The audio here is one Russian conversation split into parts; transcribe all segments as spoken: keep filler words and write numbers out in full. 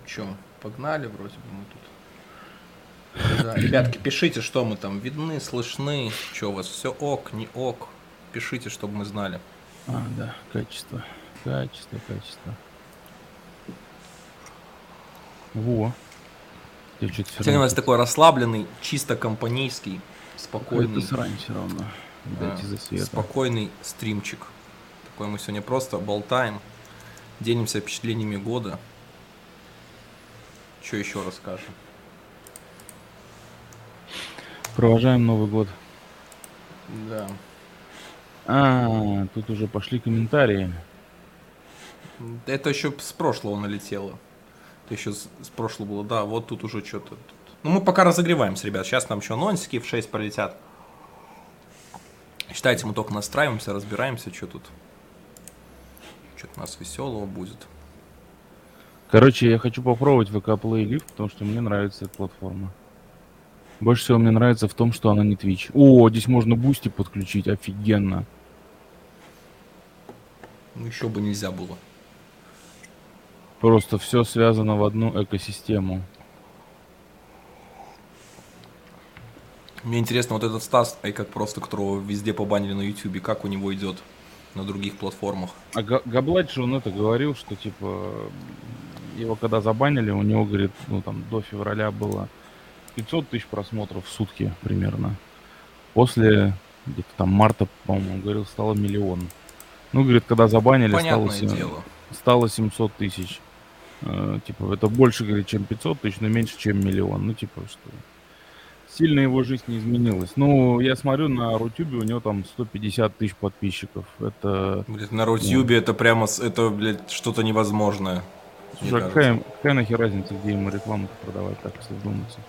Че, погнали вроде бы мы тут. Да, ребятки, пишите, что мы там видны, слышны, что у вас все ок, не ок. Пишите, чтобы мы знали. А, да, качество, качество, качество. Во. Сегодня у нас такой расслабленный, чисто компанейский, спокойный. Какая-то срань все равно. Дайте за света. Спокойный стримчик. Такой мы сегодня просто болтаем, делимся впечатлениями года. Что еще расскажем? Провожаем Новый год. Да. А, тут уже пошли комментарии. Это еще с прошлого налетело. Это еще с, с прошлого было. Да, вот тут уже что-то. Ну, мы пока разогреваемся, ребят. Сейчас нам еще анонсики в шесть пролетят. Считайте, мы только настраиваемся, разбираемся, что тут. Что-то у нас веселого будет. Короче, я хочу попробовать ви кей Play Live, потому что мне нравится эта платформа. Больше всего мне нравится в том, что она не Twitch. О, здесь можно бусти подключить, офигенно. Ну, еще бы нельзя было. Просто все связано в одну экосистему. Мне интересно, вот этот Стас, ай как просто, которого везде побанили на Ютубе, как у него идет на других платформах. А Габлач же он это говорил, что типа его когда забанили, у него, говорит, ну там до февраля было пятьсот тысяч просмотров в сутки примерно. После где-то там марта, по-моему, он говорил, стало миллион. Ну, говорит, когда забанили, стало, дело. стало семьсот тысяч. Э, типа, это больше, говорит, чем пятьсот тысяч, но меньше, чем миллион. Ну, типа, что сильно его жизнь не изменилась. Ну, я смотрю на Рутюбе, у него там сто пятьдесят тысяч подписчиков. Это... Блядь, на Рутюбе ну. это прямо, это, блядь, что-то невозможное. Слушай, а какая, какая нахер разница, где ему рекламу продавать, так, если вдуматься?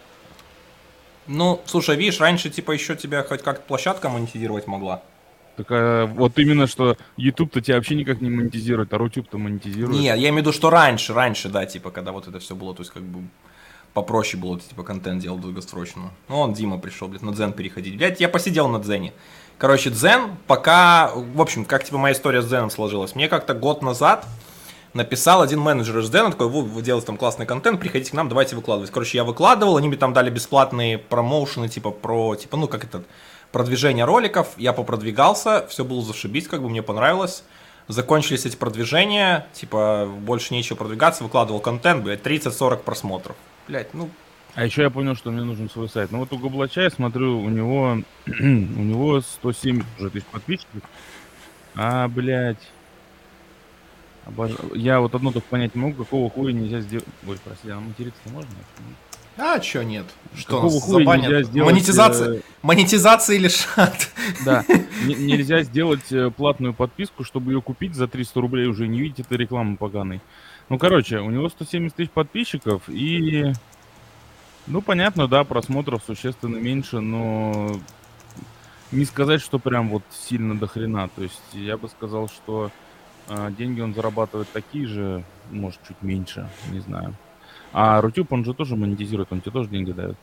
Ну, слушай, видишь, раньше, типа, еще тебя хоть как-то площадка монетизировать могла. Так а, вот именно, что YouTube-то тебя вообще никак не монетизирует, а Рутюб-то монетизирует. Не, я имею в виду, что раньше, раньше, да, типа, когда вот это все было, то есть, как бы, попроще было, типа, контент делал долгосрочно. Ну, он, Дима, пришел, блядь, на Дзен переходить. Блядь, я посидел на Дзене. Короче, Дзен пока, в общем, как, типа, моя история с Дзеном сложилась. Мне как-то год назад написал один менеджер из Дзена, такой, вы, вы делаете там классный контент, приходите к нам, давайте выкладывать. Короче, я выкладывал, они мне там дали бесплатные промоушены, типа, про, типа, ну, как это, продвижение роликов. Я попродвигался, все было зашибись, как бы мне понравилось. Закончились эти продвижения, типа, больше нечего продвигаться, выкладывал контент, блядь, тридцать-сорок просмотров. Блядь, ну... А еще я понял, что мне нужен свой сайт. Ну вот у Габлача я смотрю, у него, у него сто семьдесят уже тысяч подписчиков. А, блядь. Обож... Я вот одно только понять не могу, какого хуя нельзя сделать... Ой, прости, а материться можно? А, чё нет? Что какого нас хуя забанят? нельзя сделать... Монетизация, монетизации лишат. Да, Н- нельзя сделать платную подписку, чтобы ее купить за триста рублей уже, не видеть этой рекламы поганой. Ну, короче, у него сто семьдесят тысяч подписчиков и... Ну, понятно, да, просмотров существенно меньше, но не сказать, что прям вот сильно до хрена. То есть я бы сказал, что э, деньги он зарабатывает такие же, может, чуть меньше, не знаю. А Рутюб, он же тоже монетизирует, он тебе тоже деньги дает.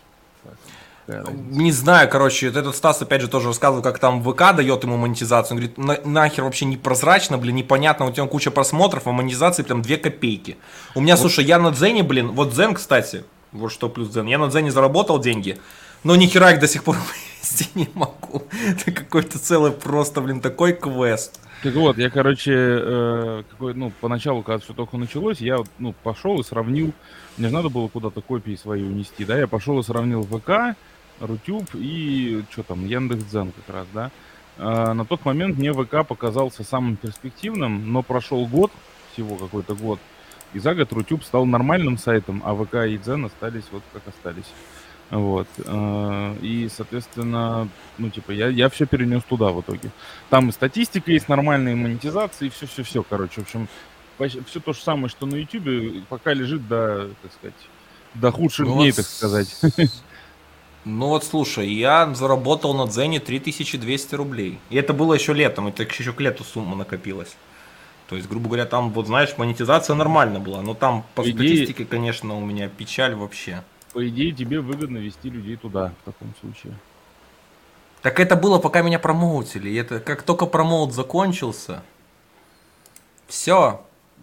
Не знаю, короче, этот Стас опять же тоже рассказывал, как там ВК дает ему монетизацию. Он говорит, На, нахер вообще непрозрачно, блин, непонятно, у тебя куча просмотров, а монетизации прям две копейки. У меня, вот. Слушай, я на Дзене, блин, вот Дзен, кстати, вот что плюс Дзен, я на Дзене заработал деньги, но ни хера их до сих пор вывести не могу. Это какой-то целый просто, блин, такой квест. Так вот, я, короче, э, какой, ну, поначалу, когда все только началось, я, ну, пошел и сравнил, мне же надо было куда-то копии свои унести, да, я пошел и сравнил ВК, Рутюб и, что там, Яндекс.Дзен как раз, да. Э, на тот момент мне ВК показался самым перспективным, но прошел год, всего какой-то год, и за год Рутюб стал нормальным сайтом, а ВК и Дзен остались вот как остались. Вот. И, соответственно, ну, типа, я, я все перенес туда в итоге. Там и статистика есть нормальная, и монетизация, и все-все-все, короче. В общем, все то же самое, что на Ютубе, пока лежит до, так сказать, до худших ну дней, вот, так сказать. Ну вот, слушай, я заработал на Дзене три тысячи двести рублей. И это было еще летом, это еще к лету сумма накопилась. То есть, грубо говоря, там, вот знаешь, монетизация нормально была. Но там по идее... статистике, конечно, у меня печаль вообще. По идее, тебе выгодно вести людей туда, в таком случае. Так это было, пока меня промоутили. Это как только промоут закончился, все,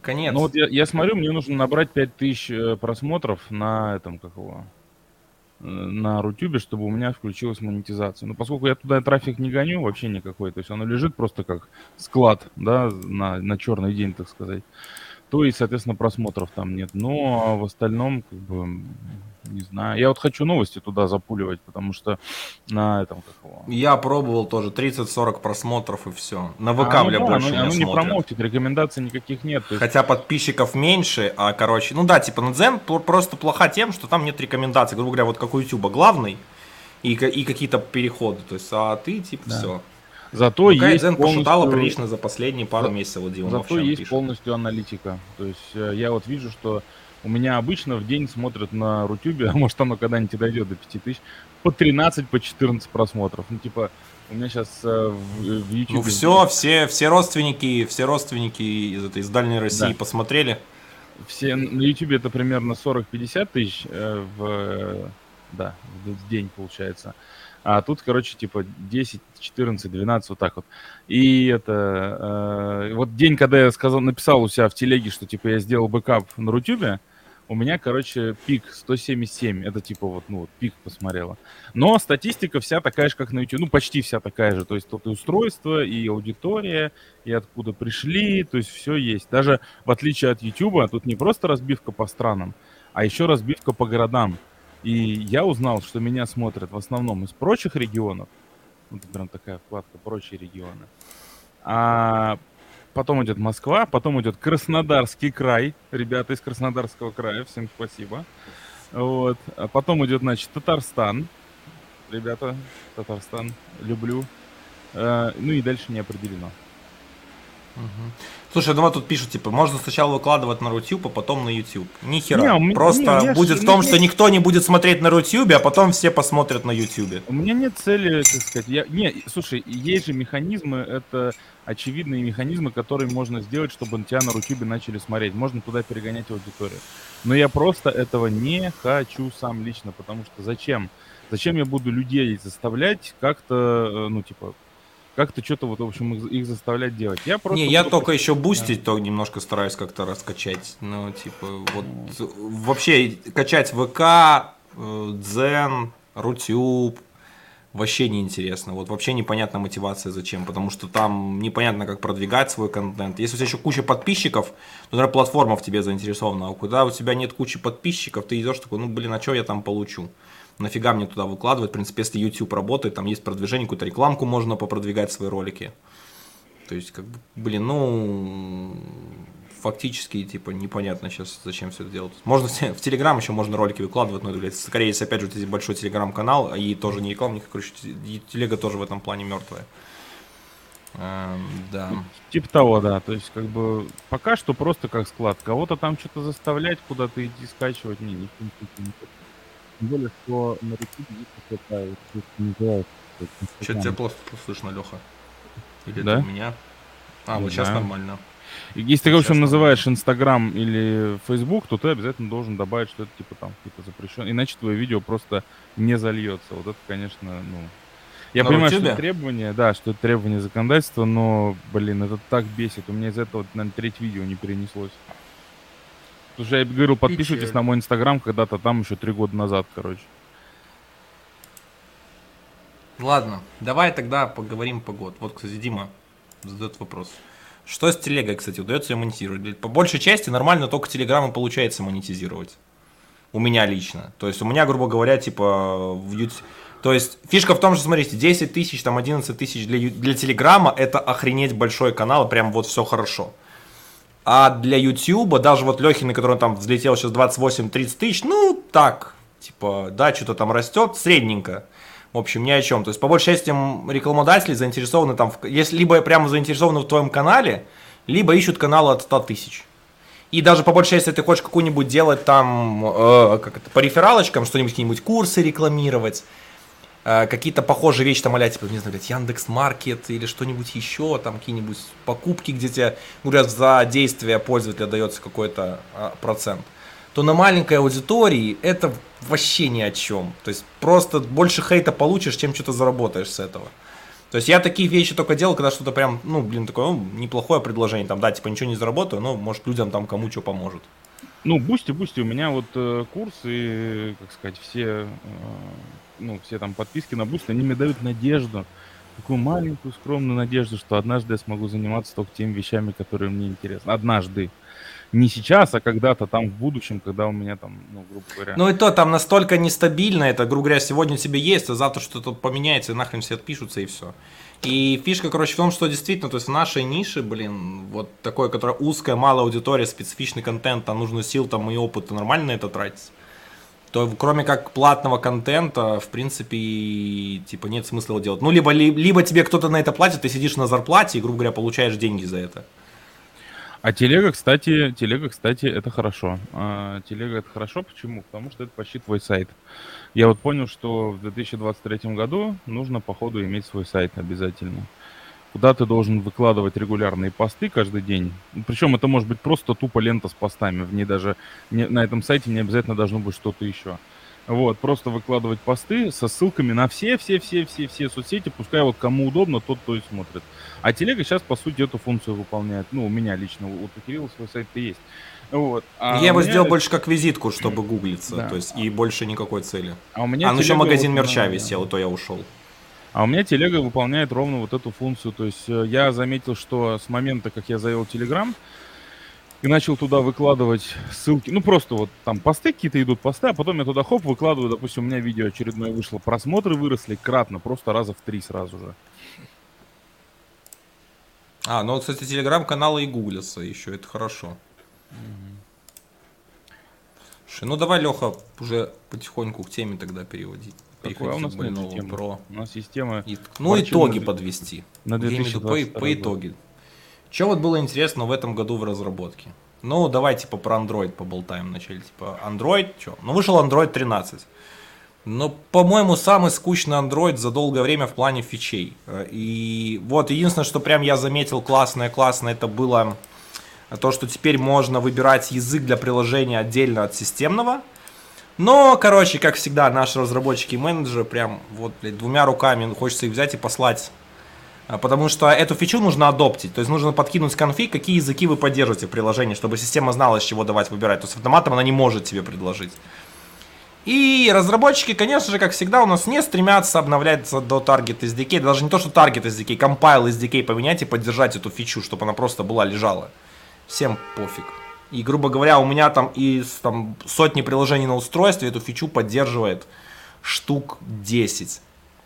Конец. Ну вот я, я смотрю, мне нужно набрать пять тысяч э, просмотров на этом, как его, э, на Рутюбе, чтобы у меня включилась монетизация. Но поскольку я туда трафик не гоню вообще никакой, то есть оно лежит просто как склад, да, на, на черный день, так сказать, то и, соответственно, просмотров там нет. Но в остальном, как бы, м, не знаю. Я вот хочу новости туда запуливать, потому что на этом, как его... Я пробовал тоже тридцать-сорок просмотров и все. На ВК, А, ну бля, да, больше оно, меня оно не смотрят. промоутит, рекомендаций никаких нет. То есть, Хотя подписчиков меньше, а, короче, ну да, типа, на Дзен пл- просто плоха тем, что там нет рекомендаций, грубо говоря, вот как у Ютуба, главный и, ка- и какие-то переходы, то есть, а ты, типа, да. все. Зато ВК и есть Дзен пошатало полностью... прилично за последние пару За- месяцев, вот Дима Зато Мовчан есть пишет. полностью аналитика. То есть э, я вот вижу, что у меня обычно в день смотрят на Рутюбе, а может оно когда-нибудь и дойдет до пяти тысяч, по тринадцать, по четырнадцать просмотров. Ну типа у меня сейчас в, в YouTube... Ну все, все, все родственники, все родственники из этой из Дальней России Да. посмотрели. Все на YouTube это примерно сорок-пятьдесят тысяч э, в, э, да, в в день получается. А тут, короче, типа десять, четырнадцать, двенадцать, вот так вот. И это... э, вот день, когда я сказал, написал у себя в телеге, что, типа, я сделал бэкап на Рутюбе, у меня, короче, пик сто семьдесят семь. Это, типа, вот, ну, вот, пик посмотрела. Но статистика вся такая же, как на YouTube. Ну, почти вся такая же. То есть тут и устройство, и аудитория, и откуда пришли. То есть все есть. Даже в отличие от YouTube, тут не просто разбивка по странам, а еще разбивка по городам. И я узнал, что меня смотрят в основном из прочих регионов. Вот прям такая вкладка «Прочие регионы». А потом идет Москва, потом идет Краснодарский край. Ребята из Краснодарского края, всем спасибо. Вот. А потом идет, значит, Татарстан. Ребята, Татарстан, люблю. А, ну и дальше не определено. Мгм. Слушай, ну вот тут пишут, типа, можно сначала выкладывать на Рутюб, а потом на YouTube. Ни Не, хера. у меня- Просто не, я ж- будет в ну, том, я- что никто не будет смотреть на Рутюбе, а потом все посмотрят на Ютубе. У меня нет цели, так сказать. Я... Не, слушай, есть же механизмы, это очевидные механизмы, которые можно сделать, чтобы на тебя на Рутюбе начали смотреть. Можно туда перегонять аудиторию. Но я просто этого не хочу сам лично, потому что зачем? Зачем я буду людей заставлять как-то, э, ну, типа, как-то что-то вот, в общем, их, их заставлять делать. Я просто Не, я буду только пос- еще бустить, то немножко стараюсь как-то раскачать. Ну, типа, вот вообще качать ВК, э, Дзен, Рутюб вообще неинтересно. Вот вообще непонятна мотивация зачем, потому что там непонятно, как продвигать свой контент. Если у тебя еще куча подписчиков, то, наверное, платформа в тебе заинтересована. А когда у тебя нет кучи подписчиков, ты идешь такой, ну, блин, а что я там получу? Нафига мне туда выкладывать? В принципе, если YouTube работает, там есть продвижение, какую-то рекламку можно попродвигать свои ролики. То есть, как бы, блин, ну, фактически, типа, непонятно сейчас, зачем все это делать. Можно в в Телеграм еще можно ролики выкладывать, но это, блядь, скорее, если, опять же, у тебя большой Телеграм-канал, и тоже не рекламник, короче, и Телега тоже в этом плане мертвая. Эм, да. Типа того, да. То есть, как бы, пока что просто как склад. Кого-то там что-то заставлять, куда-то идти скачивать, не, не, не, не, не. Тем более, что на Рутюбе есть какая-то, вот, что это называется, как Что-то Инстаграм. тебя плохо слышно, Леха. Или Да? это у меня? А, Не вот сейчас знаю. нормально. И Если ты, в общем, Сейчас называешь Инстаграм или Фейсбук, то ты обязательно должен добавить, что это типа там какие-то запрещенные. Иначе твое видео просто не зальется. Вот это, конечно, ну. Я На понимаю, что Рутюбе? это требование, да, что это требование законодательства, но, блин, это так бесит. У меня из этого, наверное, треть видео не перенеслось. Потому что я говорил, подписывайтесь Печаль. на мой Инстаграм когда-то там еще три года назад, короче. Ладно, давай тогда поговорим по год. Вот, кстати, Дима задает вопрос. Что с телегой, кстати, удается ее монетизировать? По большей части нормально только телеграмму получается монетизировать. У меня лично. То есть у меня, грубо говоря, типа в YouTube... То есть фишка в том, что, смотрите, десять тысяч, там одиннадцать тысяч для, ю- для телеграмма это охренеть большой канал, прям вот все хорошо. А для Ютьюба, даже вот Лехи, на который там взлетел сейчас двадцать восемь тридцать тысяч, ну так, типа, да, что-то там растет, средненько. В общем, ни о чем. То есть, по большей части, м, рекламодатели заинтересованы там, в- если либо прямо заинтересованы в твоем канале, либо ищут каналы от ста тысяч. И даже по большей части, если ты хочешь какую-нибудь делать там, э, как это, по рефералочкам, что-нибудь, какие-нибудь курсы рекламировать, э, какие-то похожие вещи, там, а типа, не знаю, Яндекс.Маркет или что-нибудь еще, там, какие-нибудь покупки, где тебе, говорят, за действие пользователя дается какой-то а, процент, то на маленькой аудитории это вообще ни о чем. То есть просто больше хейта получишь, чем что-то заработаешь с этого. То есть я такие вещи только делал, когда что-то прям, ну, блин, такое, ну, неплохое предложение, там, да, типа ничего не заработаю, но, может, людям там кому что поможет. Ну, Бусти, Бусти, у меня вот э, курс и, как сказать, все, э, ну, все там подписки на Бусти, они мне дают надежду, такую маленькую скромную надежду, что однажды я смогу заниматься только теми вещами, которые мне интересны. Однажды. Не сейчас, а когда-то там в будущем, когда у меня там, ну, грубо говоря... Ну и то, там настолько нестабильно это, грубо говоря, сегодня тебе есть, а завтра что-то поменяется, и нахрен все отпишутся, и все. И фишка, короче, в том, что действительно, то есть в нашей нише, блин, вот такое, которая узкая, малая аудитория, специфичный контент, там нужно сил, там и опыт, нормально на это тратить. То кроме как платного контента, в принципе, типа нет смысла его делать. Ну, либо, либо тебе кто-то на это платит, ты сидишь на зарплате и, грубо говоря, получаешь деньги за это. А телега, кстати, телега, кстати, это хорошо. А, телега это хорошо, почему? Потому что это почти твой сайт. Я вот понял, что в две тысячи двадцать третьем году нужно, походу, иметь свой сайт обязательно. Куда ты должен выкладывать регулярные посты каждый день. Причем это может быть просто тупо лента с постами. В ней даже не, на этом сайте не обязательно должно быть что-то еще. Вот, просто выкладывать посты со ссылками на все-все-все-все-все соцсети, пускай вот кому удобно, тот то и смотрит. А телега сейчас, по сути, эту функцию выполняет. Ну, у меня лично, вот у Кирилла свой сайт-то есть. Вот. А Я его меня... сделал больше как визитку, чтобы гуглиться, Да. то есть и больше никакой цели. А у меня а ну еще магазин вот мерча на... висел, и то я ушел. А у меня телега выполняет ровно вот эту функцию. То есть я заметил, что с момента, как я завел Telegram, и начал туда выкладывать ссылки, ну просто вот там посты какие-то идут, посты, а потом я туда хоп, выкладываю, допустим, у меня видео очередное вышло, просмотры выросли кратно, просто раза в три сразу же. А, ну, кстати, телеграм-каналы и гуглятся еще, это хорошо. Mm-hmm. Ну давай, Леха, уже потихоньку к теме тогда переводить. Какая у нас нет про. У нас система... И... Ну, итоги на... подвести. На две тысячи двадцать по, по итоге. Что вот было интересно в этом году в разработке? Ну, давай типа про Android поболтаем вначале. Типа Android, что? Ну, вышел Android тринадцать. Но, по-моему, самый скучный Android за долгое время в плане фичей. И вот единственное, что прям я заметил классное-классное, это было то, что теперь можно выбирать язык для приложения отдельно от системного. Но, короче, как всегда, наши разработчики и менеджеры прям вот, блядь, двумя руками хочется их взять и послать. Потому что эту фичу нужно адоптить. То есть нужно подкинуть конфиг, какие языки вы поддерживаете в приложении, чтобы система знала, с чего давать выбирать. То есть автоматом она не может тебе предложить. И разработчики, конечно же, как всегда, у нас не стремятся обновляться до Target эс ди кей. Даже не то, что Target эс ди кей, Compile эс ди кей поменять и поддержать эту фичу, чтобы она просто была, лежала. Всем пофиг. И, грубо говоря, у меня там из там, сотни приложений на устройстве эту фичу поддерживает штук десять.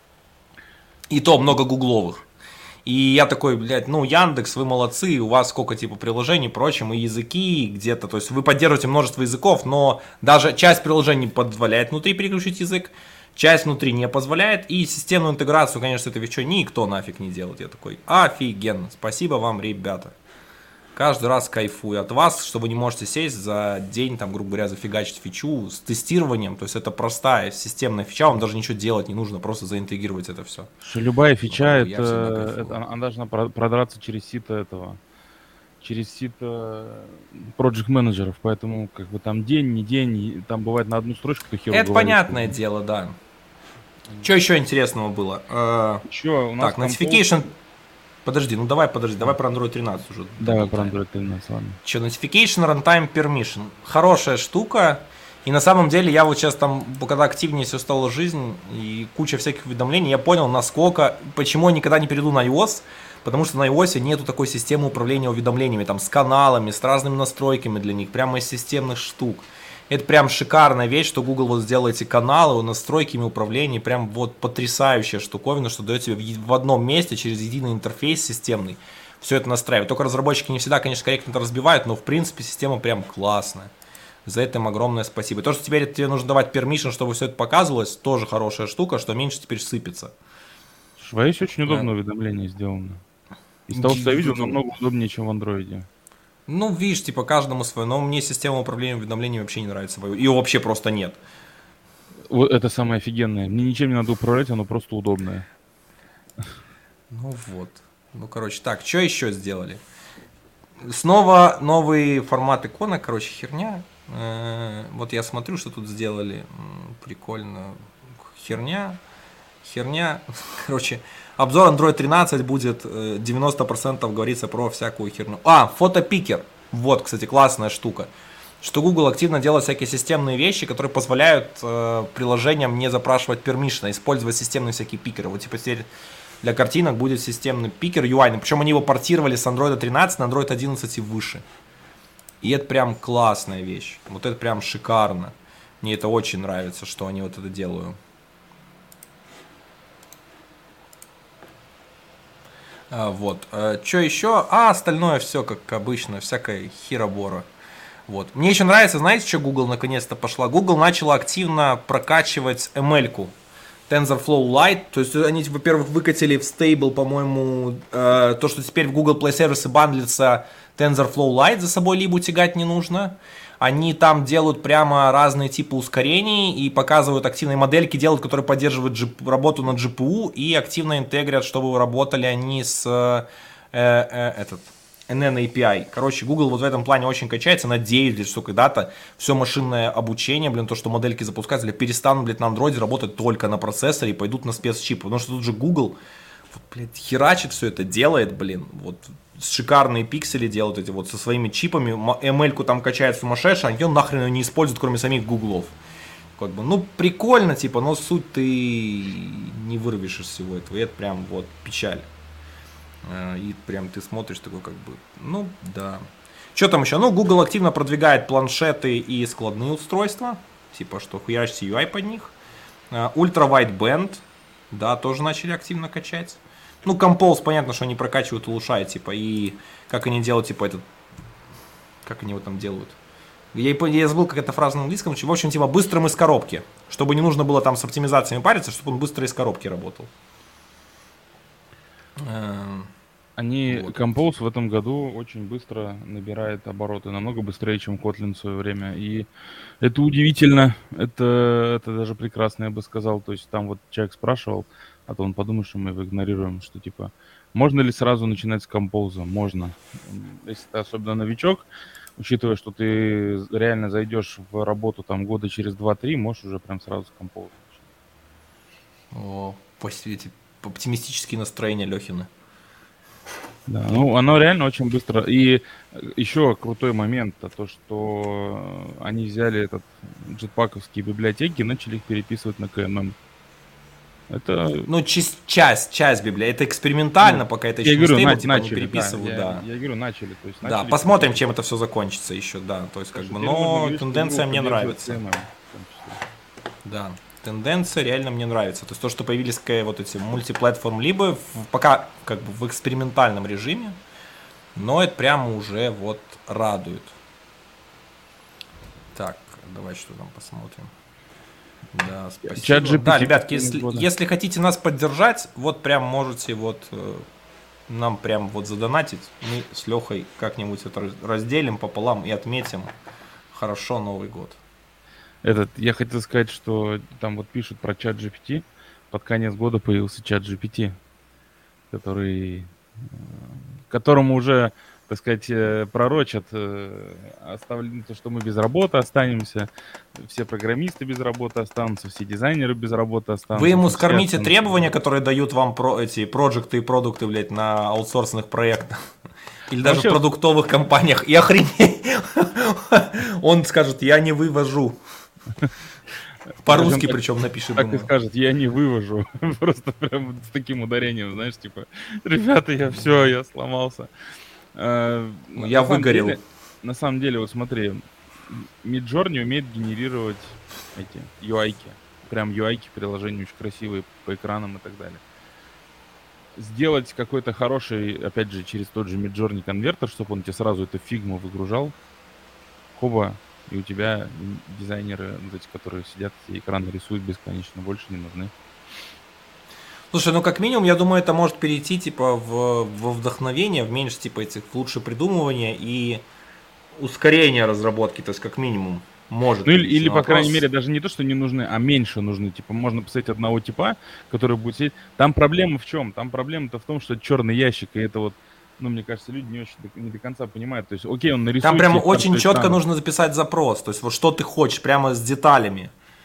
И то много гугловых. И я такой, блядь, ну, Яндекс, вы молодцы, у вас сколько, типа, приложений, прочим, и языки где-то, то есть вы поддерживаете множество языков, но даже часть приложений позволяет внутри переключить язык, часть внутри не позволяет, и системную интеграцию, конечно, этой вещи никто нафиг не делает. Я такой, офигенно, спасибо вам, ребята. Каждый раз кайфую от вас, что вы не можете сесть за день, там, грубо говоря, зафигачить фичу с тестированием. То есть это простая системная фича, вам даже ничего делать не нужно, просто заинтегрировать это все. Любая фича, ну, это, это, она должна продраться через сито этого, через сито проект менеджеров, поэтому как бы там день, не день, там бывает на одну строчку ты хер. Это понятное что-то. Дело, да. Что еще интересного было? Что, у нас так, notification... Подожди, ну давай, подожди, давай про Android тринадцать уже. Давай про Android тринадцать, ладно. Че, Notification Runtime Permission. Хорошая штука. И на самом деле я вот сейчас там, когда активнее все стала жизнь и куча всяких уведомлений, я понял, насколько, почему я никогда не перейду на iOS. Потому что на iOS нету такой системы управления уведомлениями, там с каналами, с разными настройками для них, прямо из системных штук. Это прям шикарная вещь, что Google вот сделал эти каналы, настройками управления, прям вот потрясающая штуковина, что дает тебе в одном месте через единый интерфейс системный все это настраивать. Только разработчики не всегда, конечно, корректно это разбивают, но в принципе система прям классная. За это им огромное спасибо. И то, что теперь тебе нужно давать permission, чтобы все это показывалось, тоже хорошая штука, что меньше теперь сыпется. В iOS очень удобное уведомление сделано. Из того, что я видел, намного удобнее, чем в андроиде. Ну, видишь, типа каждому свое, но мне система управления уведомлениями вообще не нравится. Ее вообще просто нет. Вот это самое офигенное. Мне ничем не надо управлять, оно просто удобное. Ну вот. Ну, короче, так, что еще сделали? Снова новый формат икона, короче, херня. Вот я смотрю, что тут сделали. Прикольно. Херня. херня. Короче, обзор Android тринадцать будет девяносто процентов говорится про всякую херню. А, фотопикер. Вот, кстати, классная штука. Что Google активно делает всякие системные вещи, которые позволяют э, приложениям не запрашивать permission, а использовать системные всякие пикеры. Вот теперь теперь для картинок будет системный пикер ю ай. Причем они его портировали с Android тринадцать на Android одиннадцать и выше. И это прям классная вещь. Вот это прям шикарно. Мне это очень нравится, что они вот это делают. А, вот. А, что еще? А, остальное все как обычно. Всякая херобора. Вот. Мне еще нравится, знаете, что Google наконец-то пошла? Google начала активно прокачивать эм эль-ку. TensorFlow Lite. То есть они, во-первых, выкатили в стейбл, по-моему, э, то, что теперь в Google Play сервисы бандлится TensorFlow Lite, за собой либо тягать не нужно. Они там делают прямо разные типы ускорений и показывают активные модельки, делают, которые поддерживают джи пи, работу на джи пи ю и активно интегрят, чтобы работали они с э, э, этот, эн эн эй пи ай. Короче, Google вот в этом плане очень качается. Надеюсь, что когда-то все машинное обучение, блин, то, что модельки запускаются, перестанут, блин, на андроиде работать только на процессоре и пойдут на спецчипы. Потому что тут же Google, вот, блядь, херачит все это, делает, блин, вот шикарные пиксели делают эти вот со своими чипами, эм эль-ку там качает сумасшедший, а они нахрен ее не используют, кроме самих гуглов. Как бы, ну, прикольно, типа, но суть ты не вырвешь из всего этого, и это прям вот печаль. И прям ты смотришь такой, как бы, ну, да. Что там еще? Ну, Google активно продвигает планшеты и складные устройства, типа, что хуярите ю ай под них. Ультра Wideband, да, тоже начали активно качать. Ну, Compose, понятно, что они прокачивают, улучшают, типа, и как они делают, типа, этот, как они его там делают. Я, я забыл, как эта фраза на английском, в общем, типа, быстрым из коробки, чтобы не нужно было там с оптимизациями париться, чтобы он быстро из коробки работал. Они, вот. Compose в этом году очень быстро набирает обороты, намного быстрее, чем Kotlin в свое время, и это удивительно, это, это даже прекрасно, я бы сказал, то есть там вот человек спрашивал, а то он подумает, что мы его игнорируем, что типа, можно ли сразу начинать с Compose? Можно. Если ты особенно новичок, учитывая, что ты реально зайдешь в работу там года через два-три, можешь уже прям сразу с Compose начинать. О, эти оптимистические настроения Лехина. Да, ну оно реально очень быстро. И еще крутой момент, то что они взяли этот джетпаковские библиотеки и начали их переписывать на кей эм эм. Это... Ну, часть, часть, часть библии. Это экспериментально, ну, пока это еще я не говорю, стейбл, на, типа начали, не переписывают, да. да. Я, я говорю, начали. То есть, да, начали посмотрим, чем это все закончится еще, да. То есть, как бы, но тенденция мне нравится. си эм эм, да, тенденция реально мне нравится. То есть, то, что появились вот эти мультиплатформ, либо в, пока как бы в экспериментальном режиме, но это прямо уже вот радует. Так, давай что там посмотрим. Да, спасибо. Чат джи пи ти, да, ребятки, если, если хотите нас поддержать, вот прям можете вот э, нам прям вот задонатить. Мы с Лехой как-нибудь это разделим пополам и отметим хорошо Новый год. Этот, я хотел сказать, что там вот пишут про чат джи пи ти. Под конец года появился чат джи пи ти, который, которому уже, так сказать, пророчат, оставлено то, что мы без работы останемся, все программисты без работы останутся, все дизайнеры без работы останутся. Вы ему скормите требования, которые дают вам про эти проекты и продукты, блядь, на аутсорсных проектах. Или даже в продуктовых компаниях. И охренеть. Он скажет, я не вывожу. По-русски причем напишет. Так и скажет, я не вывожу. Просто прям с таким ударением, знаешь, типа, ребята, я все, я сломался. Я на выгорел. Деле, на самом деле, вот смотри, Midjourney умеет генерировать эти ю ай-ки. Прям ю ай-ки приложения очень красивые по экранам и так далее. Сделать какой-то хороший, опять же, через тот же Midjourney конвертер, чтобы он тебе сразу эту фигму выгружал. Хоба, и у тебя дизайнеры, эти, которые сидят и экраны рисуют бесконечно, больше не нужны. Слушай, ну как минимум, я думаю, это может перейти типа в, во вдохновение, в меньше типа этих в лучше придумывания и ускорение разработки, то есть как минимум может. Ну или, или по крайней мере, даже не то, что не нужны, а меньше нужны. Типа можно поставить одного типа, который будет сидеть. Там проблема в чем? Там проблема-то в том, что это черный ящик, и это вот, ну, мне кажется, люди не очень не до конца понимают. То есть, окей, он нарисует. Там прямо очень четко нужно записать запрос. То есть, вот что ты хочешь, прямо с деталями.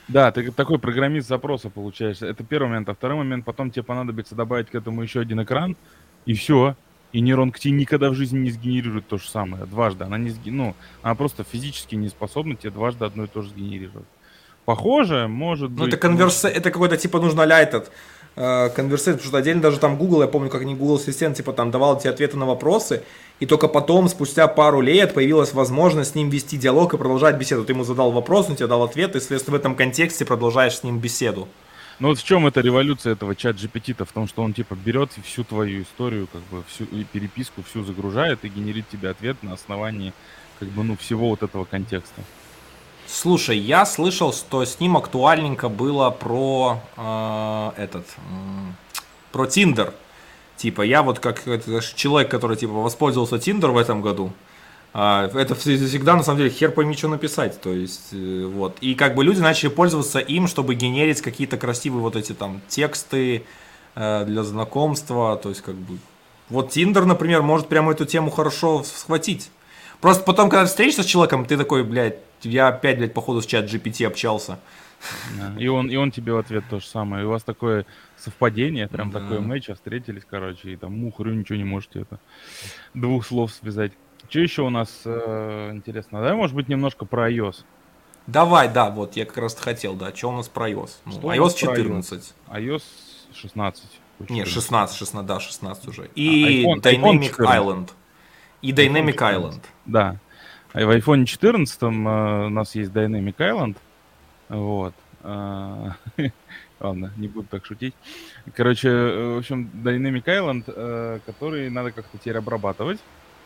Да, ты такой программист запроса получаешься. Это первый момент. А второй момент, потом тебе понадобится добавить к этому еще один экран, и все. И нейронка никогда в жизни не сгенерирует то же самое дважды. Она не сге... ну, она просто физически не способна тебе дважды одно и то же сгенерировать. Похоже, может Ну, это быть, конверс... может... это какой-то типа нужно а-ля этот э, конверсейт, потому что отдельно даже там Google, я помню, как не Google Ассистент, типа там давал тебе ответы на вопросы, и только потом, спустя пару лет, появилась возможность с ним вести диалог и продолжать беседу. Ты ему задал вопрос, он тебе дал ответ, и, соответственно, в этом контексте продолжаешь с ним беседу. Ну вот в чем эта революция этого чат джи пи ти-то? В том, что он типа берет всю твою историю, как бы всю и переписку всю загружает и генерит тебе ответ на основании как бы, ну, всего вот этого контекста. Слушай, я слышал, что с ним актуальненько было про э, этот, м, про Tinder. Типа, я вот как это, человек, который типа воспользовался Tinder в этом году, а, это всегда на самом деле хер пойми, что написать. То есть, э, вот. И как бы люди начали пользоваться им, чтобы генерить какие-то красивые вот эти там тексты э, для знакомства. То есть, как бы. Вот Tinder, например, может прямо эту тему хорошо схватить. Просто потом, когда встретишься с человеком, ты такой, блядь, я опять, блядь, походу с чат джи пи ти общался. Да. И он, и он тебе в ответ то же самое. И у вас такое совпадение, прям Да. такое мэч, а встретились, короче, и там мухрю ничего не можете это двух слов связать. Что еще у нас э, интересно? Давай, может быть, немножко про iOS. Давай, да, вот я как раз хотел, да. Что у нас про iOS? Ну, Что у iOS нас про четырнадцать. iOS шестнадцать. Не, четырнадцать. шестнадцать, шестнадцать, да, шестнадцать уже. А, И iPhone, Dynamic iPhone четырнадцать. Island. И iPhone Dynamic четырнадцать. Island. Да. А в iPhone четырнадцать э, у нас есть Dynamic Island. Вот. А, Ладно, не буду так шутить. Короче, э, в общем, Dynamic Island, э, который надо как-то теперь обрабатывать.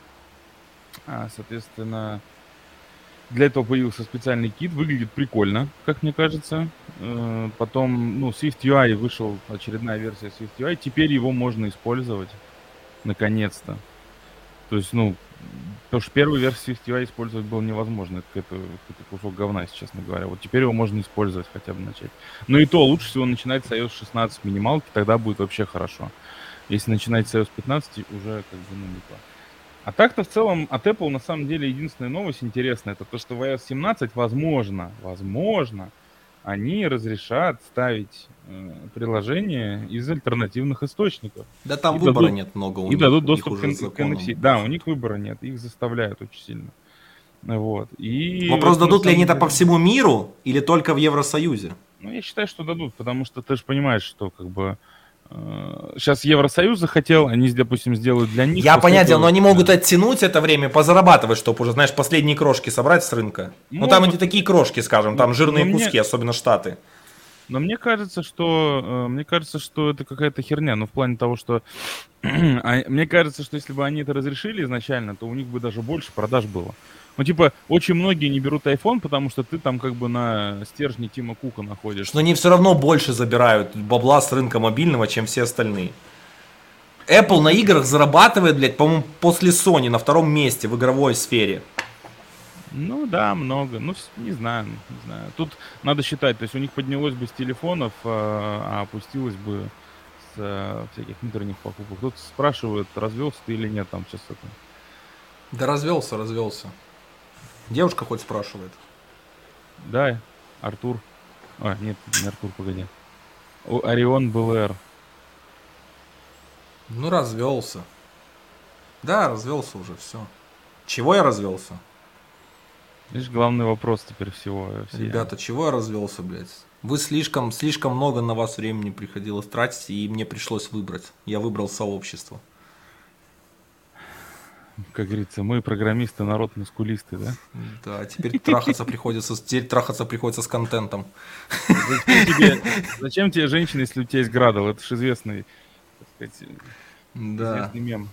А, соответственно, для этого появился специальный кит. Выглядит прикольно, как мне кажется. Э, Потом, ну, SwiftUI вышел, очередная версия SwiftUI. Теперь его можно использовать. Наконец-то. То есть, ну, потому что первую версию SwiftUI использовать было невозможно. Это какой-то, какой-то кусок говна, если честно говоря. Вот теперь его можно использовать хотя бы начать. Ну и то, лучше всего начинать с iOS шестнадцать минималки, тогда будет вообще хорошо. Если начинать с iOS пятнадцать, уже как бы, ну, не то. А так-то в целом от Apple на самом деле единственная новость интересная, это то, что в iOS семнадцать, возможно, возможно, они разрешат ставить э, приложения из альтернативных источников. Да там И выбора дадут- нет много у И них. дадут у них доступ уже к, эн- к законом. эн эф си. Да, у них выбора нет, их заставляют очень сильно. Вот. И Вопрос, это на дадут ли самом они это деле- по всему миру или только в Евросоюзе? Ну, я считаю, что дадут, потому что ты же понимаешь, что как бы сейчас Евросоюз захотел, они, допустим, сделают для них... Я после понятия, этого- но они могут оттянуть это время, позарабатывать, чтобы уже, знаешь, последние крошки собрать с рынка. Ну там Могут. эти такие крошки, скажем, там Но- жирные но мне- куски, особенно Штаты. Но мне кажется, что э, мне кажется, что это какая-то херня. Ну, в плане того, что а, мне кажется, что если бы они это разрешили изначально, то у них бы даже больше продаж было. Ну, типа, очень многие не берут iPhone, потому что ты там как бы на стержне Тима Кука находишься. Что они все равно больше забирают бабла с рынка мобильного, чем все остальные. Apple на играх зарабатывает, блядь, по-моему, после Sony на втором месте в игровой сфере. Ну да, много. Ну, с- не знаю, не знаю. Тут надо считать, то есть у них поднялось бы с телефонов, а, а опустилось бы с а, всяких внутренних покупок. Тут спрашивают, развелся ты или нет там сейчас это. Да развелся, развелся. Девушка хоть спрашивает. Да, Артур. А, нет, не Артур, погоди. О, Орион БЛР. Ну, развелся. Да, развелся уже, все. Чего я развелся? Видишь, главный вопрос теперь всего. всей- Ребята, чего я развелся, блядь? Вы слишком, слишком много на вас времени приходилось тратить, и мне пришлось выбрать. Я выбрал сообщество. Как говорится, мы программисты, народ мускулисты, да? Да, теперь трахаться приходится, с- теперь трахаться приходится с контентом. Зачем тебе, зачем тебе женщина, если у тебя есть Градл? Это же известный, так сказать, Да. известный мем.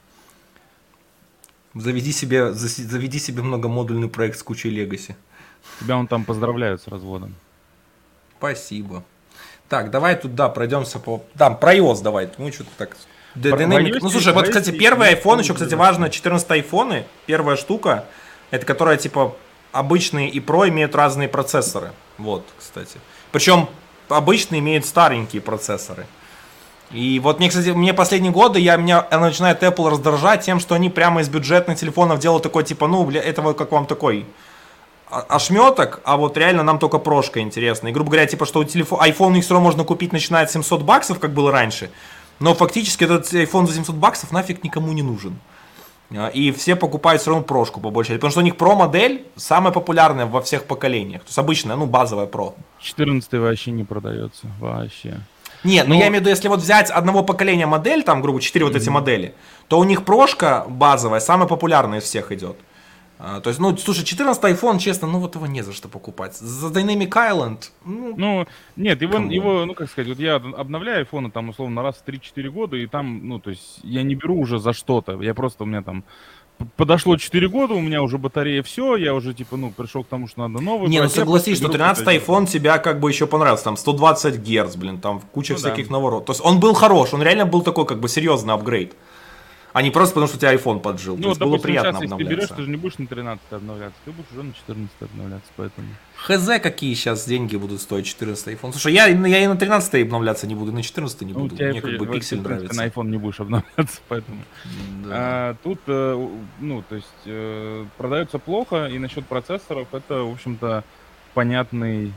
Заведи себе, заси- заведи себе многомодульный проект с кучей легаси. Тебя он там поздравляют с разводом. Спасибо. Так, давай тут, да, пройдемся по... Да, про iOS давай. Мы что-то так... Д- Про- Dynamic- в iOS Ну, слушай, вот, в iOS кстати, есть первый есть iPhone, еще, кстати, полный важно, четырнадцатые айфоны, первая штука, это которая, типа, обычные и Pro имеют разные процессоры. Вот, кстати. Причем обычные имеют старенькие процессоры. И вот мне, кстати, мне последние годы, я, меня она начинает Apple раздражать тем, что они прямо из бюджетных телефонов делают такой, типа, ну, бля, это вот как вам такой ошметок, а вот реально нам только прошка интересна. И, грубо говоря, типа, что у телефона, iPhone у них все равно можно купить, начиная от семьсот баксов, как было раньше. Но фактически этот iPhone за семьсот баксов нафиг никому не нужен. И все покупают все равно прошку по большей части. Потому что у них про-модель самая популярная во всех поколениях. То есть обычная, ну, базовая про. четырнадцатый вообще не продается. Вообще. Нет, ну я имею в виду, если вот взять одного поколения модель, там, грубо, четыре mm-hmm. вот эти модели, то у них прошка базовая, самая популярная из всех идет. А, то есть, ну, слушай, четырнадцатый iPhone, честно, ну вот его не за что покупать. За Dynamic Island, ну... Ну, нет, его, его, ну, как сказать, вот я обновляю iPhone, там, условно, раз в три-четыре года, и там, ну, то есть, я не беру уже за что-то, я просто, у меня там подошло четыре года, у меня уже батарея все, я уже, типа, ну, пришел к тому, что надо новый. Не, ну согласись, что тринадцатый iPhone тебя как бы еще понравился, там, сто двадцать герц, блин, там, куча ну, всяких да. наворот. То есть, он был хорош, он реально был такой, как бы, серьезный апгрейд. А не просто потому, что у тебя iPhone поджил. Ну, то есть допустим, было приятно сейчас, обновляться. Если ты берешь, ты же не будешь на тринадцатый обновляться, ты будешь уже на четырнадцатый обновляться, поэтому... Хз, какие сейчас деньги будут стоить четырнадцатый iPhone. Слушай, я, я и на тринадцатый обновляться не буду, и на четырнадцатый не буду. Ну, мне как бы пиксель нравится. Ты на iPhone не будешь обновляться, поэтому... Да. А, тут, ну, то есть, продается плохо, и насчет процессоров, это, в общем-то, понятный...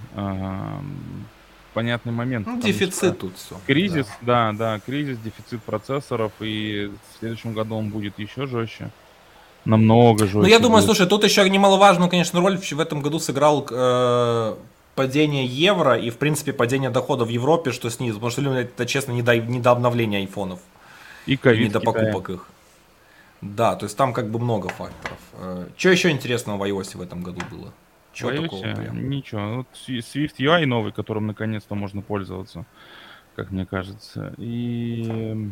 понятный момент. Ну, дефицит тут все. Кризис, да. да, да, кризис, дефицит процессоров, и в следующем году он будет еще жестче. Намного жестче. Ну, я думаю, будет. слушай, тут еще немаловажную, конечно, роль в этом году сыграл э, падение евро и, в принципе, падение дохода в Европе, что снизу. Потому что, это, честно, не до, не до обновления айфонов. И ковид. Не до покупок их. Да, то есть там как бы много факторов. Э, что еще интересного в iOS в этом году было? Чего такого прям? Ничего. Вот Swift ю ай новый, которым наконец-то можно пользоваться, как мне кажется. И...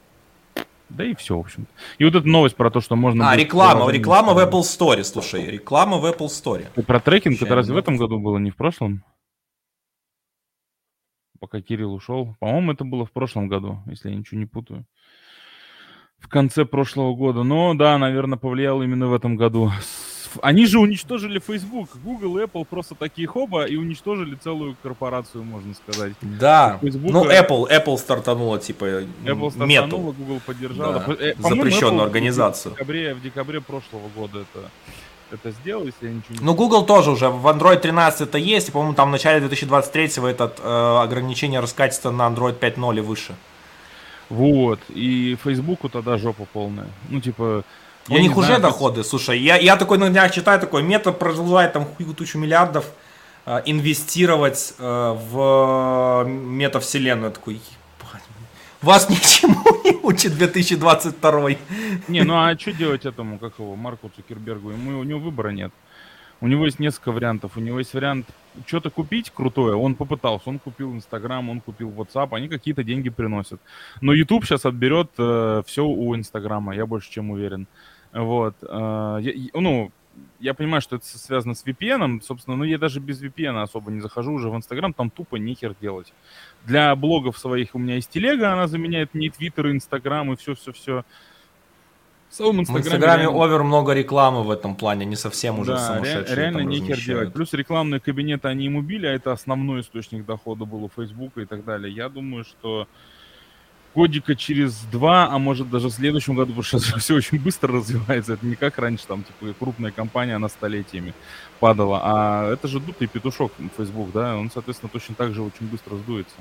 Да и все, в общем. И вот эта новость про то, что можно... А, реклама. Реклама в Apple Store, слушай. Реклама в Apple Store. И про трекинг, это разве в этом году было, не в прошлом? Пока Кирилл ушел. По-моему, это было в прошлом году, если я ничего не путаю. В конце прошлого года. Но, да, наверное, повлияло именно в этом году. Они же уничтожили Facebook, Google и Apple просто такие хоба и уничтожили целую корпорацию, можно сказать. Да, Facebook, ну Apple, Apple стартанула, типа, Apple стартанула, Мету. Google поддержала. Да. Запрещенную Apple организацию. В декабре, в декабре прошлого года это, это сделал, если я ничего не... Ну, Google тоже уже, в Android тринадцать это есть, и, по-моему, там в начале две тысячи двадцать третьего этот э, ограничение раскатится на Android пять ноль и выше. Вот, и Facebooку тогда жопа полная. Ну, типа... У них уже знаю, доходы, как... слушай, я, я такой на днях читаю, такой, Мета продолжает там хуй тучу миллиардов э, инвестировать э, в метавселенную. Я такой, вас ни к чему не учит две тысячи двадцать второй. Не, ну а что делать этому, как его, Марку Цукербергу? Ему, у него выбора нет. У него есть несколько вариантов. У него есть вариант что-то купить крутое. Он попытался. Он купил Инстаграм, он купил WhatsApp. Они какие-то деньги приносят. Но YouTube сейчас отберет э, все у Инстаграма. Я больше чем уверен. Вот. Э, я, ну, я понимаю, что это связано с ви пи эн. Собственно, ну я даже без ви пи эн особо не захожу уже в Инстаграм. Там тупо нихер делать. Для блогов своих у меня есть телега. Она заменяет мне Твиттер, Инстаграм и все-все-все. В Инстаграме, в Инстаграме реально... овер много рекламы в этом плане, не совсем уже да, сумасшедшие. Реально нехер делать. Плюс рекламные кабинеты они им убили, а это основной источник дохода был у Фейсбука и так далее. Я думаю, что годика через два, а может даже в следующем году, потому что все очень быстро развивается. Это не как раньше, там, типа, крупная компания, она столетиями падала. А это же дутый петушок Фейсбук, да, он, соответственно, точно так же очень быстро сдуется.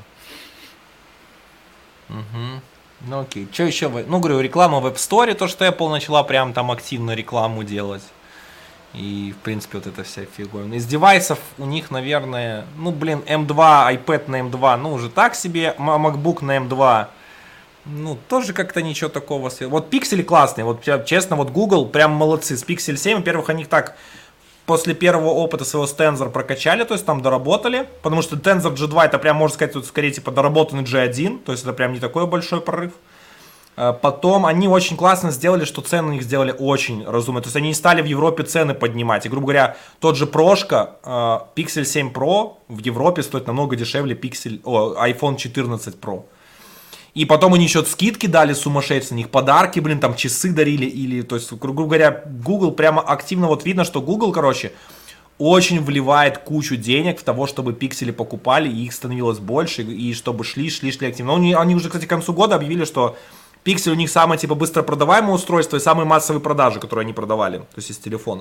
Угу. Ну окей, что еще? Ну, говорю, реклама в App Store, то, что Apple начала прям там активно рекламу делать. И, в принципе, вот эта вся фиговина. Из девайсов у них, наверное, ну, блин, эм два, iPad на эм два, ну, уже так себе. MacBook на эм два, ну, тоже как-то ничего такого. Вот пиксели классные, вот честно, вот Google прям молодцы. С Pixel семь, во-первых, они так после первого опыта своего с Tensor прокачали, то есть там доработали. Потому что Tensor джи два это прям, можно сказать, тут скорее типа доработанный джи один, то есть это прям не такой большой прорыв. Потом они очень классно сделали, что цены у них сделали очень разумные. То есть они не стали в Европе цены поднимать. И, грубо говоря, тот же Прошка, Pixel семь Pro в Европе стоит намного дешевле Pixel, о, iPhone четырнадцать Pro. И потом они еще скидки дали сумасшедшие, на них подарки, блин, там часы дарили. Или, то есть, грубо говоря, Google прямо активно, вот видно, что Google, короче, очень вливает кучу денег в того, чтобы пиксели покупали, и их становилось больше, и чтобы шли, шли, шли активно. Они, они уже, кстати, к концу года объявили, что пиксель у них самое, типа, быстро продаваемое устройство и самые массовые продажи, которые они продавали, то есть из телефонов.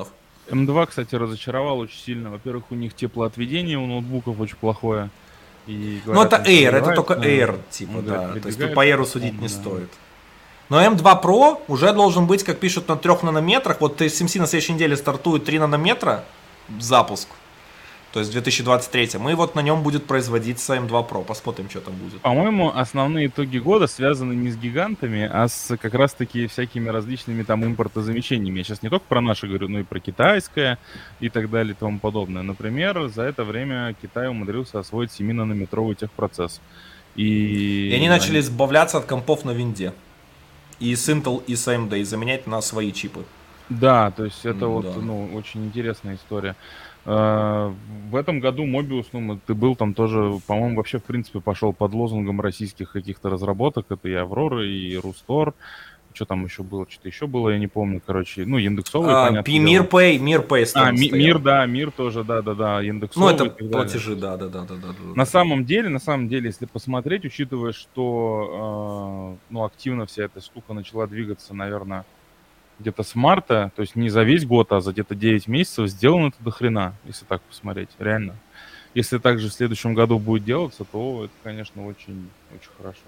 эм два, кстати, разочаровал очень сильно. Во-первых, у них теплоотведение у ноутбуков очень плохое. И Ну, говорят, это он Air, это только перегревается. Air, типа, Он говорит, да. То есть тут по передвигается Air судить не постоянно. стоит. Но эм два Pro уже должен быть, как пишут, на трёх нанометрах. Вот ти эс эм си на следующей неделе стартует три нанометра запуск. То есть в две тысячи двадцать третьем. И вот на нем будет производиться эм два Pro. Посмотрим, что там будет. По-моему, основные итоги года связаны не с гигантами, а с как раз-таки всякими различными там импортозамещениями. Я сейчас не только про наши говорю, но и про китайское и так далее и тому подобное. Например, за это время Китай умудрился освоить семинанометровый техпроцесс. И, И они начали они- избавляться от компов на винде. И с Intel, и с эй эм ди. И заменять на свои чипы. Да, то есть это вот, Да. ну, очень интересная история. Э, В этом году Mobius, ну, мы- ты был там тоже, по-моему, вообще, в принципе, пошел под лозунгом российских каких-то разработок. Это и Аврора, и Рустор. Что там еще было? Что-то еще было, я не помню. Короче, ну, индексовые, А, понятное Пи- дело. Мирпэй, Мирпэй А, там ми- стоял. Мир, да, Мир тоже, да-да-да, Ну, индексовый это и так далее. платежи, да, да, да, да, да, да. На самом деле, на самом деле, если посмотреть, учитывая, что, э, ну, активно вся эта штука начала двигаться, наверное, где-то с марта, то есть не за весь год, а за где-то девять месяцев, сделано это до хрена, если так посмотреть, реально. Если так же в следующем году будет делаться, то это, конечно, очень, очень хорошо.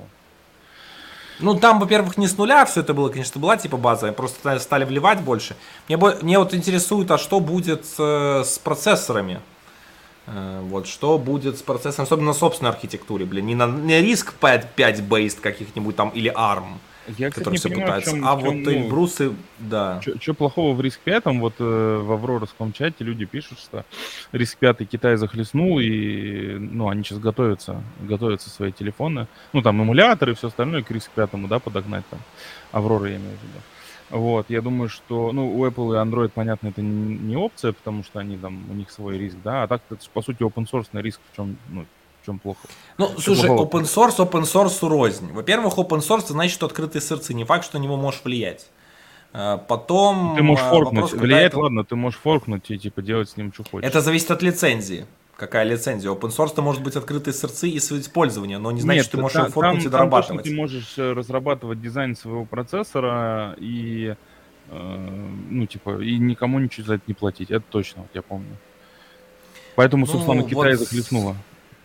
Ну, там, во-первых, не с нуля все это было, конечно, была типа база, просто стали вливать больше. Мне, бо- мне вот интересует, а что будет э, с процессорами? Э, вот, что будет с процессором, особенно на собственной архитектуре, блин, не на не риск пять based каких-нибудь там или арм, Я, кстати, который не все понимаю, в пытается, чем, а в чем, вот ну, Эльбрусы, да. что плохого в риск пятом? Вот э, в Авроровском чате люди пишут, что риск пятый Китай захлестнул, и, ну, они сейчас готовятся, готовятся свои телефоны, ну, там, эмуляторы и все остальное к риск пятому, да, подогнать там. Аврора, я имею в виду. Вот, я думаю, что, ну, у Apple и Android, понятно, это не, не опция, потому что они там, у них свой риск, да, а так, это, по сути, open source риск, в чем, ну, в чем плохо. Ну, Чё слушай, плохого? open source, open source рознь. Во-первых, open source значит, что открытые сырцы, не факт, что на него можешь влиять. Э, Потом Ты можешь э, форкнуть, вопрос, когда влиять, это... ладно, ты можешь форкнуть и, типа, делать с ним, что хочешь. Это зависит от лицензии. Какая лицензия? Open source-то может быть открытые сырцы и с использования, но не значит, Нет, что ты можешь та- его форкнуть там, и там точно дорабатывать. ты можешь э, разрабатывать дизайн своего процессора и, э, ну, типа, и никому ничего за это не платить. Это точно, вот я помню. Поэтому, собственно, Ну, Китай вот... захлестнуло.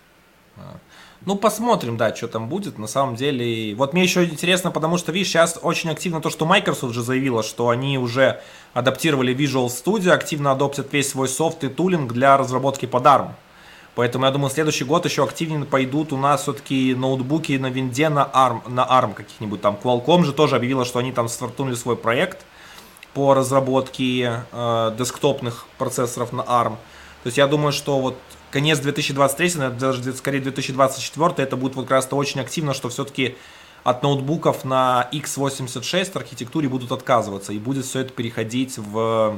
Ну, посмотрим, да, что там будет. На самом деле, вот мне еще интересно, потому что, видишь, сейчас очень активно то, что Microsoft же заявила, что они уже адаптировали Visual Studio, активно адоптят весь свой софт и тулинг для разработки под арм. Поэтому, я думаю, следующий год еще активнее пойдут у нас все-таки ноутбуки на винде на арм, на арм каких-нибудь там. Qualcomm же тоже объявила, что они там стартунули свой проект по разработке э, десктопных процессоров на арм. То есть я думаю, что вот конец две тысячи двадцать третьего, даже скорее две тысячи двадцать четвёртый, это будет вот как раз-то очень активно, что все-таки от ноутбуков на икс восемьдесят шесть архитектуре будут отказываться, и будет все это переходить в,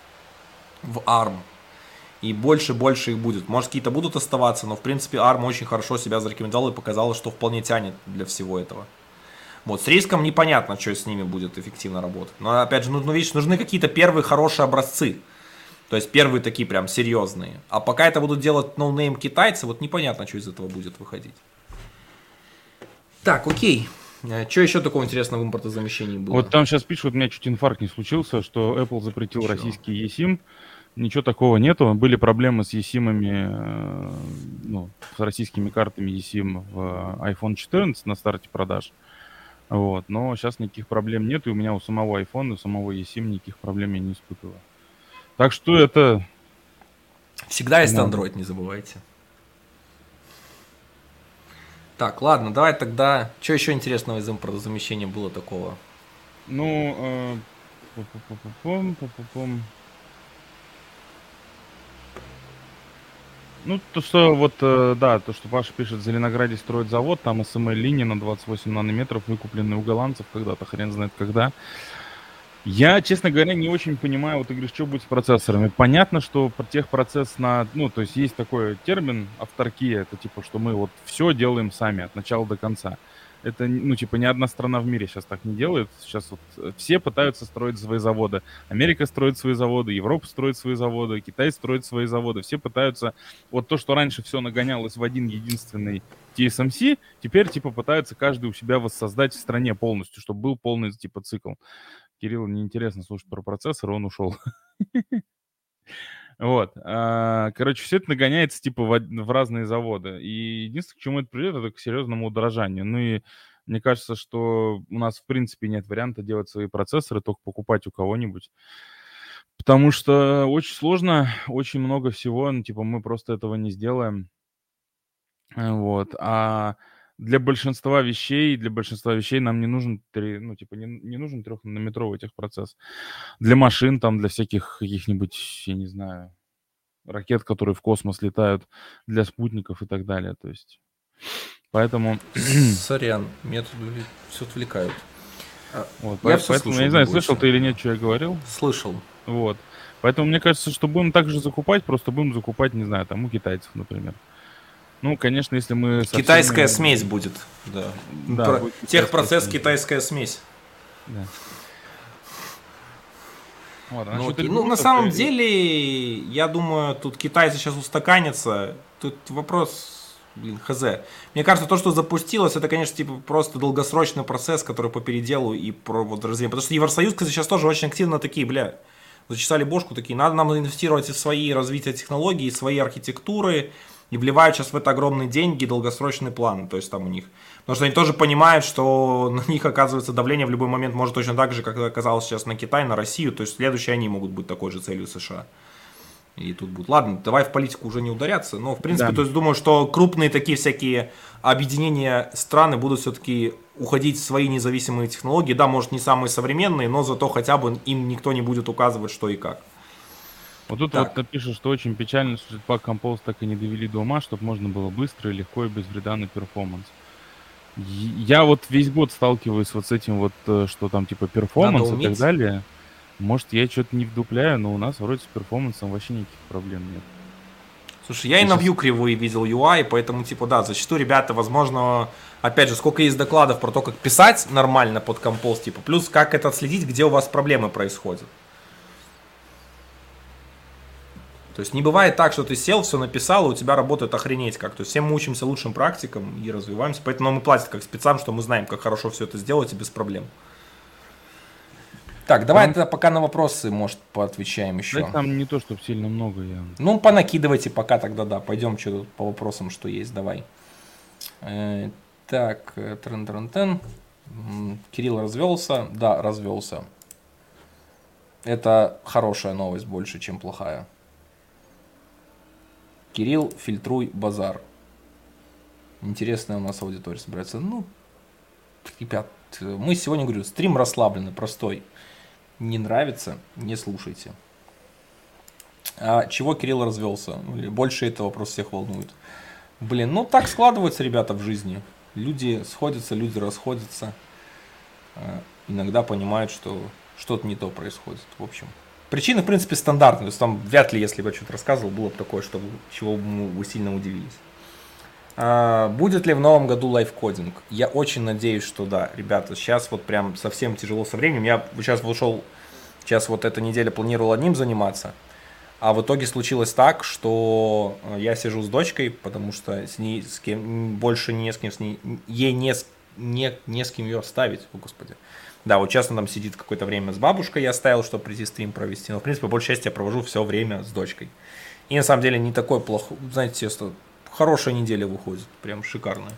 в арм. И больше и больше их будет. Может, какие-то будут оставаться, но в принципе арм очень хорошо себя зарекомендовал и показал, что вполне тянет для всего этого. Вот, с риском непонятно, что с ними будет эффективно работать. Но опять же, ну, ну видишь, нужны какие-то первые хорошие образцы. То есть первые такие прям серьезные. А пока это будут делать ноунейм китайцы, вот непонятно, что из этого будет выходить. Так, окей. Что еще такого интересного в импортозамещении было? Вот там сейчас пишут, у меня чуть инфаркт не случился, что Apple запретил Чё? российский eSIM. Ничего такого нету. Были проблемы с eSIM-ами, э, ну, с российскими картами eSIM в айфон четырнадцать на старте продаж. Вот. Но сейчас никаких проблем нет, и у меня у самого iPhone, и у самого eSIM никаких проблем я не испытываю. Так что это... Всегда есть Ладно. Android, не забывайте. Так, ладно, давай тогда... Что еще интересного из импортозамещения было такого? Ну, э, пу-пу-пу-пу-пум, пу-пу-пум. Ну, то, что вот, э, да, то, что Паша пишет, в Зеленограде строят завод, там эс эм эль-линия на двадцать восемь нанометров, выкупленные у голландцев когда-то, хрен знает когда. Я, честно говоря, не очень понимаю, вот ты говоришь, что будет с процессорами. Понятно, что про техпроцесс на, ну, то есть есть такой термин авторкия, это типа, что мы вот все делаем сами от начала до конца. Это, ну, типа, ни одна страна в мире сейчас так не делает. Сейчас вот э, все пытаются строить свои заводы. Америка строит свои заводы, Европа строит свои заводы, Китай строит свои заводы. Все пытаются, вот то, что раньше все нагонялось в один единственный ти эс эм си, теперь, типа, пытаются каждый у себя воссоздать в стране полностью, чтобы был полный, типа, цикл. Кириллу неинтересно слушать про процессор, он ушел. Вот. а, Короче, все это нагоняется типа в, од- в разные заводы. И единственное, к чему это приведет, это к серьезному удорожанию. Ну и мне кажется, что у нас в принципе нет варианта делать свои процессоры, только покупать у кого-нибудь. Потому что очень сложно, очень много всего, ну, типа мы просто этого не сделаем. Э, Вот. А для большинства вещей, для большинства вещей нам не нужен, три, ну, типа, не, не нужен трехнанометровый техпроцесс. Для машин, там, для всяких каких-нибудь, я не знаю, ракет, которые в космос летают, для спутников и так далее. То есть, поэтому, Сорян, меня тут все отвлекают. А, вот, Я по- все поэтому, слушал, я не не знаю, слышал бойся. ты или нет, что я говорил. Слышал. Вот. Поэтому мне кажется, что будем также закупать, просто будем закупать, не знаю, там у китайцев, например. Ну, конечно, если мы совсем... Китайская э, смесь будет, да. Да, Про- будет китайская Техпроцесс, смесь. китайская смесь. Да. Вот, а Ну, насчет окей. Ну, на Эльбруса, самом ты- деле, я думаю, тут китайцы сейчас устаканятся. Тут вопрос, блин, хз. Мне кажется, то, что запустилось, это, конечно, типа просто долгосрочный процесс, который по переделу и про вот развитие. Потому что Евросоюз, кстати, сейчас тоже очень активно такие, бля, зачесали бошку, такие, надо нам инвестировать в свои развития технологий, свои архитектуры, и вливают сейчас в это огромные деньги и долгосрочный план, то есть там у них. Потому что они тоже понимают, что на них оказывается давление в любой момент может точно так же, как оказалось сейчас на Китай, на Россию, то есть следующие они могут быть такой же целью США. И тут будет. Ладно, давай в политику уже не ударяться, но в принципе, Да. то есть думаю, что крупные такие всякие объединения страны будут все-таки уходить в свои независимые технологии. Да, может не самые современные, но зато хотя бы им никто не будет указывать, что и как. Вот тут Так. вот напишут, что очень печально, что Jetpack Compose так и не довели до ума, чтобы можно было быстро и легко и без вреда на перформанс. Е- Я вот весь год сталкиваюсь вот с этим вот, э, что там типа перформанс и так уметь. далее. Может, я что-то не вдупляю, но у нас вроде с перформансом вообще никаких проблем нет. Слушай, я и Ты на щас- Vue кривую видел ю ай, поэтому, типа, да, зачастую ребята, возможно, опять же, сколько есть докладов про то, как писать нормально под композ, типа, плюс как это отследить, где у вас проблемы происходят. То есть не бывает так, что ты сел, все написал, и у тебя работает охренеть как. То есть все мы учимся лучшим практикам и развиваемся, поэтому нам и платят как спецам, что мы знаем, как хорошо все это сделать и без проблем. Так, давай Там- тогда пока на вопросы, может, поотвечаем еще. Да, там не то, чтобы сильно много я. Ну, понакидывайте пока тогда, да. Пойдем что тут по вопросам, что есть, давай. Э, так, э, трен-трен-трен. М, Кирилл развелся. Да, развелся. Это хорошая новость больше, чем плохая. Кирилл, фильтруй базар. Интересная у нас аудитория собирается. Ну, ребят, мы сегодня, говорю, стрим расслабленный, простой. Не нравится, не слушайте. А чего Кирилл развелся? Или больше этого вопрос всех волнует. Блин, ну так складывается, ребята, в жизни. Люди сходятся, люди расходятся. А, иногда понимают, что что-то не то происходит. В общем, причины, в принципе, стандартные. То есть там вряд ли, если бы я что-то рассказывал, было бы такое, что, чего бы мы вы сильно удивились. А, будет ли в новом году лайфкодинг? Я очень надеюсь, что да. Ребята, сейчас вот прям совсем тяжело со временем. Я сейчас ушел, сейчас вот эта неделя планировал одним заниматься. А в итоге случилось так, что я сижу с дочкой, потому что с ней с кем больше не с кем с ней ей не с, не, не с кем ее оставить, о господи. Да, вот сейчас она там сидит какое-то время с бабушкой, я оставил, чтобы прийти стрим провести. Но в принципе, большую часть я провожу все время с дочкой. И на самом деле не такой плохой, знаете, честно, хорошая неделя выходит, прям шикарная.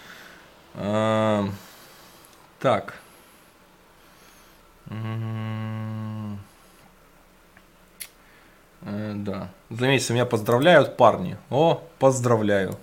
А, так. М, э, Да. Заметьте, меня поздравляют парни. О, поздравляю.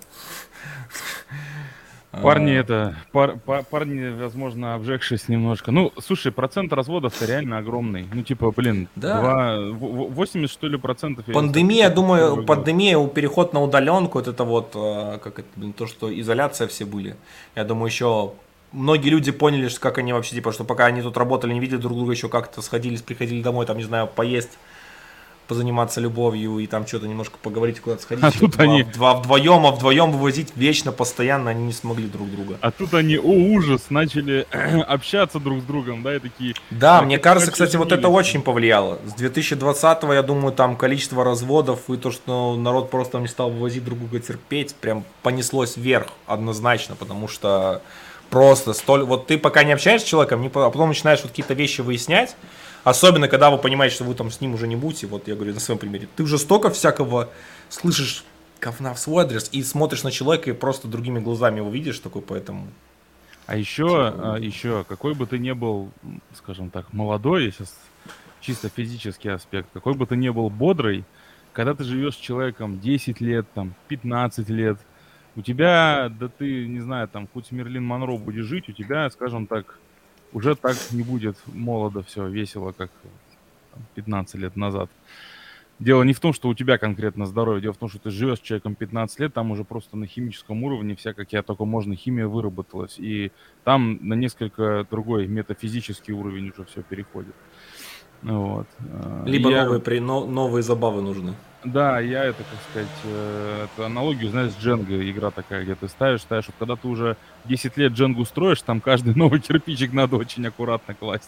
Парни А, это, пар- па- парни, возможно, обжегшись немножко. Ну, слушай, процент разводов-то реально огромный. Ну, типа, блин, Да. два, в- в- восемьдесят что ли процентов. я не Пандемия, статистику думаю, первый год. пандемия, у переход на удаленку, вот это вот, а, как это, блин, то, что изоляция все были. Я думаю, еще многие люди поняли, что как они вообще, типа, что пока они тут работали, не видели друг друга, еще как-то сходились, приходили домой, там, не знаю, поесть, позаниматься любовью и там что-то немножко поговорить, куда-то сходить. А Еще тут два- они- два вдвоем, а вдвоем вывозить вечно, постоянно они не смогли друг друга. А тут они, о ужас, начали общаться друг с другом, да, и такие... Да, а мне как кажется, вообще кстати, вот это женились? очень повлияло. С две тысячи двадцатого, я думаю, там количество разводов и то, что народ просто не стал вывозить друг друга терпеть, прям понеслось вверх однозначно, потому что просто столь... Вот ты пока не общаешься с человеком, не... а потом начинаешь вот какие-то вещи выяснять, особенно когда вы понимаете, что вы там с ним уже не будете, вот я говорю на своем примере, ты уже столько всякого слышишь говна в свой адрес и смотришь на человека и просто другими глазами его видишь, такой, поэтому... А еще, а, еще, какой бы ты ни был, скажем так, молодой, сейчас чисто физический аспект, какой бы ты ни был бодрый, когда ты живешь с человеком десять лет, там, пятнадцать лет, у тебя, да ты, не знаю, там, хоть Мерлин Монро будешь жить, у тебя, скажем так, уже так не будет молодо все, весело, как там, пятнадцать лет назад. Дело не в том, что у тебя конкретно здоровье, дело в том, что ты живешь с человеком пятнадцать лет, там уже просто на химическом уровне вся, какая только можно, химия выработалась. И там на несколько другой метафизический уровень уже все переходит. Вот. Либо я, новые, при... но... новые забавы нужны. Да, я это, как сказать, э, эту аналогию, знаешь, с Дженго, игра такая, где ты ставишь, ставишь, вот когда ты уже десять лет Дженгу строишь, там каждый новый кирпичик надо очень аккуратно класть.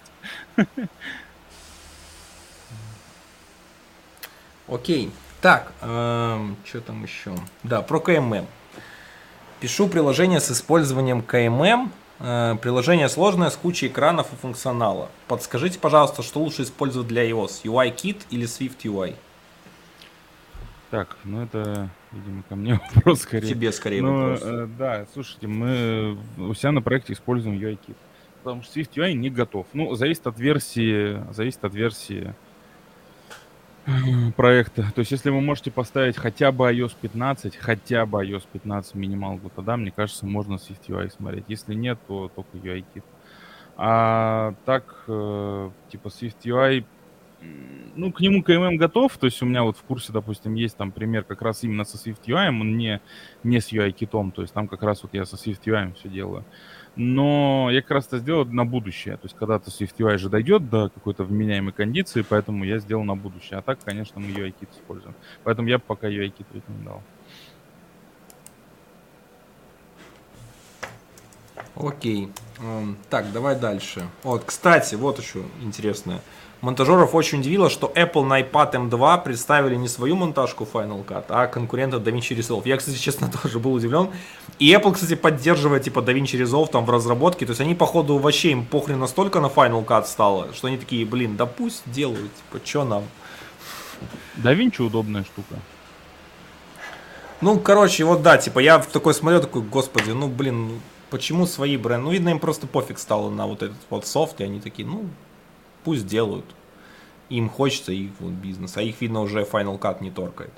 Окей. Так, эм, что там еще? Да, про КММ. Пишу приложение с использованием КММ. Э, приложение сложное, с кучей экранов и функционала. Подскажите, пожалуйста, что лучше использовать для iOS? ю ай-Kit или Swift ю ай? Так, ну это, видимо, ко мне вопрос скорее. Тебе скорее Ну, вопрос. э, да, слушайте, мы у себя на проекте используем ю ай-Kit, потому что Swift ю ай не готов. Ну, зависит от версии, зависит от версии проекта. То есть, если вы можете поставить хотя бы iOS пятнадцать, хотя бы iOS пятнадцать минималку, тогда, мне кажется, можно Swift ю ай смотреть. Если нет, то только ю ай-Kit. А так, э, типа Swift ю ай, м, ну, к нему КММ готов. То есть, у меня вот в курсе, допустим, есть там пример как раз именно со Swift ю ай, он не, не с ю ай-китом. То есть, там как раз вот я со Swift ю ай все делаю. Но я как раз это сделал на будущее. То есть, когда-то Swift ю ай же дойдет до какой-то вменяемой кондиции, поэтому я сделал на будущее. А так, конечно, мы ю ай-кит используем. Поэтому я бы пока ю ай-кит рекомендовал. Окей. Эм, Так, давай дальше. Вот, кстати, вот еще интересное. Монтажеров очень удивило, что Apple на iPad эм два представили не свою монтажку Final Cut, а конкурента DaVinci Resolve. Я, кстати, честно, тоже был удивлен. И Apple, кстати, поддерживает типа DaVinci Resolve там в разработке. То есть они, походу, вообще им похрен настолько на Final Cut стало, что они такие, блин, да пусть делают, типа, что нам? DaVinci удобная штука. Ну, короче, вот да, типа, я в такой смотрю, такой, господи, ну, блин, ну, почему свои бренды? Ну, видно, им просто пофиг стало на вот этот вот софт, и они такие, ну, пусть делают. Им хочется их вот бизнес, а их, видно, уже Final Cut не торкает.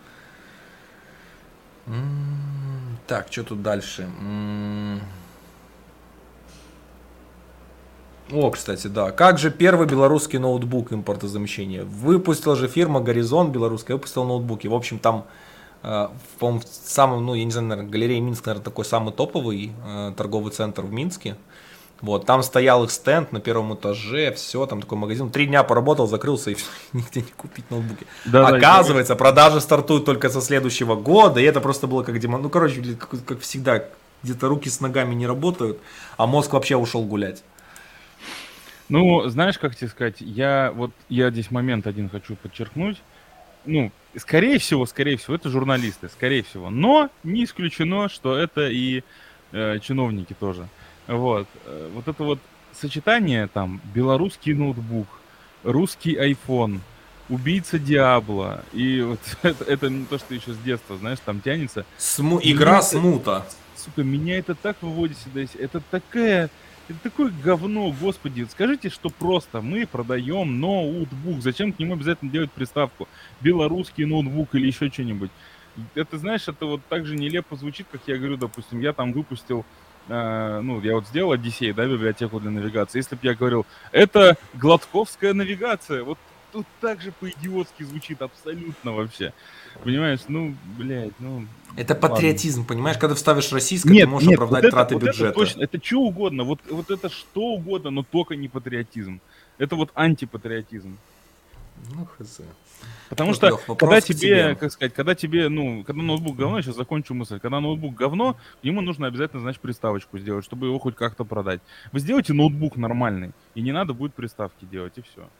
М, Так, что тут дальше? М. О, кстати, да. Как же первый белорусский ноутбук импортозамещения? Выпустила же фирма Горизонт белорусская, выпустила ноутбуки. В общем, там, э, по-моему, в самом, ну, я не знаю, наверное, галерея Минск, наверное, такой самый топовый э, торговый центр в Минске. Вот, там стоял их стенд на первом этаже, все, там такой магазин. Три дня поработал, закрылся, и все, нигде не купить ноутбуки. Да, Оказывается, да, продажи стартуют только со следующего года, и это просто было как демон. Ну, короче, как, как всегда, где-то руки с ногами не работают, а мозг вообще ушел гулять. Ну, знаешь, как тебе сказать, я вот, я здесь момент один хочу подчеркнуть. Ну, скорее всего, скорее всего, это журналисты, скорее всего. Но не исключено, что это и э, чиновники тоже. Вот. Э, Вот это вот сочетание там белорусский ноутбук, русский iPhone, убийца Диабло. И вот это, это не то, что еще с детства, знаешь, там тянется. Сму- Меня Игра это- смута. Сука, меня это так выводит сюда. Это такая... Это такое говно, господи. Скажите, что просто мы продаем ноутбук. Зачем к нему обязательно делать приставку? Белорусский ноутбук или еще что-нибудь. Это, знаешь, это вот так же нелепо звучит, как я говорю, допустим, я там выпустил, э, ну, я вот сделал Одиссей, да, библиотеку для навигации. Если бы я говорил, это гладковская навигация, вот тут так же по-идиотски звучит абсолютно вообще. Понимаешь, ну, блядь, ну... Это ладно. патриотизм, понимаешь? Когда вставишь российское, Нет, ты можешь нет, оправдать вот это, траты вот бюджета. Это точно, это что угодно, вот, вот это что угодно, но только не патриотизм. Это вот антипатриотизм. Ну, хз. Потому Вот, что, Лёх, вопрос когда к тебе, тебе. как сказать, когда тебе, ну, когда ноутбук говно, я сейчас закончу мысль, когда ноутбук говно, ему нужно обязательно, значит, приставочку сделать, чтобы его хоть как-то продать. Вы сделайте ноутбук нормальный, и не надо будет приставки делать, и все.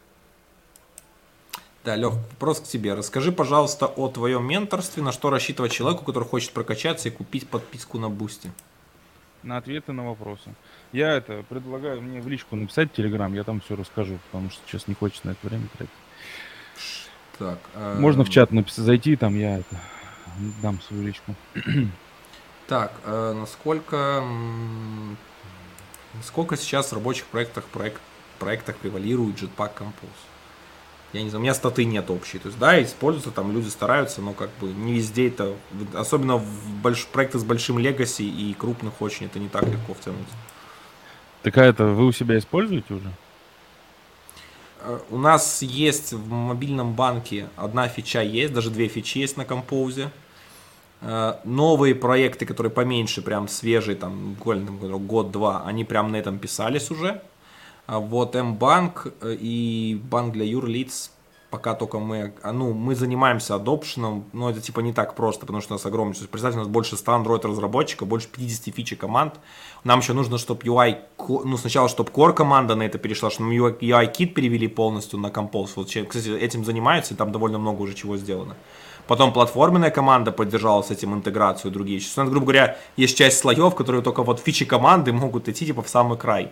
Да, Лех, вопрос к тебе. Расскажи, пожалуйста, о твоем менторстве, на что рассчитывать человеку, который хочет прокачаться и купить подписку на Бусти. на ответы на вопросы. Я это предлагаю мне в личку написать в Телеграм, я там все расскажу, потому что сейчас не хочется на это время тратить. Так, Можно в эм, чат написать, зайти, там я это дам свою личку. так, э, насколько, м, сколько сейчас в рабочих проектах проект, проектах превалирует Jetpack Compose? Я не знаю, у меня статы нет общей. То есть, да, используются, там люди стараются, но как бы не везде это, особенно в больш, проекты с большим легаси и крупных очень, это не так легко втянуть. Так а это вы у себя используете уже? Э, У нас есть в мобильном банке одна фича есть, даже две фичи есть на Compose. Э, Новые проекты, которые поменьше, прям свежие, там буквально там, год-два, они прям на этом писались уже. А вот М-банк э, и банк для юрлиц пока только мы, а, ну, мы занимаемся адопшеном, но это типа не так просто, потому что у нас огромное, представьте, у нас больше ста Android разработчиков, больше пятьдесят фичей команд. Нам еще нужно, чтобы ю ай, ну, сначала, чтобы Core команда на это перешла, чтобы мы ю ай-кит перевели полностью на Compose. Вот, кстати, этим занимаются, и там довольно много уже чего сделано. Потом платформенная команда поддержала с этим интеграцию и другие. Сейчас у нас, грубо говоря, есть часть слоев, которые только вот фичи команды могут идти типа в самый край.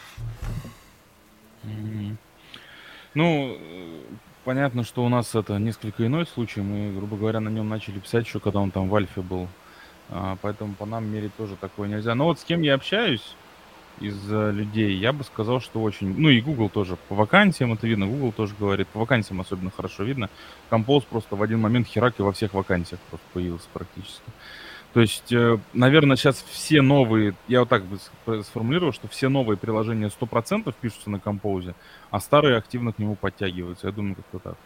Мгм. Ну, э, понятно, что у нас это несколько иной случай. Мы, грубо говоря, на нем начали писать еще, когда он там в альфе был. А, поэтому по нам мерить тоже такое нельзя. Но вот с кем я общаюсь из э, людей, я бы сказал, что очень... Ну и Google тоже. По вакансиям это видно. Google тоже говорит. По вакансиям особенно хорошо видно. Compose просто в один момент херак и во всех вакансиях просто появился практически. То есть, э, наверное, сейчас все новые, я вот так бы сф- сформулировал, что все новые приложения сто процентов пишутся на Compose, а старые активно к нему подтягиваются. Я думаю, как-то так.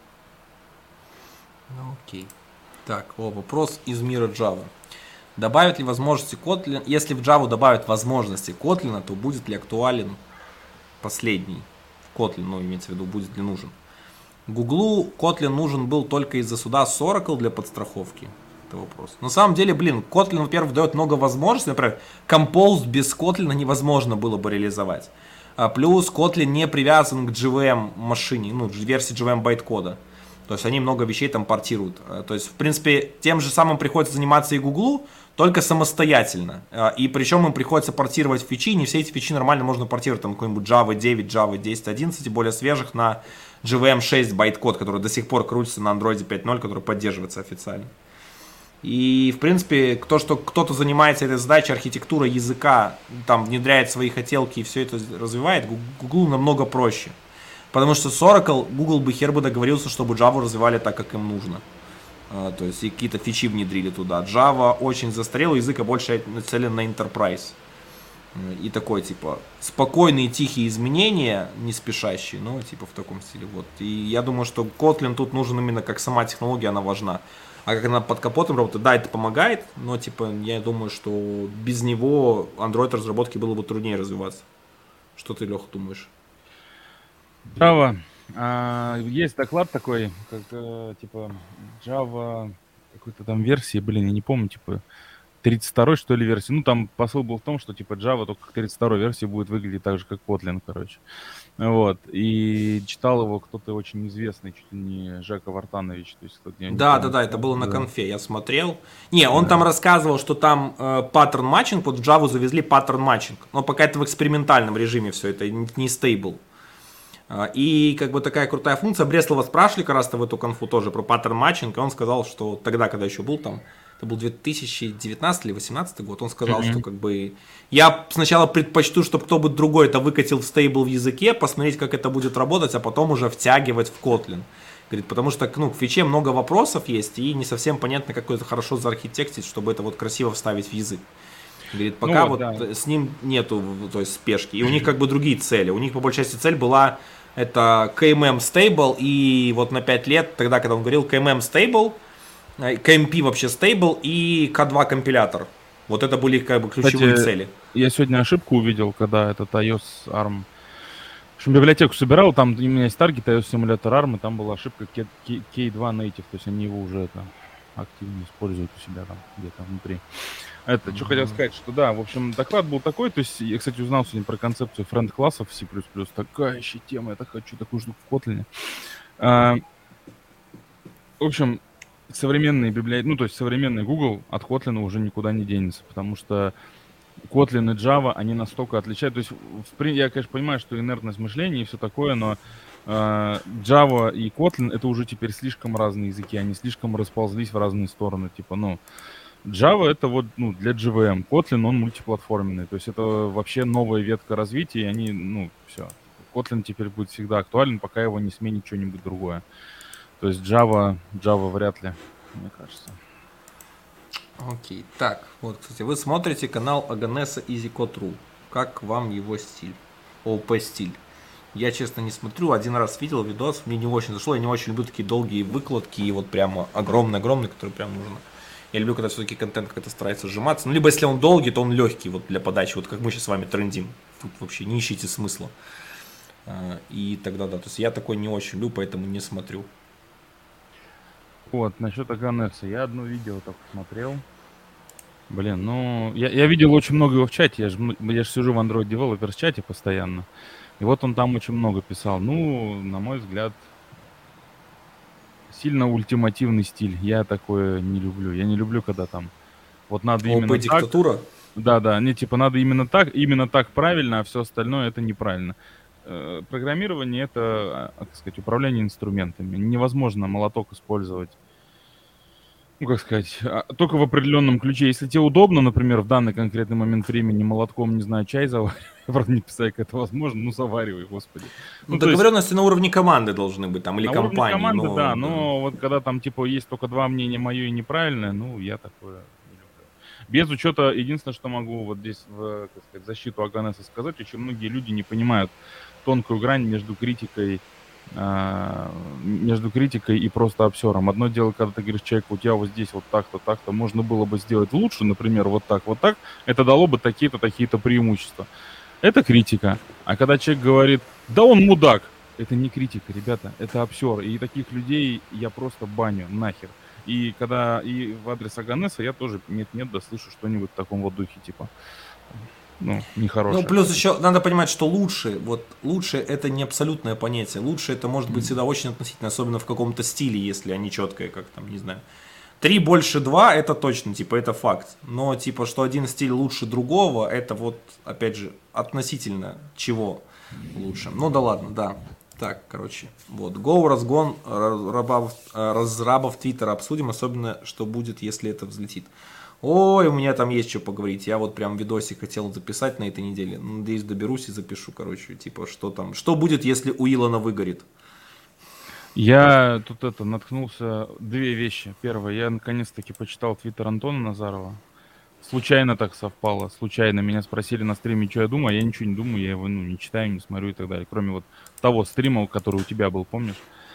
Ну, окей. Так, о, вопрос из мира Java. Добавят ли возможности Kotlin? Если в Java добавят возможности Kotlin, то будет ли актуален последний? Kotlin, ну, имеется в виду, будет ли нужен? Гуглу Kotlin нужен был только из-за суда с Oracle для подстраховки. Это вопрос. На самом деле, блин, Kotlin, во-первых, дает много возможностей. Например, Compose без Kotlin невозможно было бы реализовать. А плюс Kotlin не привязан к джи ви эм машине, ну, версии джи ви эм байткода. То есть они много вещей там портируют. А, То есть, в принципе, тем же самым приходится заниматься и Гуглу, только самостоятельно. А, И причем им приходится портировать фичи. Не все эти фичи нормально можно портировать. Там какой-нибудь Java девять, Java десять, одиннадцать и более свежих на джи ви эм шесть байткод, который до сих пор крутится на Android пять ноль, который поддерживается официально. И, в принципе, то, что кто-то занимается этой задачей, архитектура языка, там, внедряет свои хотелки и все это развивает, Google намного проще. Потому что с Oracle Google бы хер бы договорился, чтобы Java развивали так, как им нужно. А, то есть и какие-то фичи внедрили туда. Java очень застарелый язык, а больше нацелен на Enterprise. И такой, типа, спокойные, тихие изменения, не спешащие, но, типа, в таком стиле. Вот. И я думаю, что Kotlin тут нужен именно как сама технология, она важна. А как она под капотом работает, да, это помогает, но, типа, я думаю, что без него Android разработки было бы труднее развиваться. Что ты, Леха, думаешь? Java. А, есть доклад такой, как э, типа Java какой-то там версии, блин, я не помню, типа тридцать второй, что ли, версии. Ну, там посыл был в том, что типа Java только к тридцать второй версии будет выглядеть так же, как Kotlin, короче. Вот. И читал его кто-то очень известный, чуть ли не Жека Вартанович, то есть кто-то, я не Да, да, помню. да, это кто, было на да. конфе, я смотрел. Не, он Да. там рассказывал, что там э, паттерн матчинг, вот в Java завезли паттерн матчинг, но пока это в экспериментальном режиме все, это не, не стейбл. А, И как бы такая крутая функция. Бреслова спрашивали как раз-то в эту конфу тоже про паттерн матчинг, и он сказал, что тогда, когда еще был там, это был две тысячи девятнадцатый или две тысячи восемнадцатый год, он сказал, что Мгм. как бы я сначала предпочту, чтобы кто бы другой это выкатил в стейбл в языке, посмотреть, как это будет работать, а потом уже втягивать в Kotlin. Говорит, потому что ну, к фиче много вопросов есть, и не совсем понятно, как это хорошо заархитектить, чтобы это вот красиво вставить в язык. Говорит, Ну пока вот, вот да. с ним нету, то есть спешки. И у них как бы другие цели. У них по большей части цель была это кей эм эм Stable, и вот на пять лет, тогда, когда он говорил кей эм эм Stable, э, кей эм пи вообще Stable и кей два компилятор. Вот это были как бы ключевые Кстати, цели. я сегодня ошибку увидел, когда этот iOS ARM. В общем, библиотеку собирал, там у меня есть таргет iOS симулятор ARM, и там была ошибка кей два Native, то есть они его уже это активно используют у себя там где-то внутри. Это, что хотел сказать, что да, в общем, доклад был такой, то есть я, кстати, узнал сегодня про концепцию френд-классов в C++, такая еще тема, я хочу такую штуку в Kotlin. А, в общем, современные библиотеки, ну, то есть современный Google от Kotlin уже никуда не денется, потому что Kotlin и Java, они настолько отличаются. То есть, в при я, конечно, понимаю, что инертность мышления и все такое, но, э, Java и Kotlin — это уже теперь слишком разные языки, они слишком расползлись в разные стороны. Типа, ну, Java — это вот, ну, для джи ви эм, Kotlin, он мультиплатформенный. То есть это вообще новая ветка развития, и они, ну, все. Kotlin теперь будет всегда актуален, пока его не сменит что-нибудь другое. То есть Java Java вряд ли, мне кажется. Окей, так, вот, кстати, вы смотрите канал Аганеса EasyCode.ru. Как вам его стиль? ОП стиль. Я, честно, не смотрю, один раз видел видос, мне не очень зашло, я не очень люблю такие долгие выкладки, и вот прямо огромные-огромные, которые прям нужно. Я люблю, когда все-таки контент как-то старается сжиматься. Ну, либо если он долгий, то он легкий вот для подачи, вот как мы сейчас с вами трендим. Тут вообще не ищите смысла. И тогда, да, то есть я такой не очень люблю, поэтому не смотрю. Вот, насчет Аганеса. Я одно видео только смотрел. Блин, ну, я, я видел очень много его в чате, я же я ж сижу в Android Developers чате постоянно. И вот он там очень много писал. Ну, на мой взгляд, сильно ультимативный стиль. Я такое не люблю. Я не люблю, когда там вот надо именно ОП так. диктатура? Да, да, не типа надо именно так, именно так правильно, а все остальное это неправильно. Э, Программирование — это, а, как сказать, управление инструментами. Невозможно молоток использовать, ну, как сказать, а, только в определенном ключе. Если тебе удобно, например, в данный конкретный момент времени молотком, не знаю, чай заваривать, я правда не представляю, как это возможно, ну заваривай, господи. Ну, Ну, то есть договоренности на уровне команды должны быть, там, или на уровне компании, команды, но да, да. но вот когда там, типа, есть только два мнения, мое и неправильное, ну, я такое не люблю. Без учета, единственное, что могу вот здесь в, как сказать, защиту Аганеса сказать, очень многие люди не понимают тонкую грань между критикой, а, между критикой и просто обсером. Одно дело, когда ты говоришь человеку, у тебя вот здесь вот так-то, так-то, можно было бы сделать лучше, например, вот так, вот так, это дало бы такие-то, такие-то преимущества. Это критика. А когда человек говорит, да он мудак, это не критика, ребята, это обсер. И таких людей я просто баню нахер. И когда и в адрес Аганеса я тоже нет-нет, да слышу что-нибудь в таком вот духе, типа, ну, Ну, нехорошее. плюс еще надо понимать, что лучше, вот лучше это не абсолютное понятие. Лучше это может быть всегда очень относительно, особенно в каком-то стиле, если они четкое, как там, не знаю. Три больше два, это точно, типа, это факт. Но, типа, что один стиль лучше другого, это вот, опять же, относительно чего лучше. Ну да ладно, да. Так, короче, вот. Go, разгон рабов, разрабов Твиттера обсудим, особенно, что будет, если это взлетит. Ой, у меня там есть что поговорить. Я вот прям видосик хотел записать на этой неделе. Надеюсь, доберусь и запишу, короче. Типа, что там, что будет, если у Илона выгорит. Я тут это наткнулся, две вещи. Первое, я наконец-таки почитал твиттер Антона Назарова. Случайно так совпало, случайно. Меня спросили на стриме, что я думаю, а я ничего не думаю, я его ну, не читаю, не смотрю и так далее. Кроме вот того стрима, который у тебя был, помнишь?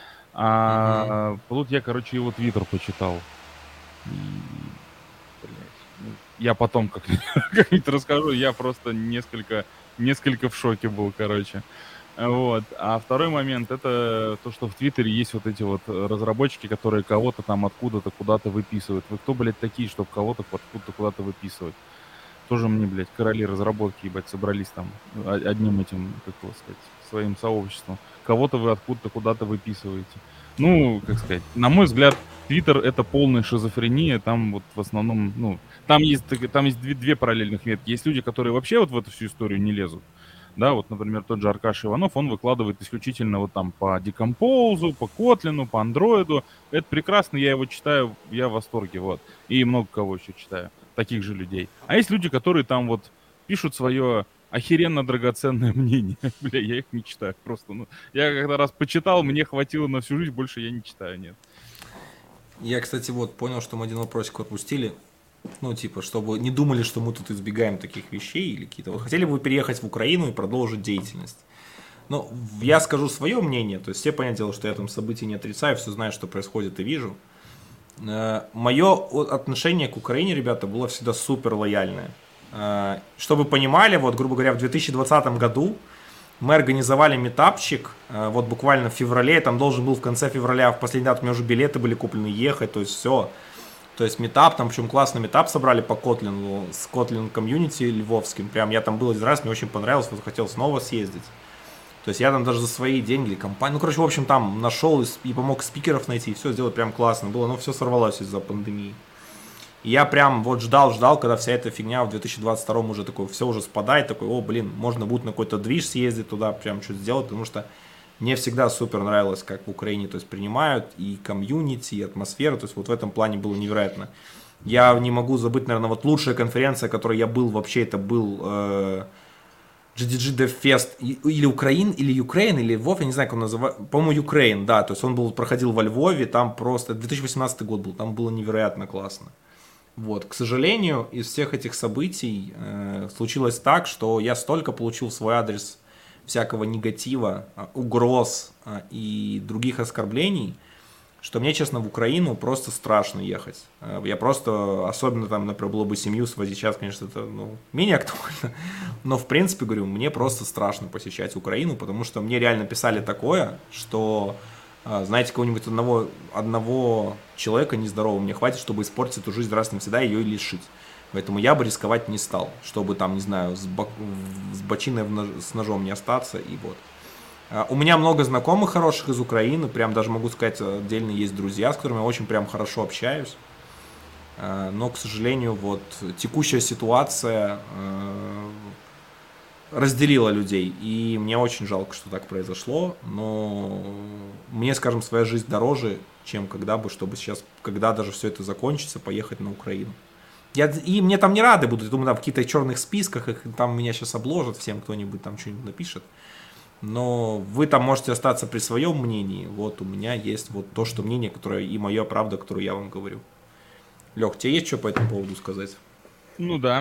А Угу. тут я, короче, его твиттер почитал. И, блядь, ну, я потом как- как-нибудь расскажу, я просто несколько, несколько в шоке был, короче. Вот. А второй момент — это то, что в Твиттере есть вот эти вот э, разработчики, которые кого-то там откуда-то куда-то выписывают. Вы кто, блядь, такие, чтобы кого-то откуда-то куда-то выписывать? Тоже мне, блядь, короли разработки, ебать, собрались там а- одним этим, как его сказать, своим сообществом. Кого-то вы откуда-то куда-то выписываете. Ну, как сказать, на мой взгляд, Твиттер — это полная шизофрения. Там вот в основном, ну, там есть, так- там есть две, две параллельных ветки. Есть люди, которые вообще вот в эту всю историю не лезут. Да, вот, например, тот же Аркаш Иванов, он выкладывает исключительно вот там по Декомпозу, по Котлину, по Андроиду. Это прекрасно, я его читаю, я в восторге, вот. И много кого еще читаю, таких же людей. А есть люди, которые там вот пишут свое охеренно драгоценное мнение. Бля, я их не читаю просто. Ну, я когда раз почитал, мне хватило на всю жизнь, больше я не читаю, нет. Я, кстати, вот понял, что мы один вопросик отпустили. Ну, типа, чтобы не думали, что мы тут избегаем таких вещей или какие-то. Вот хотели бы вы переехать в Украину и продолжить деятельность? Ну, я скажу свое мнение. То есть, все понятное дело, что я там события не отрицаю, все знаю, что происходит и вижу. Мое отношение к Украине, ребята, было всегда супер лояльное. Э, Чтобы вы понимали, вот, грубо говоря, в две тысячи двадцатом году мы организовали метапчик, э, вот буквально в феврале, там должен был в конце февраля, в последний дату у меня уже билеты были куплены, ехать, то есть все. То есть метап, там причем классный метап собрали по Kotlin, с Kotlin комьюнити львовским, прям я там был один раз, мне очень понравилось, вот хотел снова съездить. То есть я там даже за свои деньги или компанию, ну, короче, в общем, там нашел и, и помог спикеров найти, и все сделать прям классно было, но все сорвалось из-за пандемии. И я прям вот ждал-ждал, когда вся эта фигня в две тысячи двадцать втором уже такой, все уже спадает, такой, о, блин, можно будет на какой-то движ съездить туда, прям что-то сделать, потому что мне всегда супер нравилось, как в Украине, то есть, принимают и комьюнити, и атмосферу, то есть, вот в этом плане было невероятно. Я не могу забыть, наверное, вот лучшая конференция, в которой я был, вообще это был э, джи ди джи Dev Fest, или Украин, или Ukraine, или Львов, я не знаю, как он называется, по-моему, Ukraine, да, то есть, он был, проходил во Львове, там просто, две тысячи восемнадцатый год был, там было невероятно классно. Вот, к сожалению, из всех этих событий э, случилось так, что я столько получил в свой адрес всякого негатива, угроз э, и других оскорблений, что мне, честно, в Украину просто страшно ехать. Э, я просто, особенно там, например, было бы семью свозить, сейчас, конечно, это ну, менее актуально, но, в принципе, говорю, мне просто страшно посещать Украину, потому что мне реально писали такое, что... Знаете, какого-нибудь одного, одного человека нездорового мне хватит, чтобы испортить эту жизнь раз и навсегда и ее лишить. Поэтому я бы рисковать не стал, чтобы там, не знаю, с, бок, с бочиной нож, с ножом не остаться. И вот. У меня много знакомых хороших из Украины, прям даже могу сказать, отдельно есть друзья, с которыми я очень прям хорошо общаюсь. Но, к сожалению, вот текущая ситуация разделила людей, и мне очень жалко, что так произошло, но мне, скажем, своя жизнь дороже, чем когда бы, чтобы сейчас, когда даже все это закончится, поехать на Украину. Я, и мне там не рады будут, я думаю, там в каких-то черных списках, их, там меня сейчас обложат всем, кто-нибудь там что-нибудь напишет, но вы там можете остаться при своем мнении, вот у меня есть вот то, что мнение, которое и мое правда, которую я вам говорю. Лех, тебе есть что по этому поводу сказать? Ну да.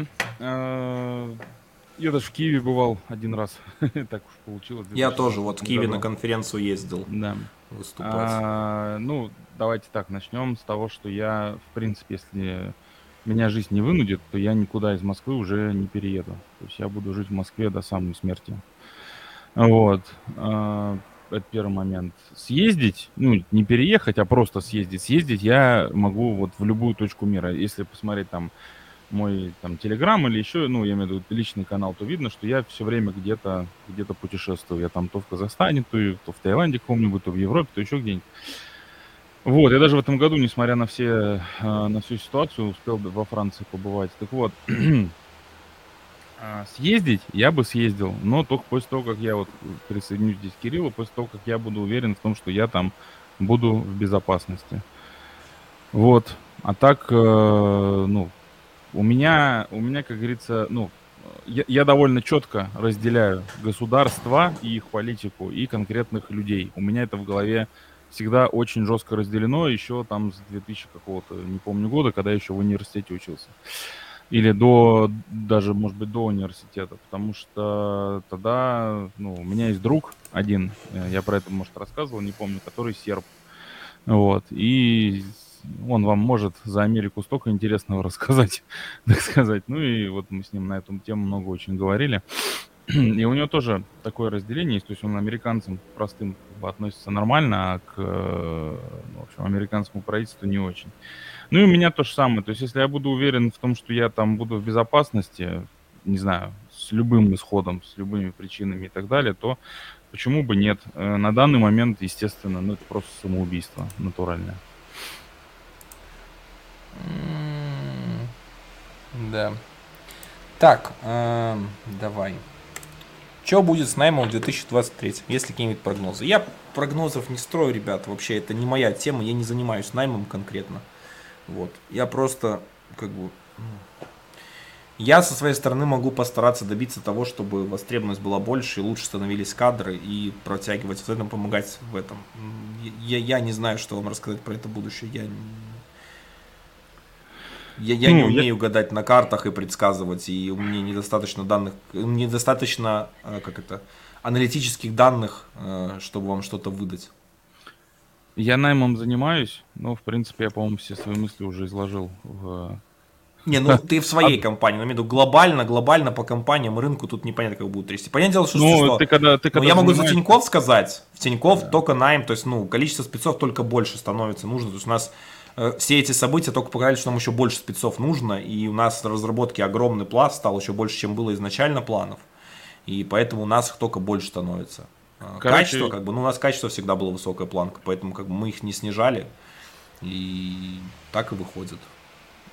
Я даже в Киеве бывал один раз. Так уж получилось. Я тоже вот в Киеве на конференцию ездил. Да. Выступать. А, ну, давайте так, начнем с того, что я, в принципе, если меня жизнь не вынудит, то я никуда из Москвы уже не перееду. То есть я буду жить в Москве до самой смерти. Вот. А, это первый момент. Съездить, ну, не переехать, а просто съездить. Съездить я могу вот в любую точку мира. Если посмотреть там мой там Телеграм или еще, ну, я имею в виду личный канал, то видно, что я все время где-то где-то путешествую. Я там то в Казахстане, то, и, то в Таиланде каком-нибудь, то в Европе, то еще где-нибудь. Вот, я даже в этом году, несмотря на все, на всю ситуацию, успел во Франции побывать. Так вот, съездить я бы съездил, но только после того, как я вот присоединюсь здесь к Кириллу, после того, как я буду уверен в том, что я там буду в безопасности. Вот, а так, ну, У меня, у меня, как говорится, ну, я, я довольно четко разделяю государства и их политику и конкретных людей. У меня это в голове всегда очень жестко разделено, еще там с две тысячи какого-то, не помню, года, когда я еще в университете учился. Или до, даже, может быть, до университета, потому что тогда, ну, у меня есть друг один, я про это, может, рассказывал, не помню, который серб. Вот, и он вам может за Америку столько интересного рассказать, так сказать. Ну и вот мы с ним на эту тему много очень говорили. И у него тоже такое разделение есть. То есть он американцам простым относится нормально, а к, ну, в общем, американскому правительству не очень. Ну и у меня то же самое. То есть если я буду уверен в том, что я там буду в безопасности, не знаю, с любым исходом, с любыми причинами и так далее, то почему бы нет? На данный момент, естественно, ну это просто самоубийство натуральное. Да. Так, э, давай. Что будет с наймом в две тысячи двадцать третьем? Есть ли какие-нибудь прогнозы? Я прогнозов не строю, ребят. Вообще, это не моя тема. Я не занимаюсь наймом конкретно. Вот. Я просто, как бы... Я со своей стороны могу постараться добиться того, чтобы востребованность была больше и лучше становились кадры и протягивать в этом, помогать в этом. Я, я не знаю, что вам рассказать про это будущее. Я... Я, я ну, не умею я... гадать на картах и предсказывать, и у меня недостаточно данных, недостаточно, как это, аналитических данных, чтобы вам что-то выдать. Я наймом занимаюсь, но, в принципе, я, по-моему, все свои мысли уже изложил в... Не, ну ты в своей компании, я имею в виду глобально, глобально по компаниям, рынку тут непонятно, как будет трясти. Понятное дело, что... Ну, что ты когда, ты но когда я могу занимаешься... за Тинькофф сказать, в Тинькофф да. только найм, то есть, ну, количество спецов только больше становится нужно, то есть у нас... Все эти события только показали, что нам еще больше спецов нужно, и у нас в разработке огромный пласт стал еще больше, чем было изначально планов, и поэтому у нас их только больше становится. Короче... Качество, как бы, ну у нас качество всегда была высокая планка, поэтому как бы мы их не снижали, и так и выходит.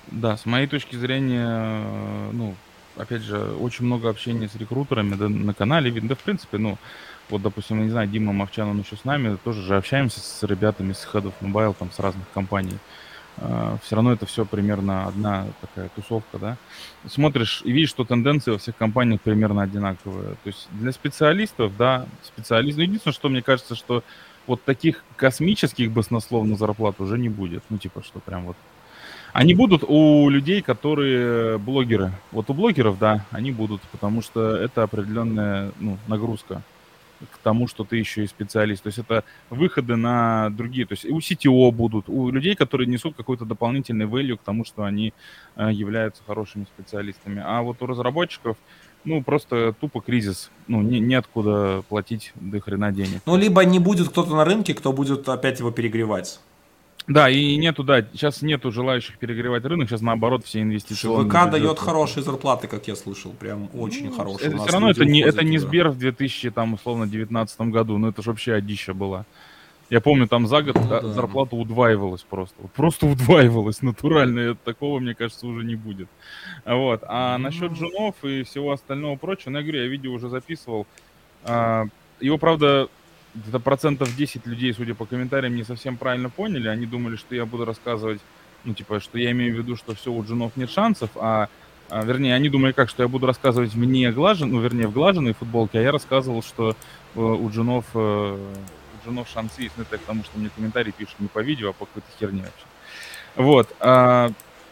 Да, с моей точки зрения, э, ну, опять же, очень много общения с рекрутерами, да, на канале видно. Да, в принципе, ну, вот, допустим, я не знаю, Дима Мовчан, он еще с нами, тоже же общаемся с ребятами с Head of Mobile, там, с разных компаний. Все равно это все примерно одна такая тусовка, да. Смотришь и видишь, что тенденции во всех компаниях примерно одинаковые. То есть для специалистов, да, специалист. Ну, единственное, что мне кажется, что вот таких космических баснословно зарплат уже не будет. Ну, типа, что прям вот они будут у людей, которые блогеры. Вот у блогеров, да, они будут, потому что это определенная, ну, нагрузка к тому, что ты еще и специалист. То есть это выходы на другие. То есть и у си ти о будут, у людей, которые несут какой-то дополнительный value к тому, что они э, являются хорошими специалистами. А вот у разработчиков, ну, просто тупо кризис. Ну, не, неоткуда платить до хрена денег. Ну, либо не будет кто-то на рынке, кто будет опять его перегревать. Да, и нету, да, сейчас нету желающих перегревать рынок, сейчас наоборот все инвестиционные ВК бюджеты. дает хорошие зарплаты, как я слышал, прям очень Ну, хорошие. это У нас все равно люди это не, уходят это не туда. Сбер в две тысячи, там, условно, девятнадцатом году, ну это же вообще одища была. Я помню, там за год Ну а, да. зарплата удваивалась просто. Вот просто удваивалась натурально. И такого, мне кажется, уже не будет. Вот. А насчет Ну, джунов и всего остального прочего, ну, я говорю, я видео уже записывал. А, Его, правда, где-то процентов десять людей, судя по комментариям, не совсем правильно поняли. Они думали, что я буду рассказывать, ну, типа, что я имею в виду, что все, у джунов нет шансов, а, а вернее, они думали как, что я буду рассказывать в не глажен, ну, вернее, в глаженной футболке, а я рассказывал, что э, у джунов э, у джунов шансы есть, ну, это потому что мне комментарии пишут не по видео, а по какой-то херне вообще. Вот. А,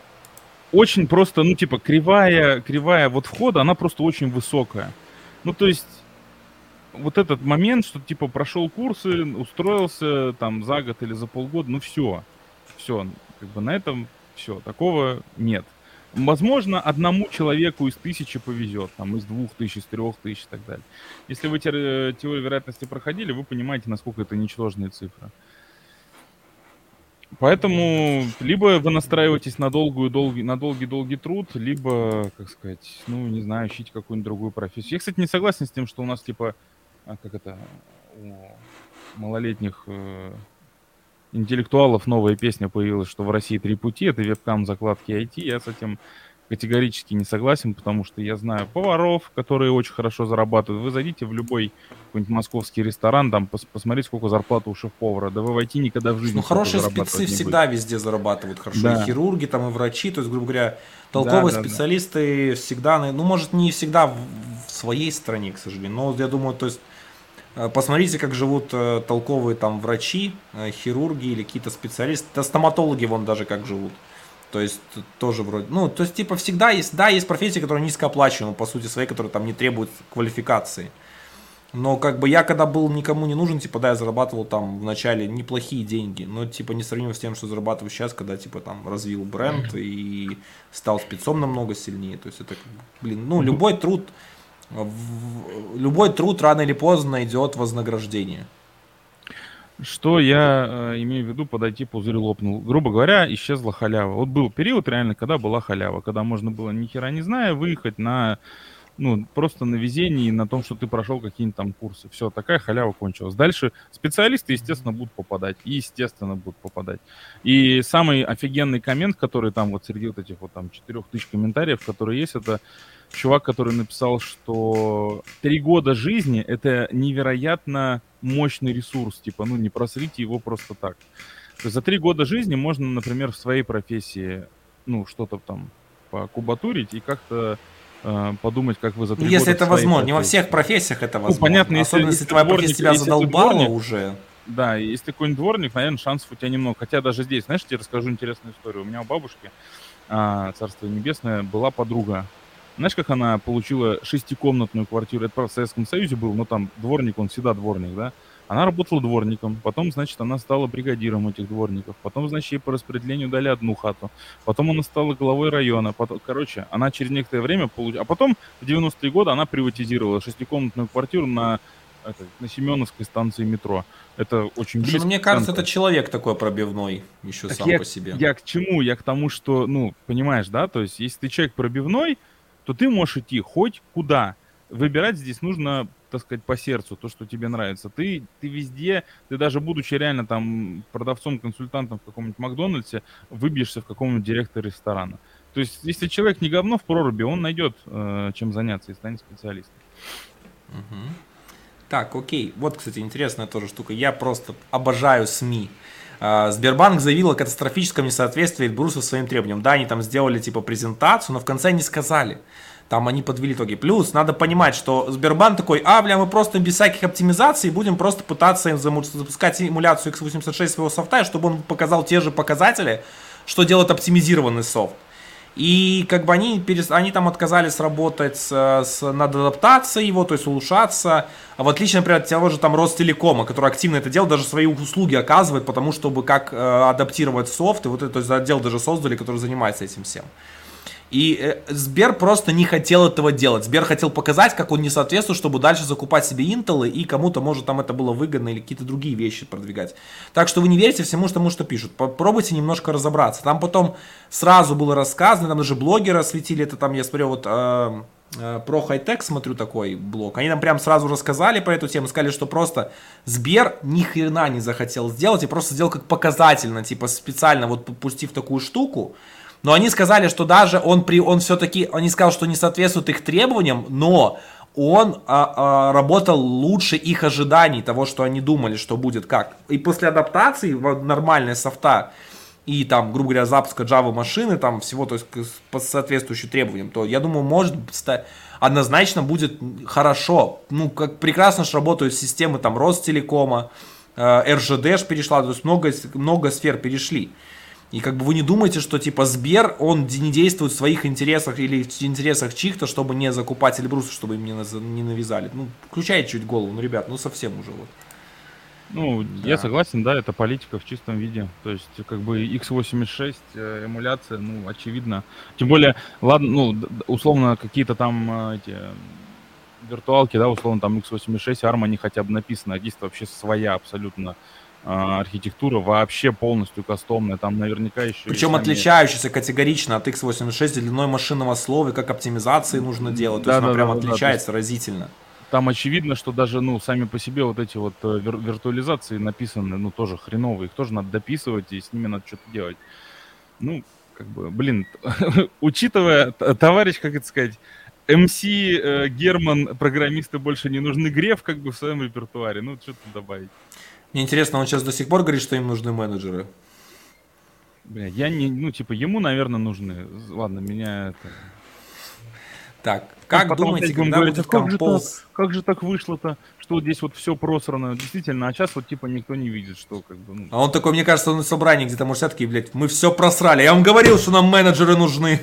очень просто, ну, типа, кривая, кривая вот входа, она просто очень высокая. Ну, то есть, вот этот момент, что, типа, прошел курсы, устроился там за год или за полгода, ну, все. Все. Как бы на этом все. Такого нет. Возможно, одному человеку из тысячи повезет, там, из двух тысяч, из трех тысяч и так далее. Если вы те- теорию вероятности проходили, вы понимаете, насколько это ничтожные цифры. Поэтому либо вы настраиваетесь на долгую, долгий, на долгий-долгий труд, либо, как сказать, ну, не знаю, ищите какую-нибудь другую профессию. Я, кстати, не согласен с тем, что у нас, типа, а, как это, у малолетних э, интеллектуалов новая песня появилась, что в России три пути, это вебкам, закладки ай ти. Я с этим категорически не согласен, потому что я знаю поваров, которые очень хорошо зарабатывают. Вы зайдите в любой какой-нибудь московский ресторан, там пос посмотрите, сколько зарплаты у шеф-повара. Да вы в ай ти никогда в жизни ну, столько хорошие спецы зарабатывать не всегда будете. везде зарабатывают хорошо. И Да, хирурги, там, и врачи. То есть, грубо говоря, да, толковые да, да. специалисты всегда, на- ну, может, не всегда в, в своей стране, к сожалению. Но я думаю, то есть, э, посмотрите, как живут э, толковые там врачи, э, хирурги или какие-то специалисты. Да, стоматологи вон даже как живут. То есть т- тоже вроде, ну, то есть типа всегда есть, да, есть профессии, которые низкооплачиваемы, по сути своей, которые там не требуют квалификации. Но как бы я когда был никому не нужен, типа, да, я зарабатывал там в начале неплохие деньги, но типа не сравнимо с тем, что зарабатываю сейчас, когда типа там развил бренд и стал спецом намного сильнее. То есть это, как бы, блин, ну, Ну, любой труд, в- любой труд рано или поздно найдет вознаграждение. что я э, имею в виду, подойти пузырь лопнул. Грубо говоря, исчезла халява. Вот был период реально, когда была халява, когда можно было ни хера не зная выехать на, ну, просто на везении, на том, что ты прошел какие-нибудь там курсы. Все, такая халява кончилась. Дальше специалисты, естественно, будут попадать. И, естественно, будут попадать. И самый офигенный коммент, который там вот среди вот этих вот там четырех тысяч комментариев, которые есть, это чувак, который написал, что три года жизни — это невероятно мощный ресурс. Типа, ну, не просрите его просто так. То есть за три года жизни можно, например, в своей профессии, ну, что-то там покубатурить и как-то э, подумать, как вы за Ну, три если года в это своей возможно, не во всех профессии. профессиях это Ну, понятно, возможно. если, Особенно если если ты твоя профессия дворник, тебя если ты задолбала дворник, уже. да, и если ты какой-нибудь дворник, наверное, шансов у тебя немного. Хотя даже здесь, знаешь, я тебе расскажу интересную историю. У меня у бабушки, а, царство небесное, была подруга. Знаешь, как она получила шестикомнатную квартиру? Это, правда, в Советском Союзе был, но там дворник, он всегда дворник, да? Она работала дворником, потом, значит, она стала бригадиром этих дворников, потом, значит, ей по распределению дали одну хату, потом она стала главой района, потом, короче, она через некоторое время получила... А потом в девяностые годы она приватизировала шестикомнатную квартиру на, это, на Семеновской станции метро. Это очень Слушай, ну близко мне к кажется, это центру. человек такой пробивной, еще Так сам я, по себе. я к чему? Я к тому, что, ну, понимаешь, да, то есть если ты человек пробивной, то ты можешь идти хоть куда. Выбирать здесь нужно так сказать, по сердцу, то, что тебе нравится. Ты, ты везде, ты даже будучи реально там продавцом, консультантом в каком-нибудь Макдональдсе, выбьешься в каком-нибудь директоре ресторана. То есть, если человек не говно в проруби, он найдет, э, чем заняться и станет специалистом. Мгм. Так, окей. Вот, кстати, интересная тоже штука. Я просто обожаю СМИ. А, Сбербанк заявил о катастрофическом несоответствии Эльбрусу своим требованиям. Да, они там сделали типа презентацию, но в конце не сказали. Там они подвели итоги. Плюс надо понимать, что Сбербанк такой, а, бля, мы просто без всяких оптимизаций будем просто пытаться им заму- запускать эмуляцию икс восемьдесят шесть своего софта, чтобы он показал те же показатели, что делает оптимизированный софт. И как бы они, перес... они там отказались работать с, с, над адаптацией его, то есть улучшаться. А в отличие, например, от того же там Ростелекома, который активно это делает, даже свои услуги оказывает, потому чтобы как э, адаптировать софт. И вот это, то есть отдел даже создали, который занимается этим всем. И э, Сбер просто не хотел этого делать. Сбер хотел показать, как он не соответствует, чтобы дальше закупать себе интелы, и кому-то, может, там это было выгодно, или какие-то другие вещи продвигать. Так что вы не верите всему тому, что пишут. Попробуйте немножко разобраться. Там потом сразу было рассказано, там даже блогеры осветили это, там я смотрю, вот э, э, про хай-тек смотрю такой блог. Они нам прям сразу рассказали про эту тему, сказали, что просто Сбер ни хрена не захотел сделать, и просто сделал как показательно, типа специально вот пустив такую штуку. Но они сказали, что даже он, при, он все-таки, они сказали, что не соответствует их требованиям, но он а, а, работал лучше их ожиданий, того, что они думали, что будет как. И после адаптации в нормальной софта и там, грубо говоря, запуска Java машины, там всего, то есть по соответствующим требованиям, то я думаю, может стать, однозначно будет хорошо. Ну, как прекрасно же работают системы там Ростелекома, э, эр жэ дэ ж перешла, то есть много, много сфер перешли. И как бы вы не думаете, что типа Сбер, он не действует в своих интересах или в интересах чьих-то, чтобы не закупать Эльбрус, чтобы им не, не навязали. Ну, включайте чуть голову, ну, ребят, ну совсем уже вот. Ну, Да. я согласен, да, это политика в чистом виде. То есть, как бы икс восемьдесят шесть э, эмуляция, ну, очевидно. Тем более, ладно, ну, условно, какие-то там э, эти виртуалки, да, условно, там икс восемьдесят шесть, арма, они хотя бы написаны, а здесь вообще своя абсолютно архитектура, вообще полностью кастомная, там наверняка еще... Причем сами... отличающаяся категорично от икс восемьдесят шесть длиной машинного слова, и как оптимизации нужно делать, то да, есть да, она прям да, отличается да, разительно. Там очевидно, что даже, ну, сами по себе вот эти вот вир- виртуализации написаны, ну, тоже хреновые, их тоже надо дописывать, и с ними надо что-то делать. Ну, как бы, блин, учитывая, товарищ, как это сказать, эм си, э, Герман, программисты больше не нужны, Греф как бы в своем репертуаре, ну, что тут добавить. Мне интересно, он сейчас до сих пор говорит, что им нужны менеджеры? Бля, я не, ну, типа, ему, наверное, нужны. Ладно, меня это... Так, как ну, думаете, когда говорит, будет а как композ? Же так, как же так вышло-то, что вот здесь вот все просрано? Действительно, а сейчас вот типа никто не видит, что как бы... Ну... А он такой, мне кажется, он на собрании где-то, может, все-таки, блядь, мы все просрали. Я вам говорил, что нам менеджеры нужны.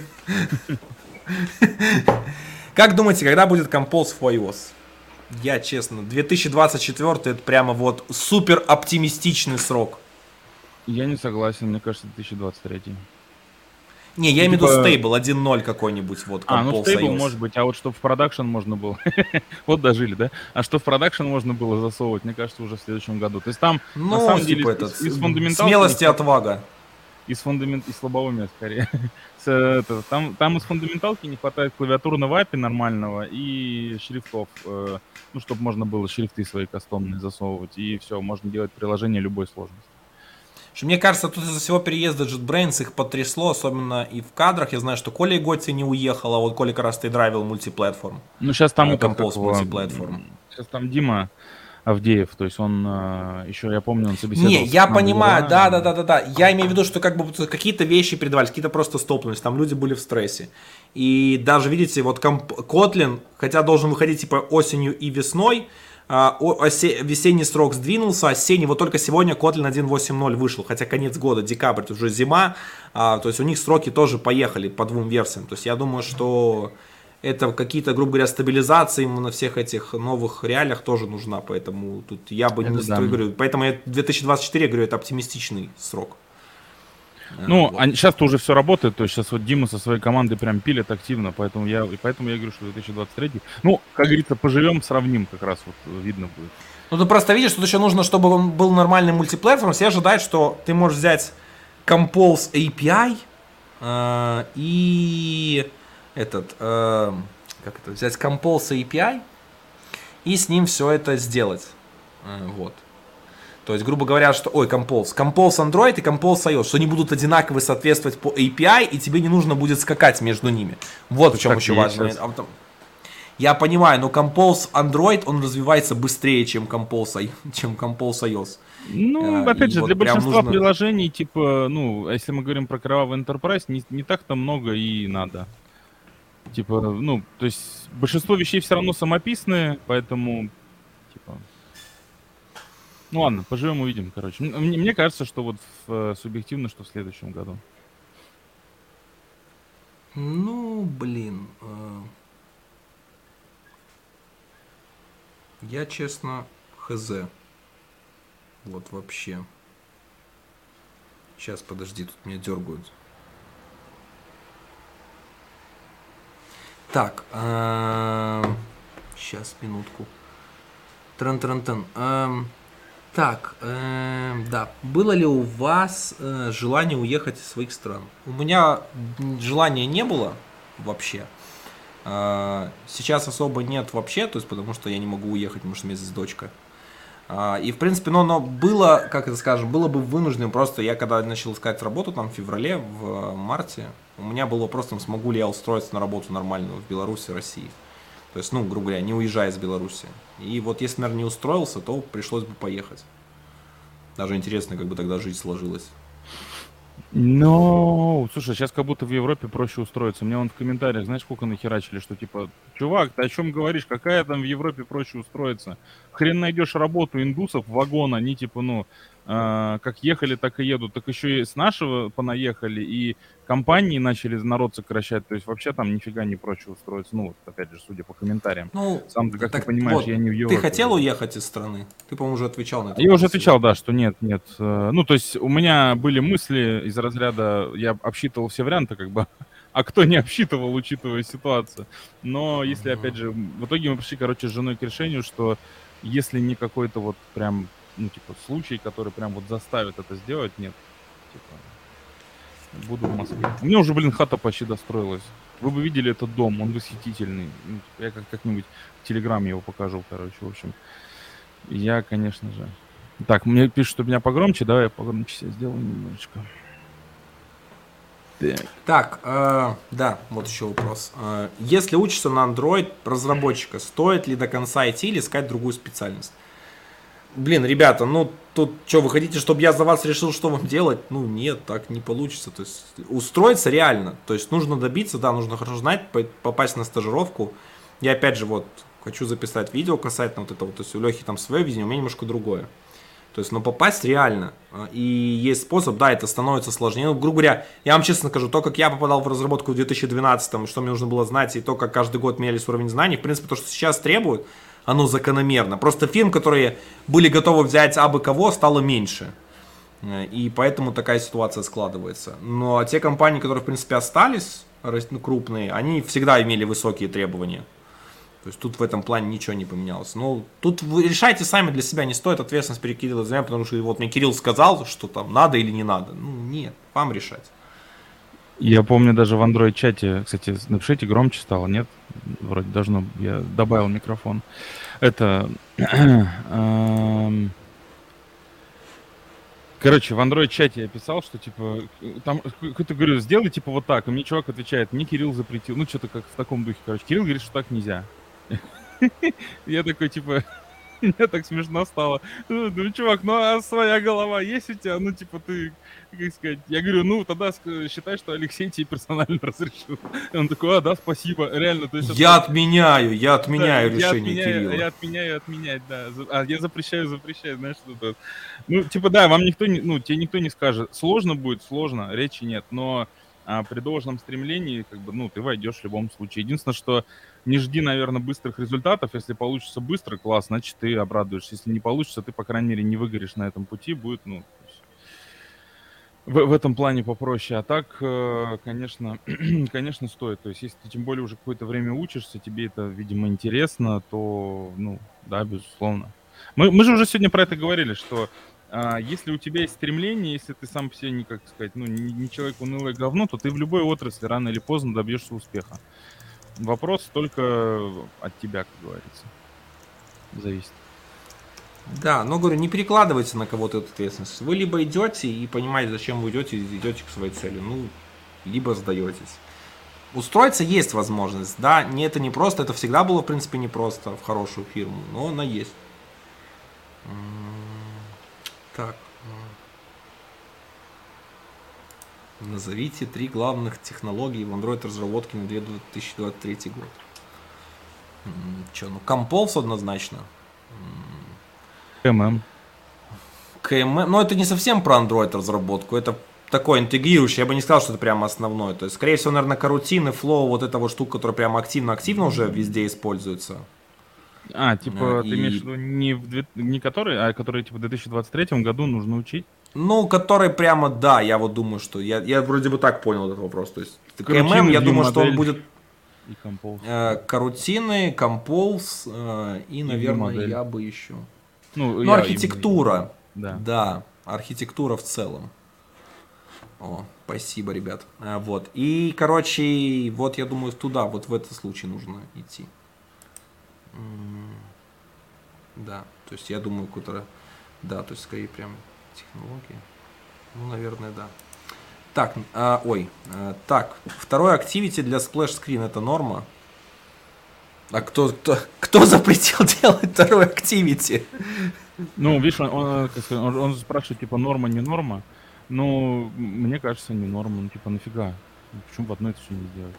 Как думаете, когда будет композ в iOS? Я, честно, две тысячи двадцать четвёртый это прямо вот супер оптимистичный срок. Я не согласен, мне кажется, две тысячи двадцать третий. Не, я имею в виду стейбл один ноль какой-нибудь, вот, А, ну стейбл может быть, а вот что в продакшн можно было, вот дожили, да? А что в продакшн можно было засовывать, мне кажется, уже в следующем году. То есть там, ну, на самом типа деле, этот, из, из фундаменталки... смелость и отвага. Из фундамент... из слабоумия, скорее. С, это, там, там из фундаменталки не хватает клавиатурного эй пи ай нормального и шрифтов, э, ну, чтобы можно было шрифты свои кастомные засовывать, и все, можно делать приложение любой сложности. Мне кажется, тут из-за всего переезда JetBrains их потрясло, особенно и в кадрах. Я знаю, что Коля Иготи не уехал, а вот Коля как раз-то и драйвил мультиплатформ. Ну, сейчас там... Композ мультиплатформ. Сейчас там Дима Авдеев, то есть он еще, я помню, он собеседовался. Не, я понимаю, да, да, да, да, да. Я имею в виду, что как бы какие-то вещи передавались, какие-то просто стопнулись, там люди были в стрессе. И даже, видите, вот комп- Kotlin, хотя должен выходить типа осенью и весной, Осе... весенний срок сдвинулся, осенний, вот только сегодня Kotlin один восемь ноль вышел, хотя конец года, декабрь, это уже зима, а, то есть у них сроки тоже поехали по двум версиям, то есть я думаю, что это какие-то, грубо говоря, стабилизации на всех этих новых реалиях тоже нужна, поэтому тут я бы это не да. говорю, поэтому я две тысячи двадцать четыре, я говорю, это оптимистичный срок. Ну, вот. Сейчас-то уже все работает, то есть сейчас вот Дима со своей командой прям пилит активно, поэтому я, и поэтому я говорю, что две тысячи двадцать третий, ну, как говорится, поживем, сравним, как раз вот видно будет. Ну, ты просто видишь, что еще нужно, чтобы он был нормальный мультиплатформ, все ожидают, что ты можешь взять Compose эй пи ай э, и этот, э, как это, взять Compose эй пи ай и с ним все это сделать. Вот. То есть, грубо говоря, что, ой, Compose. Compose Android и Compose iOS, что они будут одинаково соответствовать по эй пи ай, и тебе не нужно будет скакать между ними. Вот в чем Так еще есть важно. сейчас. Я понимаю, но Compose Android, он развивается быстрее, чем Compose, i- чем Compose iOS. Ну, Э, опять И же, для вот прям большинства нужно... приложений, типа, ну, если мы говорим про кровавый Enterprise, не, не так-то много и надо. Типа, ну, то есть большинство вещей все равно самописные, поэтому, типа, ну ладно, поживем, увидим, короче. М- Мне, мне кажется, что вот в, э, субъективно, что в следующем году. Ну, блин. э, Я, честно, хз. Вот вообще. Сейчас, подожди, тут меня дергают. Так, сейчас, минутку. Тран-тран-тран. Эм, Так, эм, да. Было ли у вас э, желание уехать из своих стран? У меня м, желания не было вообще. А, Сейчас особо нет вообще, то есть потому что я не могу уехать, потому что у меня здесь дочка. А, И, в принципе, но, но было, как это скажем, было бы вынужденным просто, я когда начал искать работу там в феврале, в марте, у меня был вопрос, там, смогу ли я устроиться на работу нормальную в Беларуси, России. То есть, ну, грубо говоря, не уезжая из Беларуси. И вот если, наверное, не устроился, то пришлось бы поехать. Даже интересно, как бы тогда жизнь сложилась. Ну, слушай, сейчас как будто в Европе проще устроиться. Мне вон в комментариях, знаешь, сколько нахерачили, что типа, чувак, ты о чем говоришь? Какая там в Европе проще устроиться? Хрен найдешь работу индусов, вагон, они типа, ну, э, как ехали, так и едут. Так еще и с нашего понаехали, и компании начали народ сокращать. То есть вообще там нифига не проще устроиться. Ну, вот, опять же, судя по комментариям. Ну, Сам ты, как ты так понимаешь, я вот, не в ты Европе хотел живу. уехать из страны? Ты, по-моему, уже отвечал на этот Я уже вопрос отвечал, сегодня. да, что нет, нет. Э, Ну, то есть у меня были мысли из разряда, я обсчитывал все варианты, как бы, а кто не обсчитывал, учитывая ситуацию. Но если, опять же, м, в итоге мы пришли, короче, с женой к решению, что если не какой-то вот прям, ну, типа, случай, который прям вот заставит это сделать, нет, типа, буду в Москве. У меня уже, блин, хата почти достроилась. Вы бы видели этот дом, он восхитительный. Ну, типа, я как- как-нибудь в Телеграме его покажу, короче, в общем. Я, конечно же. Так, мне пишут, что меня погромче. Давай я погромче себе сделаю немножечко. Так. Так, э, да, вот еще вопрос. Э, если учишься на Android разработчика, стоит ли до конца идти или искать другую специальность? Блин, ребята, ну тут что, вы хотите, чтобы я за вас решил, что вам делать? Ну нет, так не получится. То есть устроиться реально. То есть нужно добиться, да, нужно хорошо знать, по- попасть на стажировку. Я опять же вот хочу записать видео касательно вот этого. То есть у Лехи там свое видение, у меня немножко другое. То есть, но попасть реально. А, И есть способ, да, это становится сложнее. Ну, грубо говоря, я вам честно скажу, то, как я попадал в разработку в две тысячи двенадцатом, что мне нужно было знать, и то, как каждый год менялись уровень знаний, в принципе, то, что сейчас требуют, оно закономерно. Просто фирм, которые были готовы взять абы кого, стало меньше. Э, И поэтому такая ситуация складывается. Но те компании, которые, в принципе, остались, рас- ну, крупные, они всегда имели высокие требования. То есть тут в этом плане ничего не поменялось. Ну, тут вы решайте сами для себя, не стоит ответственность перекидывать за меня, потому что вот мне Кирилл сказал, что там надо или не надо. Ну, нет, вам решать. Я помню даже в Android-чате, кстати, напишите, громче стало, нет? Вроде должно, я добавил микрофон. Это, эм, короче, в Android-чате я писал, что, типа, э, там, э, какой-то, говорю, сделай, типа, вот так. И мне чувак отвечает, мне Кирилл запретил. Ну, что-то как в таком духе, короче. Кирилл говорит, что так нельзя. Я такой, типа, мне так смешно стало. Ну, ну, чувак, ну а своя голова есть у тебя? Ну, типа, ты, как сказать, я говорю, ну, тогда ск- считай, что Алексей тебе персонально разрешил. И он такой, а, да, спасибо, реально, то есть Я это, отменяю, я да, отменяю я решение отменяю, Кирилла. я отменяю отменять, да, За- а я запрещаю запрещать, знаешь, что то. Ну, типа, да, вам никто не, ну, тебе никто не скажет, сложно будет, сложно, речи нет, но а, при должном стремлении, как бы, ну, ты войдешь в любом случае. Единственное, что не жди, наверное, быстрых результатов. Если получится быстро, класс, значит, ты обрадуешься. Если не получится, ты, по крайней мере, не выгоришь на этом пути, будет, ну, то есть в, в этом плане попроще. А так, э, конечно, конечно, стоит. То есть, если ты тем более уже какое-то время учишься, тебе это, видимо, интересно, то, ну, да, безусловно. Мы, мы же уже сегодня про это говорили, что а, если у тебя есть стремление, если ты сам по себе, не, как сказать, ну, не, не человек унылое говно, то ты в любой отрасли рано или поздно добьешься успеха. Вопрос только от тебя, как говорится. зависит. Да, но говорю, не перекладывайте на кого-то эту ответственность. Вы либо идете и понимаете, зачем вы идете, и идете к своей цели, ну, либо сдаетесь. Устроиться есть возможность, да, не, это не просто, это всегда было, в принципе, не просто в хорошую фирму, но она есть. Так. Назовите три главных технологии в Android разработке на две тысячи двадцать третий год. Че, ну Compose однозначно. КММ. КММ, ну это не совсем про Android разработку, это такой интегрирующий, я бы не сказал, что это прямо основное. То есть, скорее всего, наверное, карутины, флоу, вот эта вот штука, которая прямо активно-активно уже везде используется. А, типа, А, ты и... имеешь в виду не, в две... не которые, а которые типа в две тысячи двадцать третьем году нужно учить? Ну, который прямо, да, я вот думаю, что... Я, я вроде бы так понял этот вопрос. То есть, Карутины, КММ, я Vue думаю, что он модель будет... И Compose. Э, карутины, Compose э, и, И наверное, Vue-модель. я бы еще... Ну, Ну, я архитектура. именно- Да. Да, архитектура в целом. О, спасибо, ребят. А, вот. И, короче, вот я думаю, туда, вот в этот случай нужно идти. М, Да, то есть я думаю, куда... Да, то есть скорее прям технологии. Ну, наверное, да. Так, а, ой, а, так, второй activity для splash screen это норма. А кто, кто, кто запретил делать второй activity? Ну, видишь, он, он, как сказать, он, он спрашивает, типа, норма, не норма. Ну, мне кажется, не норма. Ну, типа, нафига? Почему в одной это все не сделать?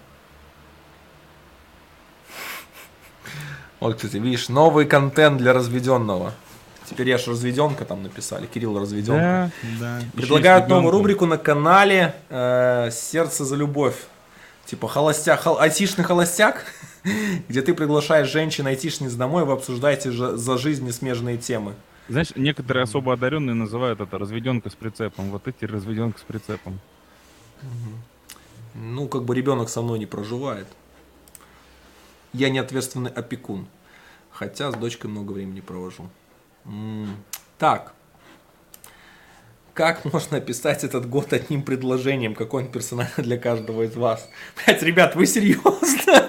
Вот, кстати, видишь, новый контент для разведенного. Теперь я ж разведенка там написали, Кирилл разведенка. Да, да. Предлагают новую рубрику на канале э, «Сердце за любовь». Типа холостяк, хол, айтишный холостяк, где ты приглашаешь женщин айтишниц домой, вы обсуждаете же, за жизнь несмежные темы. Знаешь, некоторые особо одаренные называют это разведенка с прицепом. Вот эти разведенка с прицепом. Ну, как бы ребенок со мной не проживает. Я не ответственный опекун. Хотя с дочкой много времени провожу. М, Так. Как можно описать этот год одним предложением? Какой он персональный для каждого из вас? Блять, ребят, вы серьезно?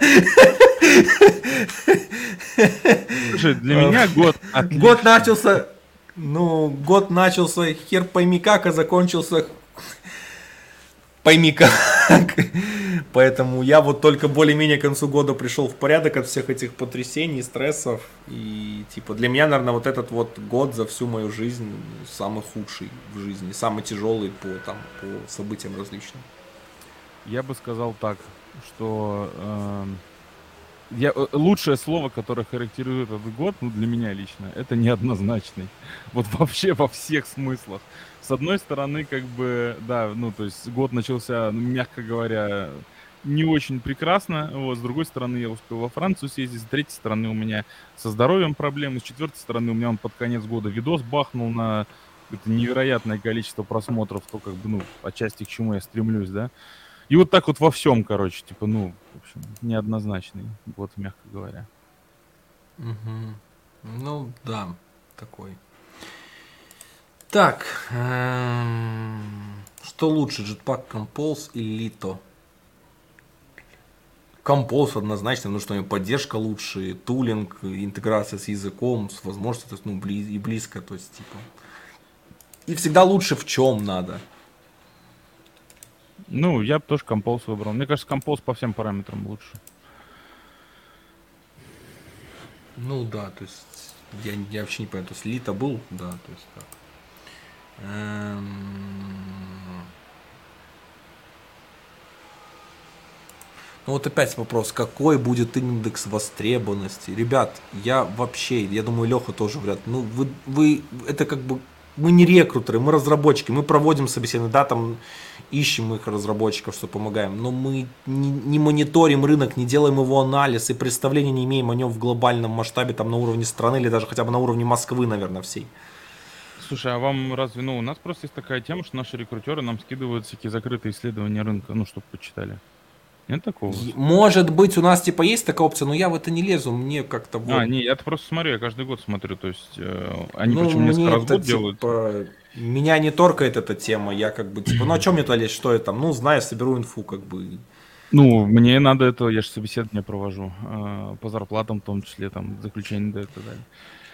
Слушай, для меня год отличный. Год начался... Ну, год начался хер пойми как, а закончился пойми как. Поэтому я вот только более-менее к концу года пришел в порядок от всех этих потрясений, стрессов. И типа для меня, наверное, вот этот вот год за всю мою жизнь самый худший в жизни, самый тяжелый по, там, по событиям различным. Я бы сказал так, что э, я, э, лучшее слово, которое характеризует этот год, ну, для меня лично, это неоднозначный. Вот вообще во всех смыслах. С одной стороны, как бы, да, ну, то есть год начался, ну, мягко говоря, не очень прекрасно. Вот, с другой стороны, я успел во Францию съездить, с третьей стороны, у меня со здоровьем проблемы, с четвертой стороны, у меня он под конец года видос бахнул на это невероятное количество просмотров, то, как бы, ну, отчасти к чему я стремлюсь, да. И вот так вот во всем, короче, типа, ну, в общем, неоднозначный год, мягко говоря. Угу. Ну, да, такой. Так, эм, что лучше, Jetpack Compose или Lito? Compose однозначно, потому что у него поддержка лучше, тулинг, интеграция с языком, с возможностью, то есть, ну, бли- и близко, то есть, типа. И всегда лучше в чем надо. Ну, я бы тоже Compose выбрал. Мне кажется, Compose по всем параметрам лучше. Ну да, то есть, я, я вообще не понимаю, то есть, Lito был, да, то есть, так. Эм... Ну вот опять вопрос, какой будет индекс востребованности? Ребят, я вообще, я думаю, Леха тоже вряд ли. Ну, вы, вы, это как бы, мы не рекрутеры, мы разработчики, мы проводим собеседование, да, там ищем их разработчиков, что помогаем, но мы не, не мониторим рынок, не делаем его анализ и представления не имеем о нем в глобальном масштабе, там на уровне страны или даже хотя бы на уровне Москвы, наверное, всей. Слушай, а вам разве, ну, у нас просто есть такая тема, что наши рекрутеры нам скидывают всякие закрытые исследования рынка, ну, чтобы почитали. Нет такого? Может быть, у нас типа есть такая опция, но я в это не лезу, мне как-то вот... А, не, я просто смотрю, я каждый год смотрю, то есть э, они Ну, причем несколько мне раз в это, год делают. типа, меня не торкает эта тема, я как бы, типа, ну, о чем мне туда лезть, что я там, ну, знаю, соберу инфу, как бы. Ну, мне надо это, я же собеседование провожу, э, по зарплатам в том числе, там, заключение да, и так далее.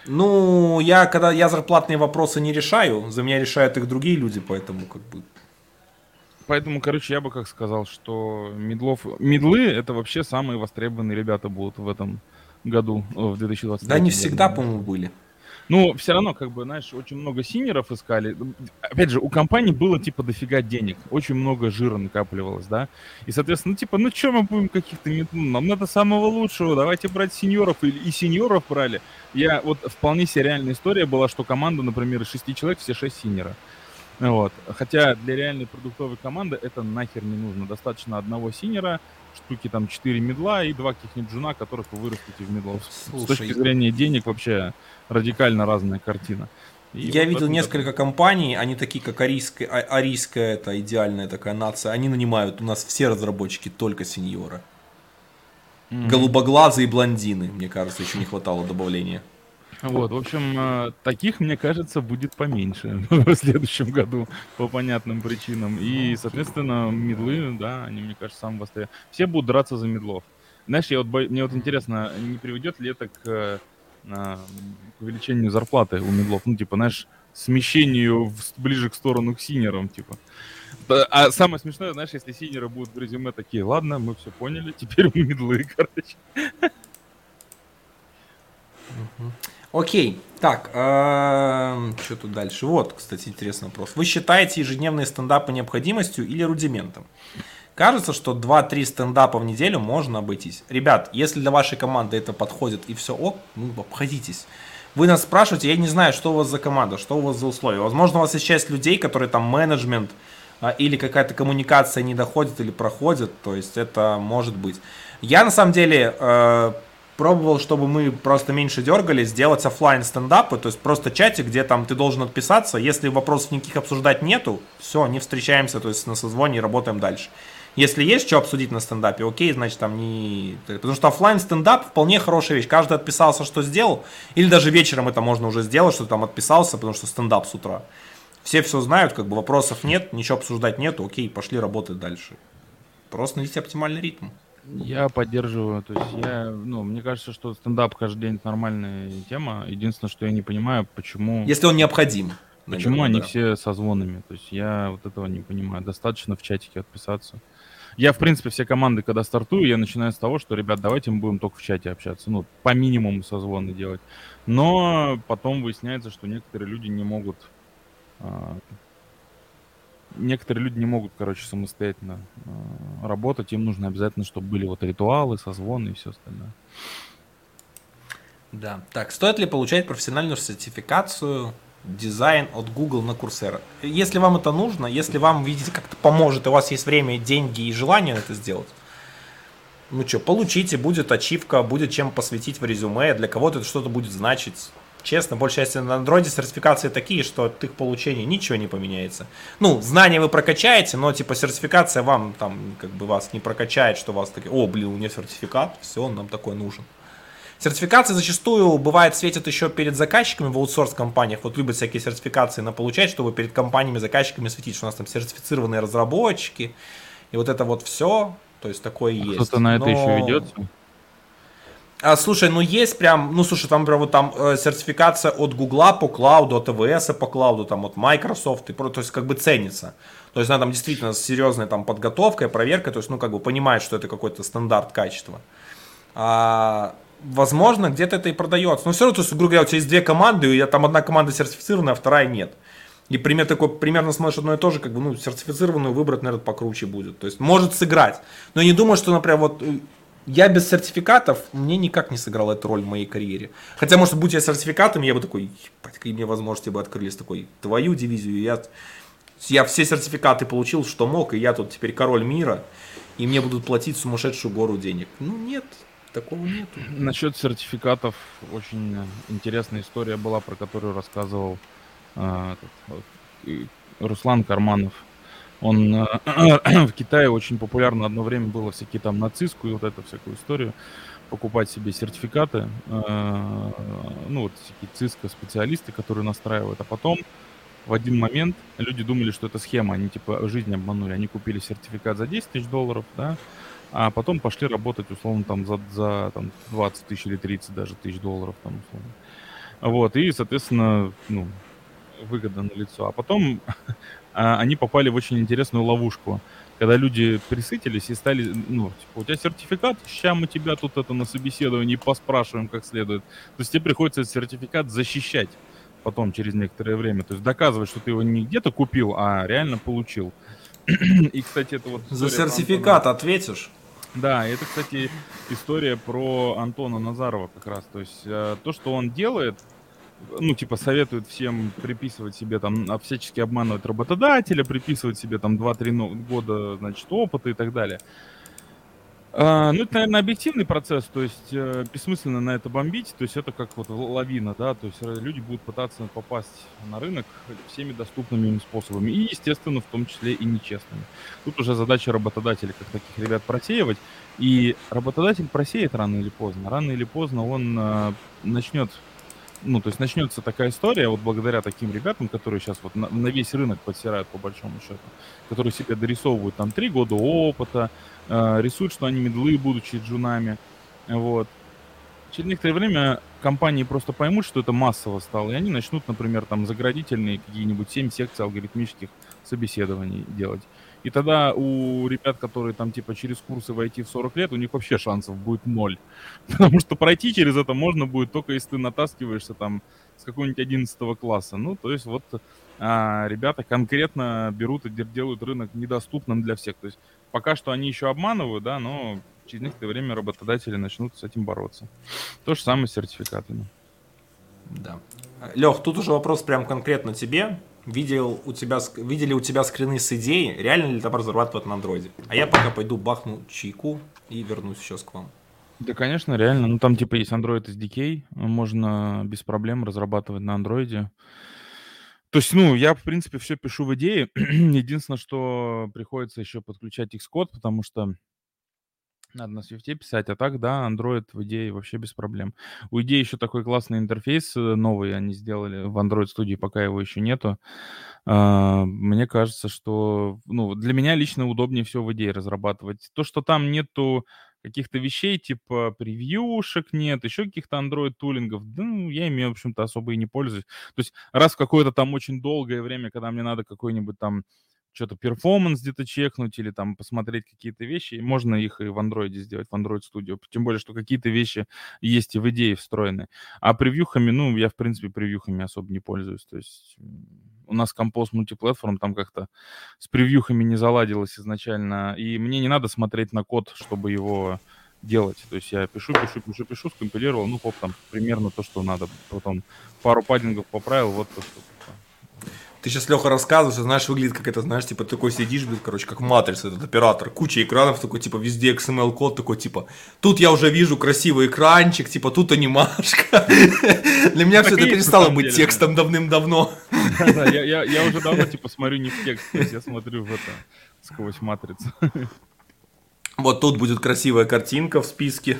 Ну, я когда я зарплатные вопросы не решаю, за меня решают их другие люди, поэтому как бы. Поэтому, короче, я бы как сказал, что мидлов... Мидлы — это вообще самые востребованные ребята будут в этом году, о, в Да, они две тысячи двадцать третьем, я всегда, думаю, по-моему, что. были. Ну, все равно, как бы, знаешь, очень много синеров искали. М, Опять же, у компании было, типа, дофига денег. Очень много жира накапливалось, да. И, соответственно, ну, типа, ну, что мы будем каких-то... мид- ну, Нам надо самого лучшего, давайте брать сеньоров. И, и сеньоров брали. Я... Вот вполне себе реальная история была, что команда, например, из шести человек, все шесть синера. Вот. Хотя для реальной продуктовой команды это нахер не нужно. Достаточно одного синера, штуки там четыре медла и два каких-нибудь джуна, которых вы вырастите в медлов. С с точки Слушай, зрения денег вообще радикально разная картина. И я вот в видел этом году... несколько компаний, они такие, как арийская, а- арийская, это идеальная такая нация, они нанимают, у нас все разработчики только сеньора. Мгм. Голубоглазые блондины, мне кажется, еще не хватало добавления. Вот, в общем, э, таких, мне кажется, будет поменьше в следующем году по понятным причинам. И, Окей. соответственно, медлы, да, они, мне кажется, самые востребованные. Все будут драться за медлов. Знаешь, я вот бо- мне вот интересно, не приведет ли это к, э, а, м, к увеличению зарплаты у медлов? Ну, типа, знаешь, смещению в с- ближе к сторону к синерам, типа. Да, а самое смешное, знаешь, если синеры будут в резюме такие, ладно, мы все поняли, теперь мы медлы, короче. Окей, так, что тут дальше? Вот, кстати, интересный вопрос. Вы считаете ежедневные стендапы необходимостью или рудиментом? Кажется, что два-три стендапа в неделю можно обойтись. Ребят, если для вашей команды это подходит и все ок, ну, обходитесь. Вы нас спрашиваете, я не знаю, что у вас за команда, что у вас за условия. Возможно, у вас есть часть людей, которые там менеджмент а, или какая-то коммуникация не доходит или проходит, то есть это может быть. Я на самом деле э, пробовал, чтобы мы просто меньше дергались, сделать оффлайн стендапы, то есть просто чатик, где там ты должен отписаться, если вопросов никаких обсуждать нету, все, не встречаемся, то есть на созвоне и работаем дальше. Если есть что обсудить на стендапе, окей, значит там не... Потому что оффлайн стендап вполне хорошая вещь. Каждый отписался, что сделал. Или даже вечером это можно уже сделать, что ты там отписался, потому что стендап с утра. Все все знают, как бы вопросов нет, ничего обсуждать нету, окей, пошли работать дальше. Просто найдите оптимальный ритм. Я поддерживаю. То есть я, ну, мне кажется, что стендап каждый день это нормальная тема. Единственное, что я не понимаю, почему, Если он необходим, почему наверное, они да. все созвонами. То есть я вот этого не понимаю. Достаточно в чатике отписаться. Я, в принципе, все команды, когда стартую, я начинаю с того, что, ребят, давайте мы будем только в чате общаться. Ну, по минимуму созвоны делать. Но потом выясняется, что некоторые люди не могут а, некоторые люди не могут, короче, самостоятельно а, работать. Им нужно обязательно, чтобы были вот ритуалы, созвоны и все остальное. Да. Так, стоит ли получать профессиональную сертификацию дизайн от Google на Coursera? Если вам это нужно, если вам, видите, как-то поможет, и у вас есть время, деньги и желание это сделать, ну что, получите, будет ачивка, будет чем посвятить в резюме, для кого-то это что-то будет значить. Честно, большая часть на андроиде сертификации такие, что от их получения ничего не поменяется. Ну, знания вы прокачаете, но типа сертификация вам там как бы вас не прокачает, что у вас такие, о, блин, у меня сертификат, все, нам такой нужен. Сертификации зачастую бывает светят еще перед заказчиками в аутсорс-компаниях. Вот любят всякие сертификации на получать, чтобы перед компаниями, заказчиками светить, что у нас там сертифицированные разработчики. И вот это вот все, то есть такое А есть. кто-то на это еще Но ведется? а, слушай, ну есть прям, ну слушай, там прям вот там э, сертификация от Гугла по клауду, от АВС по клауду, там от Microsoft, и, про- то есть как бы ценится. То есть она там действительно с серьезной там подготовкой, проверкой, то есть ну как бы понимает, что это какой-то стандарт качества. А, возможно, где-то это и продается. Но все равно, то есть, грубо говоря, у тебя есть две команды, и там одна команда сертифицированная, а вторая нет. И пример такой, примерно смотришь одно и то же, как бы, ну, сертифицированную выбрать, наверное, покруче будет. То есть, может сыграть. Но я не думаю, что, например, вот э, я без сертификатов, мне никак не сыграла эту роль в моей карьере. Хотя, может, будь я сертификатом, я бы такой, ебать, какие мне возможности бы открылись, такой, твою дивизию, я, я все сертификаты получил, что мог, и я тут теперь король мира, и мне будут платить сумасшедшую гору денег. Ну, нет, такого нету. Насчет сертификатов очень интересная история была, про которую рассказывал а, этот, вот, и Руслан Карманов. Он э, в Китае очень популярно одно время было всякие там нацистскую и вот эту всякую историю, покупать себе сертификаты, э, ну вот всякие ЦИСКО-специалисты, которые настраивают, а потом в один момент люди думали, что это схема, они типа жизнь обманули, они купили сертификат за десять тысяч долларов, да, а потом пошли работать условно там за, за там, двадцать тысяч или тридцать даже тысяч долларов там условно. Вот, и, соответственно, ну, выгода налицо. А потом а, они попали в очень интересную ловушку, когда люди присытились и стали, ну, типа, у тебя сертификат, ща мы тебя тут это на собеседовании поспрашиваем как следует. То есть тебе приходится этот сертификат защищать потом через некоторое время. То есть доказывать, что ты его не где-то купил, а реально получил. И, кстати, это вот За история про Антона. сертификат ответишь? Да, это, кстати, история про Антона Назарова как раз. То есть э, то, что он делает, ну, типа, советует всем приписывать себе там, а, всячески обманывать работодателя, приписывать себе там два-три но- года, значит, опыта и так далее. А, ну, это, наверное, объективный процесс, то есть э, бессмысленно на это бомбить, то есть это как вот л- лавина, да, то есть э, люди будут пытаться попасть на рынок всеми доступными им способами, и, естественно, в том числе и нечестными. Тут уже задача работодателя, как таких ребят просеивать, и работодатель просеет рано или поздно, рано или поздно он э, начнет, ну, то есть начнется такая история, вот благодаря таким ребятам, которые сейчас вот на, на весь рынок подсирают по большому счету, которые себе дорисовывают там три года опыта, э, рисуют, что они медлы, будучи джунами, вот. Через некоторое время компании просто поймут, что это массово стало, и они начнут, например, там заградительные какие-нибудь семь секций алгоритмических собеседований делать. И тогда у ребят, которые там типа через курсы войти в сорок лет, у них вообще шансов будет ноль. Потому что пройти через это можно будет только если ты натаскиваешься там с какого-нибудь одиннадцатого класса. Ну, то есть вот а, ребята конкретно берут и дер- делают рынок недоступным для всех. То есть пока что они еще обманывают, да, но через некоторое время работодатели начнут с этим бороться. То же самое с сертификатами. Да. Лех, тут уже вопрос прям конкретно тебе. Видел у тебя, ск- видели у тебя скрины с идеей, реально ли там разрабатывать на андроиде? А я пока пойду бахну чайку и вернусь сейчас к вам. Да, конечно, реально. Ну, там типа есть Android эс ди кей, можно без проблем разрабатывать на андроиде. То есть, ну, я, в принципе, все пишу в идее. Единственное, что приходится еще подключать Xcode, потому что надо на Swift писать, а так, да, Android в идее вообще без проблем. У идеи еще такой классный интерфейс э, новый они сделали в Android Studio, пока его еще нету. А, Мне кажется, что, ну, для меня лично удобнее всего в идее разрабатывать. То, что там нету каких-то вещей, типа превьюшек нет, еще каких-то Android-тулингов, да, ну, я ими, в общем-то, особо и не пользуюсь. То есть раз в какое-то там очень долгое время, когда мне надо какой-нибудь там что-то перформанс где-то чекнуть или там посмотреть какие-то вещи, можно их и в андроиде сделать, в Android Studio. Тем более, что какие-то вещи есть и в идее встроены. А превьюхами, ну, я, в принципе, превьюхами особо не пользуюсь. То есть м, у нас композ мультиплатформ там как-то с превьюхами не заладилось изначально, и мне не надо смотреть на код, чтобы его делать. То есть я пишу, пишу, пишу, пишу, скомпилировал, ну, хоп, там примерно то, что надо. Потом пару паддингов поправил, вот то, что типа. Ты сейчас, Леха, рассказываешь, знаешь, выглядит как это, знаешь, типа такой сидишь, блин, короче, как матрица, этот оператор, куча экранов, такой, типа, везде икс эм эл-код, такой, типа, тут я уже вижу красивый экранчик, типа, тут анимашка. Для меня все Так и это есть на перестало самом быть деле, да. текстом давным-давно. Да-да, я, я, я уже давно, типа, смотрю не в текст, то есть я смотрю в это, сквозь матрицу. Вот тут будет красивая картинка в списке.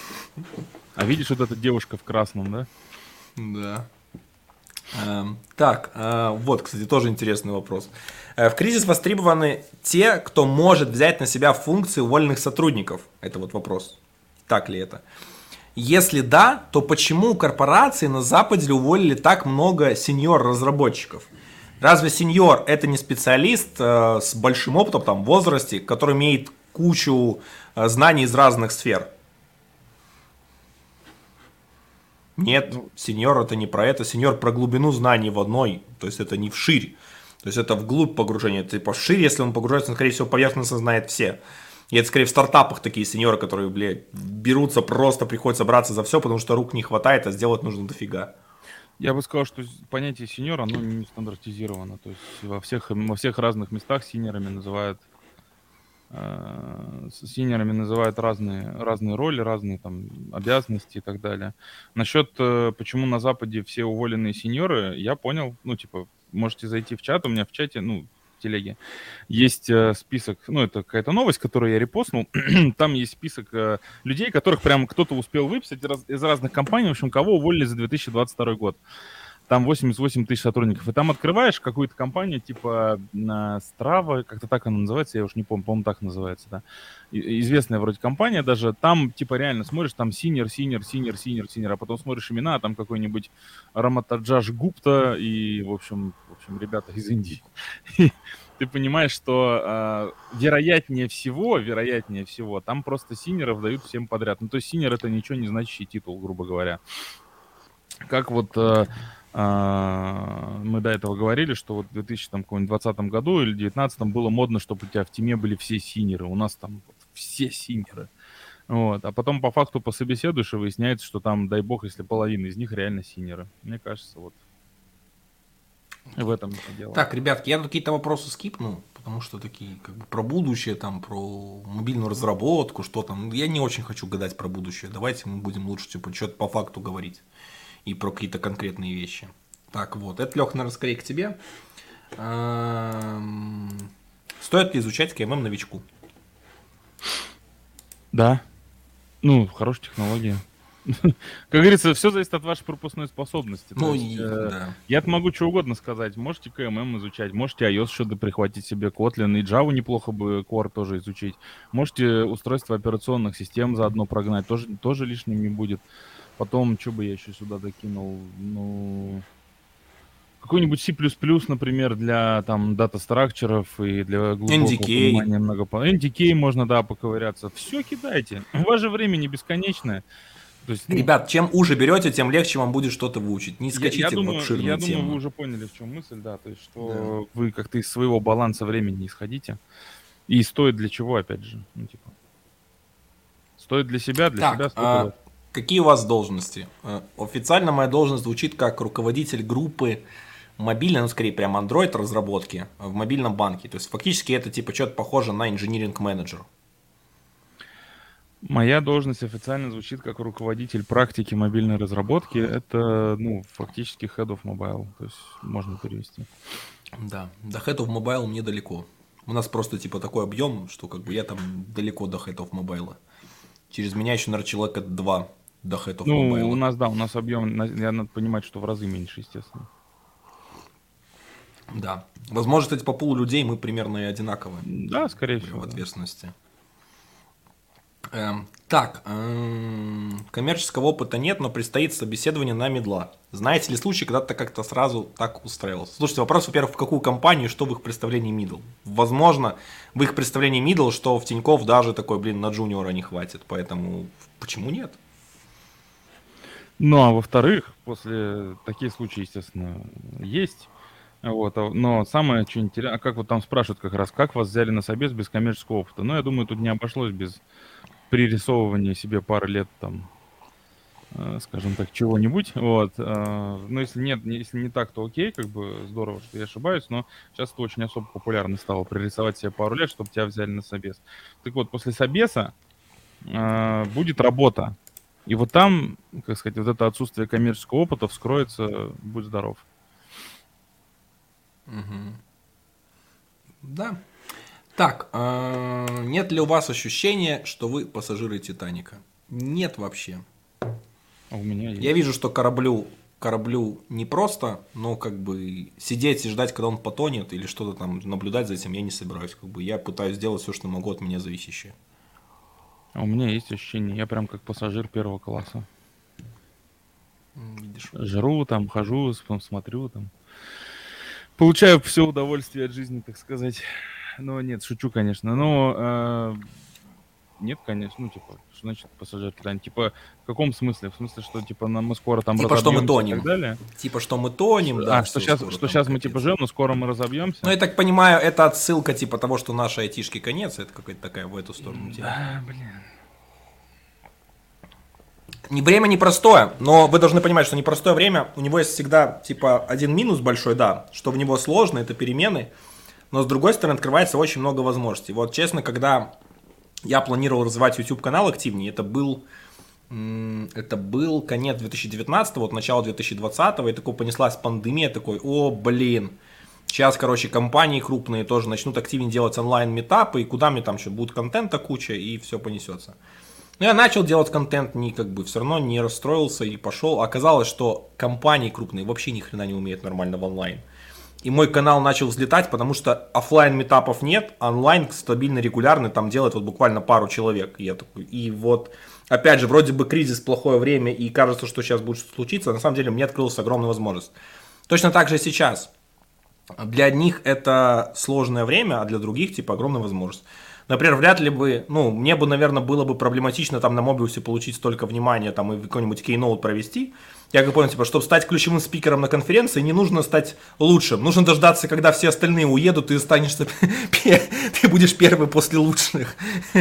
А видишь, вот эта девушка в красном, да? Да. Эм, Так, э, вот, кстати, тоже интересный вопрос. Э, В кризис востребованы те, кто может взять на себя функции уволенных сотрудников. Это вот вопрос. Так ли это? Если да, то почему корпорации на Западе уволили так много сеньор-разработчиков? Разве сеньор это не специалист э, с большим опытом там, в возрасте, который имеет кучу э, знаний из разных сфер? Нет, Ну, сеньор это не про это. Сеньор про глубину знаний в одной. То есть это не вширь. То есть это вглубь погружения. Типа вширь, если он погружается, он, скорее всего, поверхностно знает все. И это скорее в стартапах такие сеньоры, которые, блядь, берутся, просто приходится браться за все, потому что рук не хватает, а сделать нужно дофига. я бы сказал, что с- понятие сеньор, оно не стандартизировано. То есть во всех, во всех разных местах синьорами называют э, с синьорами называют разные, разные роли, разные там обязанности и так далее. Насчет, э, почему на Западе все уволенные сеньоры, я понял. Ну, типа, можете зайти в чат, у меня в чате, ну, в телеге, есть э, список, ну, это какая-то новость, которую я репостнул. Там есть список э, людей, которых прям кто-то успел выписать раз- из разных компаний, в общем, кого уволили за две тысячи двадцать второй год. там восемьдесят восемь тысяч сотрудников. И там открываешь какую-то компанию, типа Strava, как-то так она называется, я уж не помню, по-моему, так называется, да. И- известная вроде компания даже. Там, типа, реально смотришь, там синер, синер, синер, синер, синер, а потом смотришь имена, а там какой-нибудь Раматаджаш Гупта и, в общем, в общем, ребята из Индии. И ты понимаешь, что а, вероятнее всего, вероятнее всего, там просто синеров дают всем подряд. Ну, то есть синер — это ничего не значащий титул, грубо говоря. Как вот э, а, мы до этого говорили, что вот в две тысячи двадцатом году или девятнадцатом было модно, чтобы у тебя в тиме были все синеры. У нас там вот все синеры. Вот. А потом по факту пособеседуешь, и выясняется, что там, дай бог, если половина из них реально синеры. Мне кажется, вот в этом это дело. Так, ребятки, я тут какие-то вопросы скипну, потому что такие как бы про будущее, там, про мобильную разработку, что там. Я не очень хочу гадать про будущее. Давайте мы будем лучше типа что-то по факту говорить и про какие-то конкретные вещи. Так, вот, это, Лех, наверное, скорее к тебе. Эм, Стоит ли изучать ка эм эм новичку? Да. Ну, хорошая технология. Как говорится, все зависит от вашей пропускной способности. То Ну, есть, и, э, да. я могу что угодно сказать. Можете ка эм эм изучать, можете iOS что-то прихватить себе, Kotlin и Java неплохо бы Core тоже изучить. Можете устройство операционных систем заодно прогнать, тоже, тоже лишним не будет. Потом, что бы я еще сюда докинул? Ну, какой-нибудь C++, например, для там дата-структуров и для глубокого эн ди кей. понимания многопо... эн ди кей можно, да, поковыряться. Все кидайте. У вас же время не бесконечное. То есть, ну, Ребят, чем уже берете, тем легче вам будет что-то выучить. Не я, скачите я в думаю, обширные я думаю, вы темы. уже поняли, в чем мысль, да. То есть, что вы как-то из своего баланса времени исходите. И стоит для чего, опять же. Ну, типа. Стоит для себя, для себя Так, сколько а лет. какие у вас должности? Э, Официально моя должность звучит как руководитель группы мобильной, ну скорее прям Android разработки в мобильном банке. То есть фактически это типа что-то похоже на инжиниринг менеджер. Моя должность официально звучит как руководитель практики мобильной разработки. Это, ну, фактически head of mobile. То есть можно перевести. Да, до Head of Mobile мне далеко. У нас просто типа такой объем, что как бы я там далеко до Head of Mobile. Через меня еще, наверное, человека два до Head of Ну, у Mobile. нас, да, у нас объем, на- я надо понимать, что в разы меньше, естественно. Да. Возможно, кстати, по пулу людей мы примерно и одинаковые Да, скорее в всего. Да. ответственности. Эм, так, эм, коммерческого опыта нет, но предстоит собеседование на медла. Знаете ли случай, когда ты как-то сразу так устраивался? Слушайте, вопрос, во-первых, в какую компанию, что в их представлении middle? Возможно, в их представлении middle, что в Тинькофф даже такой, блин, на джуниора не хватит, поэтому почему нет? Ну, а во-вторых, после такие случаи, естественно, есть. Вот, а- но самое что интересно, а как вот там спрашивают как раз, как вас взяли на собес без коммерческого опыта? Ну, я думаю, тут не обошлось без пририсовывания себе пары лет там, э, скажем так, чего-нибудь. Вот. э, Ну, если нет, не- если не так, то окей, как бы здорово, что я ошибаюсь, но сейчас это очень особо популярно стало, пририсовать себе пару лет, чтобы тебя взяли на собес. Так вот, после собеса э, будет работа. И вот там, как сказать, вот это отсутствие коммерческого опыта вскроется, будь здоров. Да. Так, э, нет ли у вас ощущения, что вы пассажиры Титаника? Нет вообще. А у меня есть. Я вижу, что кораблю, кораблю не просто, но как бы сидеть и ждать, когда он потонет, или что-то там наблюдать за этим я не собираюсь. Как бы я пытаюсь сделать все, что могу от меня зависящее. А у меня есть ощущение, я прям как пассажир первого класса. М, Видишь. Жру там, хожу, с- смотрю там. Получаю все удовольствие от жизни, так сказать. Но нет, шучу, конечно. Но э, нет, конечно, ну типа, что значит пассажир Титаника? Типа, в каком смысле? В смысле, что типа на- мы скоро там Типа, что мы разобьемся и так тонем. далее? Типа, что мы тонем, да, А, что всё, сейчас, скоро что там сейчас мы капец. типа живем, но скоро мы разобьемся? Ну, я так понимаю, это отсылка типа того, что нашей айтишки конец, это какая-то такая в эту сторону тема. А, блин. Не время непростое, но вы должны понимать, что непростое время, у него есть всегда типа один минус большой, да, что в него сложно, это перемены, но с другой стороны открывается очень много возможностей. Вот честно, когда я планировал развивать YouTube канал активнее, это был, м, это был конец две тысячи девятнадцатого, вот начало две тысячи двадцатого, и такой понеслась пандемия, такой, о, блин, сейчас, короче, компании крупные тоже начнут активнее делать онлайн-метапы, и куда мне там еще будет контента куча, и все понесется. Но я начал делать контент, не как бы все равно не расстроился и пошел. Оказалось, что компании крупные вообще ни хрена не умеют нормально в онлайн. И мой канал начал взлетать, потому что офлайн метапов нет, онлайн стабильно, регулярный, там делает вот буквально пару человек. И я такой, и вот, опять же, вроде бы кризис, плохое время, и кажется, что сейчас будет что-то случиться, а на самом деле мне открылась огромная возможность. Точно так же и сейчас. Для одних это сложное время, а для других, типа, огромная возможность. Например, вряд ли бы, ну, мне бы, наверное, было бы проблематично там на Мобиусе получить столько внимания, там, и какой-нибудь кейноут провести. Я как понял, типа, чтобы стать ключевым спикером на конференции, не нужно стать лучшим. Нужно дождаться, когда все остальные уедут, и останешься, ты будешь первый после лучших.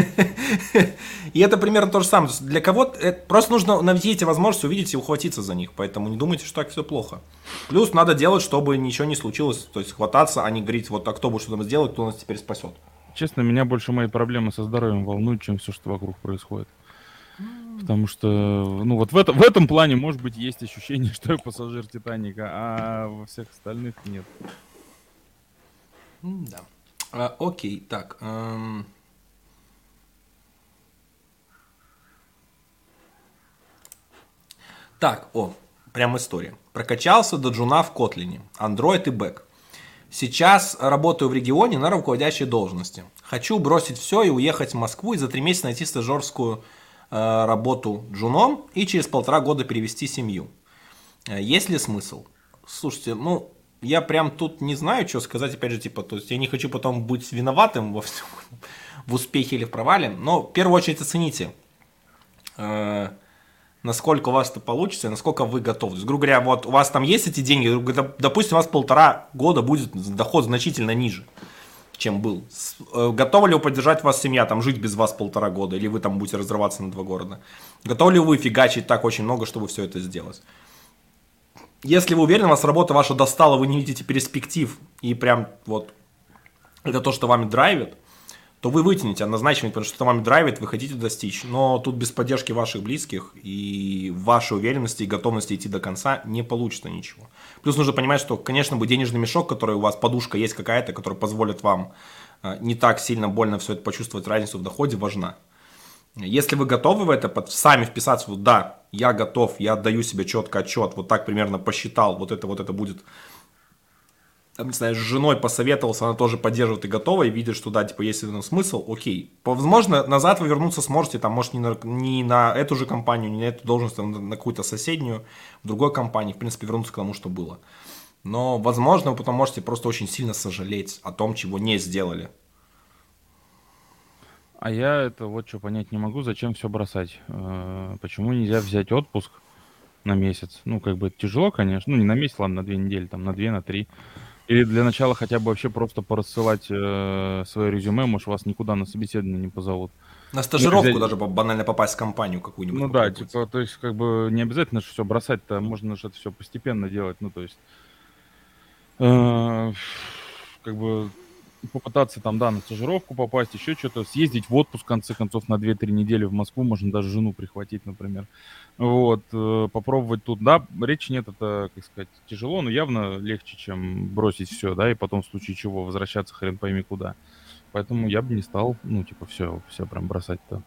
И это примерно то же самое. Для кого-то просто нужно найти эти возможности, увидеть и ухватиться за них. Поэтому не думайте, что так все плохо. Плюс надо делать, чтобы ничего не случилось. То есть хвататься, а не говорить, вот, а кто будет что-то сделать, кто нас теперь спасет. Честно, меня больше мои проблемы со здоровьем волнуют, чем все, что вокруг происходит. Потому что, ну вот в, это, в этом плане, может быть, есть ощущение, что я пассажир Титаника, а во всех остальных нет. Да. А, окей, так. Эм... Так, о, прям история. Прокачался до джуна в Котлине. Android и бэк. Сейчас работаю в регионе на руководящей должности. Хочу бросить все и уехать в Москву и за три месяца найти стажерскую э, работу джуном и через полтора года перевести семью. Э, есть ли смысл? Слушайте, ну, я прям тут не знаю, что сказать, опять же, типа, то есть я не хочу потом быть виноватым во всем, в успехе или в провале, но в первую очередь оцените, э, насколько у вас это получится, насколько вы готовы. То есть, грубо говоря, вот у вас там есть эти деньги, допустим, у вас полтора года будет доход значительно ниже, чем был. Готова ли вы поддержать вас семья, там жить без вас полтора года, или вы там будете разрываться на два города? Готовы ли вы фигачить так очень много, чтобы все это сделать? Если вы уверены, вас работа ваша достала, вы не видите перспектив, и прям вот это то, что вами драйвит, то вы вытянете однозначно, потому что это вами драйвит, вы хотите достичь. Но тут без поддержки ваших близких и вашей уверенности и готовности идти до конца не получится ничего. Плюс нужно понимать, что, конечно, бы денежный мешок, который у вас, подушка есть какая-то, которая позволит вам не так сильно больно все это почувствовать, разницу в доходе, важна. Если вы готовы в это, сами вписаться, вот да, я готов, я отдаю себе четко отчет, вот так примерно посчитал, вот это вот это будет... Там, не знаю, с женой посоветовался, она тоже поддерживает и готова, и видит, что да, типа, есть в этом смысл, окей. Возможно, назад вы вернуться сможете, там, может, не на, не на эту же компанию, не на эту должность, там, на какую-то соседнюю, в другой компании, в принципе, вернуться к тому, что было. Но, возможно, вы потом можете просто очень сильно сожалеть о том, чего не сделали. А я это вот что понять не могу, зачем все бросать. Почему нельзя взять отпуск на месяц? Ну, как бы тяжело, конечно. Ну, не на месяц, ладно, на две недели, там, на две, на три. Или для начала хотя бы вообще просто порассылать э, свое резюме, может, вас никуда на собеседование не позовут. На стажировку ну, даже банально попасть в компанию какую-нибудь. Ну да, типа, то есть, как бы не обязательно все бросать-то, можно же это все постепенно делать, ну, то есть, э, как бы попытаться там, да, на стажировку попасть, еще что-то, съездить в отпуск, в конце концов, на две-три недели в Москву, можно даже жену прихватить, например. Вот, э, попробовать тут, да, речи нет, это, как сказать, тяжело, но явно легче, чем бросить все, да, и потом в случае чего возвращаться хрен пойми куда. Поэтому я бы не стал, ну, типа, все, все прям бросать-то.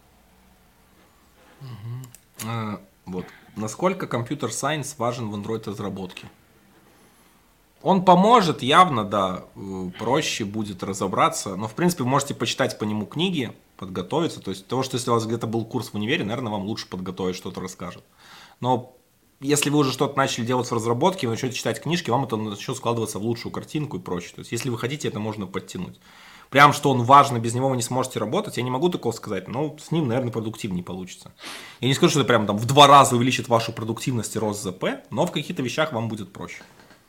Угу. А, вот. Насколько компьютер-сайенс важен в Android-разработке? Он поможет, явно, да, проще будет разобраться, но, в принципе, вы можете почитать по нему книги, подготовиться, то есть того, что если у вас где-то был курс в универе, наверное, вам лучше подготовить, что-то расскажет. Но если вы уже что-то начали делать в разработке, вы начнете читать книжки, вам это начнет складываться в лучшую картинку и прочее. То есть если вы хотите, это можно подтянуть. Прям, что он важно, без него вы не сможете работать, я не могу такого сказать, но с ним, наверное, продуктивнее получится. Я не скажу, что это прям там в два раза увеличит вашу продуктивность и рост ЗП, но в каких-то вещах вам будет проще.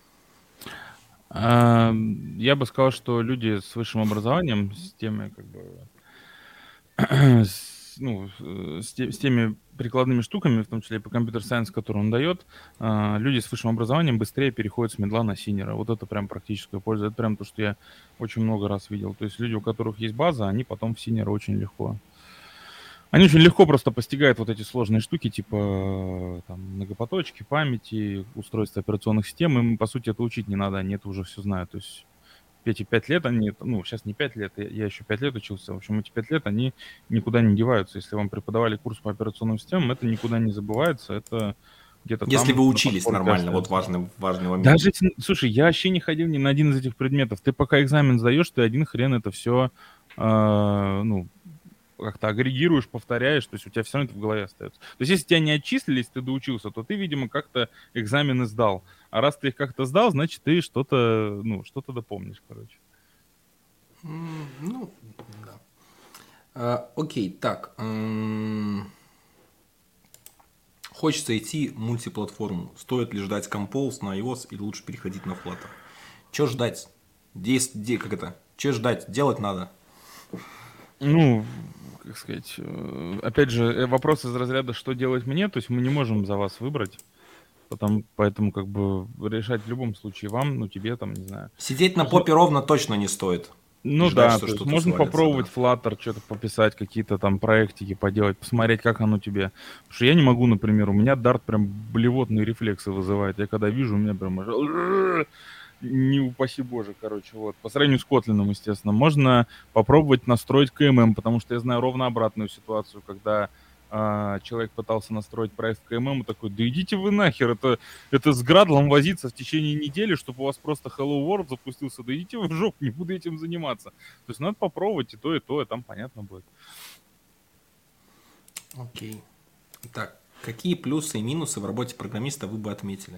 Я бы сказал, что люди с высшим образованием, с теми, как бы, с, ну, с, те, с теми прикладными штуками, в том числе и по компьютер-сайенс, который он дает, люди с высшим образованием быстрее переходят с медла на синера. Вот это прям практическая польза. Это прям то, что я очень много раз видел. То есть люди, у которых есть база, они потом в синера очень легко. Они очень легко просто постигают вот эти сложные штуки, типа там, многопоточки, памяти, устройства операционных систем. Им, по сути, это учить не надо, они это уже все знают. То есть эти пять лет, они, ну, сейчас не пять лет, я, я еще пять лет учился, в общем, эти пять лет, они никуда не деваются. Если вам преподавали курс по операционным системам, это никуда не забывается, это где-то Если там вы на учились подкорке нормально, вот остается. важный, важный момент. Даже, если- слушай, я вообще не ходил ни на один из этих предметов. Ты пока экзамен сдаешь, ты один хрен это все, ну, как-то агрегируешь, повторяешь, то есть у тебя все равно это в голове остается. То есть если тебя не отчислили, если ты доучился, то ты, видимо, как-то экзамены сдал. А раз ты их как-то сдал, значит, ты что-то, ну, что-то допомнишь, короче. М, Ну, да. А, окей, так. м, Хочется идти в мультиплатформу. Стоит ли ждать Compose на iOS или лучше переходить на Flutter? Че ждать? Здесь, где, как это? Че ждать? Делать надо. Ну, как сказать, э, опять же, э, вопрос из разряда, что делать мне, то есть мы не можем за вас выбрать, потом, поэтому как бы решать в любом случае вам, ну, тебе там, не знаю. Сидеть на То есть, ну, попе ровно точно не стоит. И ну ждать, да, что то есть что-то можно свалится, попробовать да. Flutter, что-то пописать, какие-то там проектики поделать, посмотреть, как оно тебе. Потому что я не могу, например, у меня Dart прям блевотные рефлексы вызывает. Я когда вижу, у меня прям аж не упаси боже, короче, вот. По сравнению с Kotlin, естественно. Можно попробовать настроить кей эм эм, потому что я знаю ровно обратную ситуацию, когда а, человек пытался настроить проект в кей эм эм и такой, да идите вы нахер, это, это с Градлом возиться в течение недели, чтобы у вас просто Hello World запустился, да идите вы в жопу, не буду этим заниматься. То есть надо попробовать и то, и то, и там понятно будет. Окей. Так, какие плюсы и минусы в работе программиста вы бы отметили?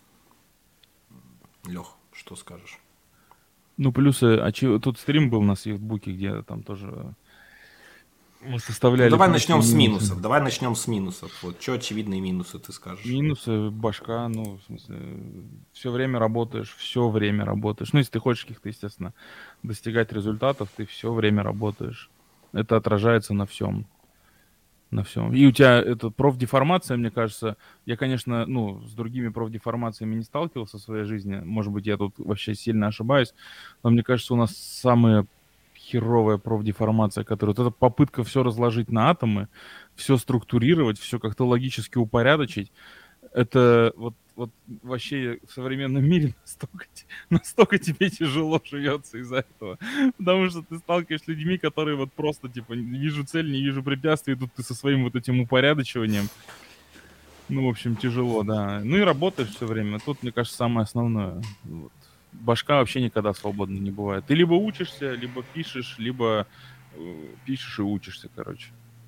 Лех, что скажешь? Ну, плюсы, а че- тут стрим был на Свифтбуке, где там тоже мы Ну, составляли давай плюсы и начнем с минусы. минусов. Давай начнем с минусов. Вот что очевидные минусы ты скажешь? Минусы башка, ну, в смысле, все время работаешь, все время работаешь. Ну, если ты хочешь каких-то, естественно, достигать результатов, ты все время работаешь. Это отражается на всем. На всем. И у тебя это профдеформация, мне кажется, я, конечно, ну, с другими профдеформациями не сталкивался в своей жизни. Может быть, я тут вообще сильно ошибаюсь, но мне кажется, у нас самая херовая профдеформация, которая... Вот эта попытка все разложить на атомы, все структурировать, все как-то логически упорядочить, это вот, вот вообще в современном мире настолько, те- настолько тебе тяжело живется из-за этого. Потому что ты сталкиваешься с людьми, которые вот просто, типа, не вижу цель, не вижу препятствий, и тут ты со своим вот этим упорядочиванием. Ну, в общем, тяжело, да. Ну и работаешь все время. Тут, мне кажется, самое основное. Вот. Башка вообще никогда свободной не бывает. Ты либо учишься, либо пишешь, либо э, пишешь и учишься, короче.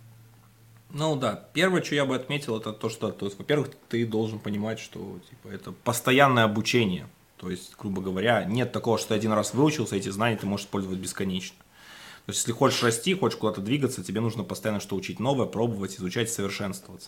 Ну да, первое, что я бы отметил, это то, что, то есть, во-первых, ты должен понимать, что типа, это постоянное обучение. То есть, грубо говоря, нет такого, что ты один раз выучился, эти знания ты можешь использовать бесконечно. То есть, если хочешь расти, хочешь куда-то двигаться, тебе нужно постоянно что учить новое, пробовать, изучать, совершенствоваться.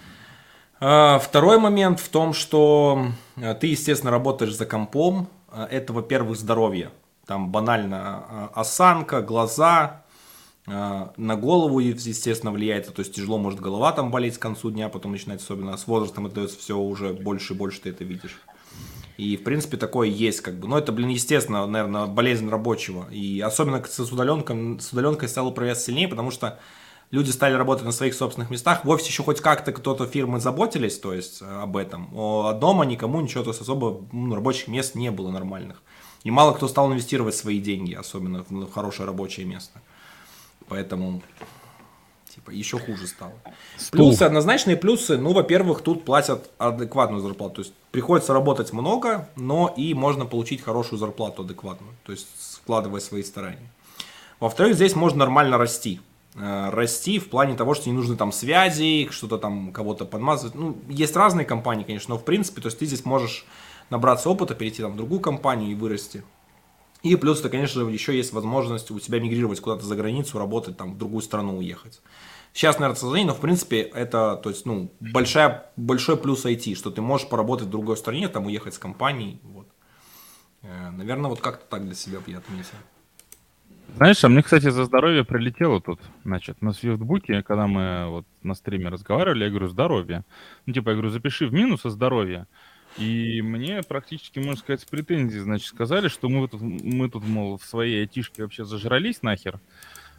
А, Второй момент в том, что а, ты, естественно, работаешь за компом. А, Это, во-первых, здоровье. Там банально а, осанка, глаза, а, на голову, естественно, влияет. То есть тяжело может голова там болеть к концу дня, потом начинать, особенно с возрастом, это все уже больше и больше ты это видишь. И, в принципе, такое есть, как бы. Но это, блин, естественно, наверное, болезнь рабочего. И особенно с удаленкой, с удаленкой стало проявляться сильнее, потому что люди стали работать на своих собственных местах. В офисе еще хоть как-то кто-то фирмы заботились, то есть об этом. А дома никому ничего, то есть особо ну, рабочих мест не было нормальных. И мало кто стал инвестировать свои деньги, особенно в хорошее рабочее место. Поэтому, типа, еще хуже стало. Стул. Плюсы, однозначные плюсы. Ну, во-первых, тут платят адекватную зарплату. То есть приходится работать много, но и можно получить хорошую зарплату адекватную. То есть вкладывая свои старания. Во-вторых, здесь можно нормально расти. Э, Расти в плане того, что не нужны там связи, что-то там кого-то подмазывать. Ну, есть разные компании, конечно, но в принципе, то есть ты здесь можешь набраться опыта, перейти там в другую компанию и вырасти. И плюс, это, конечно, еще есть возможность у тебя мигрировать куда-то за границу, работать там в другую страну, уехать. Сейчас, наверное, сложнее, но в принципе это, то есть, ну, большая, большой плюс ай ти, что ты можешь поработать в другой стране, там уехать с компанией. Вот. Э, Наверное, вот как-то так для себя бы я отметил. Знаешь, а мне, кстати, за здоровье прилетело тут, значит, на Свифтбуке, когда мы вот на стриме разговаривали, я говорю, здоровье. Ну, типа, я говорю, запиши в минус, а здоровье. И мне практически, можно сказать, с претензией, значит, сказали, что мы тут, мы тут, мол, в своей айтишке вообще зажрались нахер.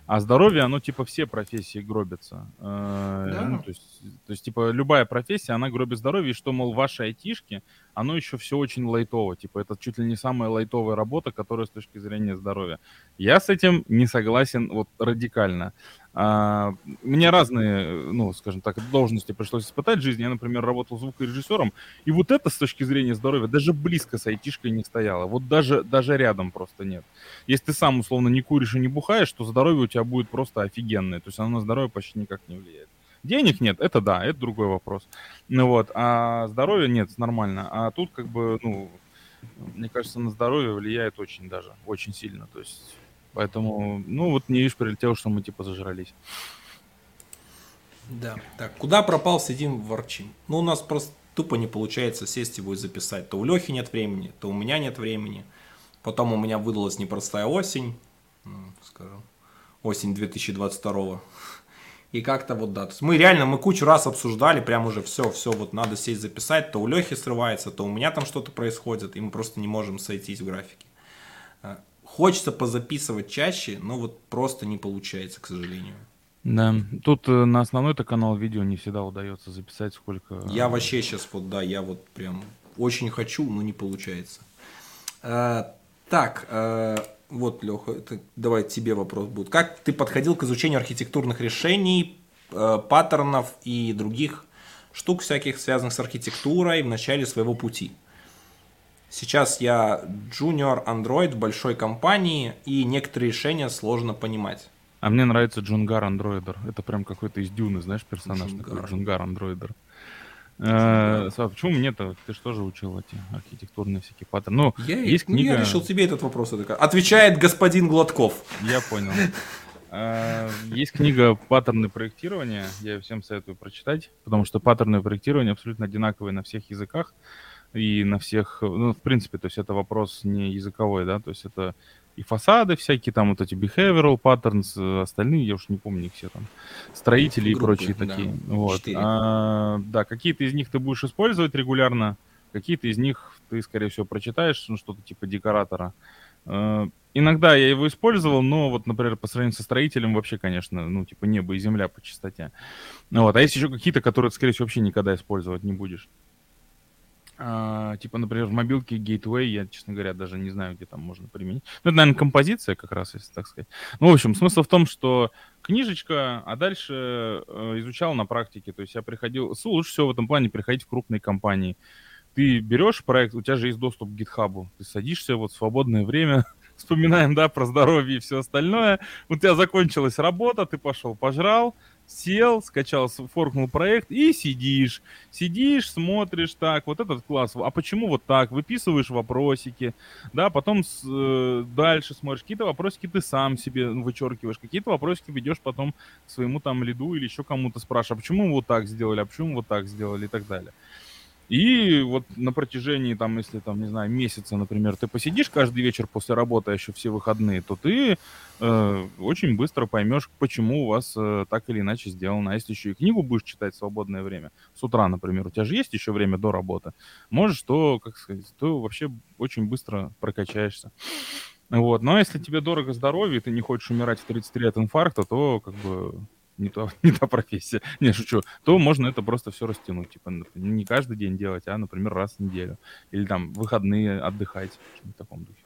А здоровье, оно типа все профессии гробятся. Э, Ну, Да. то есть, то есть, типа, любая профессия, она гробит здоровье, и что, мол, ваши айтишки, оно еще все очень лайтово. Типа, это чуть ли не самая лайтовая работа, которая с точки зрения здоровья. Я с этим не согласен вот радикально. А, Мне разные, ну, скажем так, должности пришлось испытать в жизни. Я, например, работал звукорежиссером, и вот это с точки зрения здоровья даже близко с айтишкой не стояло. Вот даже, даже рядом просто нет. Если ты сам, условно, не куришь и не бухаешь, то здоровье у тебя будет просто офигенное. То есть оно на здоровье почти никак не влияет. Денег нет, это да, это другой вопрос. Ну вот, а здоровья нет, нормально. А тут как бы, ну, мне кажется, на здоровье влияет очень даже, очень сильно. То есть, поэтому, ну вот мне лишь прилетело, что мы типа зажрались. Да. Так, куда пропал, сидим, ворчим. Ну, у нас просто тупо не получается сесть его и записать. То у Лехи нет времени, то у меня нет времени. Потом у меня выдалась непростая осень, м, скажем, осень две тысячи двадцать второго. И как-то вот да. То есть мы реально, мы кучу раз обсуждали, прям уже все, все, вот надо сесть записать. То у Лехи срывается, то у меня там что-то происходит, и мы просто не можем сойтись в графике. А, Хочется позаписывать чаще, но вот просто не получается, к сожалению. Да, тут э, на основной-то канал видео не всегда удается записать сколько... Я э, вообще сейчас вот, да, я вот прям очень хочу, но не получается. А, так, а, вот, Леха, это, давай тебе вопрос будет. Как ты подходил к изучению архитектурных решений, э, паттернов и других штук всяких, связанных с архитектурой в начале своего пути? Сейчас я junior Android в большой компании, и некоторые решения сложно понимать. А мне нравится Джунгар Андроидер. Это прям какой-то из Дюны, знаешь, персонаж такой, Джунгар. Джунгар Андроидер. Джунгар. Э, Слав, почему мне-то? Ты же тоже учил эти архитектурные всякие паттерны. Ну, Я, есть ну, я книга, решил тебе этот вопрос. Отвечает господин Гладков. я понял. Э, Есть книга «Паттерны проектирования», я ее всем советую прочитать, потому что паттерны проектирования абсолютно одинаковые на всех языках и на всех, ну, в принципе, то есть это вопрос не языковой, да, то есть это и фасады всякие, там вот эти behavioral patterns, э, остальные, я уж не помню их все там, строители и Группы, прочие да. такие, вот. Четыре. А, да, какие-то из них ты будешь использовать регулярно, какие-то из них ты, скорее всего, прочитаешь, ну, что-то типа декоратора. Э, Иногда я его использовал, но вот, например, по сравнению со строителем вообще, конечно, ну, типа небо и земля по частоте. Ну, вот. А есть еще какие-то, которые ты, скорее всего, вообще никогда использовать не будешь. А, типа, например, в мобилке Gateway, я, честно говоря, даже не знаю, где там можно применить. Ну, это, наверное, композиция как раз, если так сказать. Ну, в общем, смысл в том, что книжечка, а дальше э, изучал на практике. То есть я приходил... с- Лучше всего в этом плане приходить в крупные компании. Ты берешь проект, у тебя же есть доступ к гитхабу. Ты садишься вот в свободное время, вспоминаем, да, про здоровье и все остальное. У тебя закончилась работа, ты пошел пожрал, сел, скачал, с- форкнул проект и сидишь. Сидишь, смотришь, так, вот этот класс, а почему вот так? Выписываешь вопросики, да, потом с- э, дальше смотришь, какие-то вопросики ты сам себе вычеркиваешь, какие-то вопросики ведешь потом к своему там лиду или еще кому-то спрашиваешь, а почему вы вот так сделали, а почему вот так сделали и так далее. И вот на протяжении, там, если, там, не знаю, месяца, например, ты посидишь каждый вечер после работы, а еще все выходные, то ты э, очень быстро поймешь, почему у вас э, так или иначе сделано. А если еще и книгу будешь читать в свободное время, с утра, например, у тебя же есть еще время до работы, можешь, то, как сказать, то вообще очень быстро прокачаешься. Вот. Но если тебе дорого здоровье, и ты не хочешь умирать в тридцать три от инфаркта, то как бы не, то, не та профессия. Не, шучу. То можно это просто все растянуть. Типа н- не каждый день делать, а, например, раз в неделю. Или там выходные отдыхать. Что-нибудь в таком духе.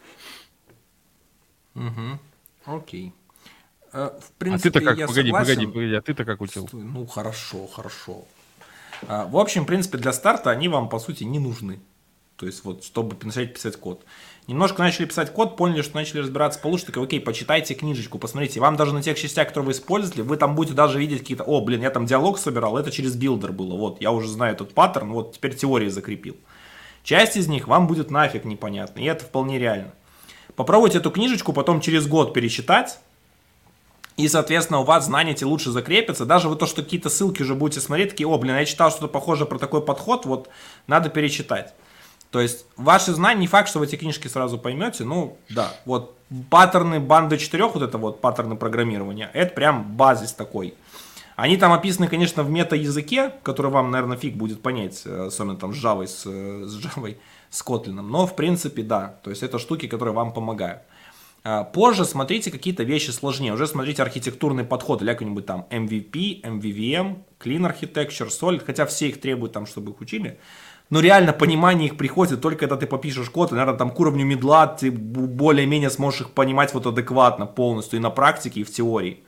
Угу. Окей. Э, В А ты-то принципе, как? я Погоди, погоди, согласен. погоди. А ты-то как учил? Стой, ну, хорошо, хорошо. А, В общем, в принципе, для старта они вам, по сути, не нужны. То есть, вот, чтобы начать писать код. Немножко начали писать код, поняли, что начали разбираться получше, такой, окей, почитайте книжечку, посмотрите. Вам даже на тех частях, которые вы использовали, вы там будете даже видеть какие-то, о, блин, я там диалог собирал, это через билдер было, вот, я уже знаю этот паттерн, вот, теперь теории закрепил. Часть из них вам будет нафиг непонятна, и это вполне реально. Попробуйте эту книжечку потом через год перечитать, и, соответственно, у вас знания эти лучше закрепятся. Даже вы то, что какие-то ссылки уже будете смотреть, такие, о, блин, я читал что-то похожее про такой подход, вот, надо перечитать. То есть, ваши знания, не факт, что вы эти книжки сразу поймете, ну, да, вот, паттерны банды четырех, вот это вот, паттерны программирования, это прям базис такой. Они там описаны, конечно, в мета-языке, который вам, наверное, фиг будет понять, особенно там с Java, с, с Java, с Kotlin, но, в принципе, да, то есть, это штуки, которые вам помогают. Позже смотрите какие-то вещи сложнее. Уже смотрите архитектурный подход, или какой-нибудь там эм ви пи, эм ви ви эм, Clean Architecture, Solid, хотя все их требуют там, чтобы их учили. Но реально понимание их приходит только когда ты попишешь код, и, наверное, там к уровню мидла ты более-менее сможешь их понимать вот адекватно полностью и на практике, и в теории.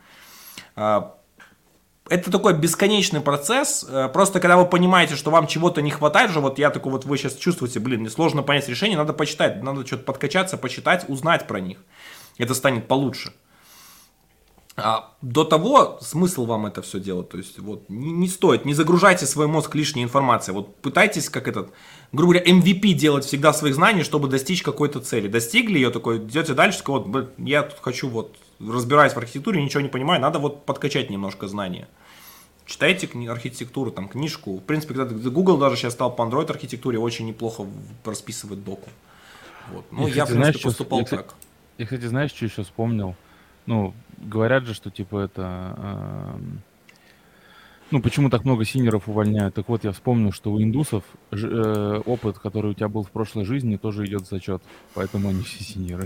Это такой бесконечный процесс, просто когда вы понимаете, что вам чего-то не хватает же, вот я такой вот, вы сейчас чувствуете, блин, мне сложно понять решение, надо почитать, надо что-то подкачаться, почитать, узнать про них, это станет получше. А до того смысл вам это все делать, то есть вот не, не стоит, не загружайте свой мозг лишней информацией, вот пытайтесь как этот, грубо говоря, эм ви пи делать всегда своих знаний, чтобы достичь какой-то цели, достигли ее, такой, идете дальше, такой, вот, я тут хочу вот, разбираюсь в архитектуре, ничего не понимаю, надо вот подкачать немножко знания. Читайте кни- архитектуру, там, книжку. В принципе, когда Google даже сейчас стал по Android архитектуре очень неплохо в- расписывать доку. Вот. Ну, Я, я, в кстати, знаешь, принципе, что, поступал я, кстати, так. я, кстати, знаешь, что еще вспомнил? Ну, говорят же, что типа это... эм, ну, почему так много синеров увольняют? Так вот, я вспомнил, что у индусов ж- э, опыт, который у тебя был в прошлой жизни, тоже идет в зачет. Поэтому они все синеры.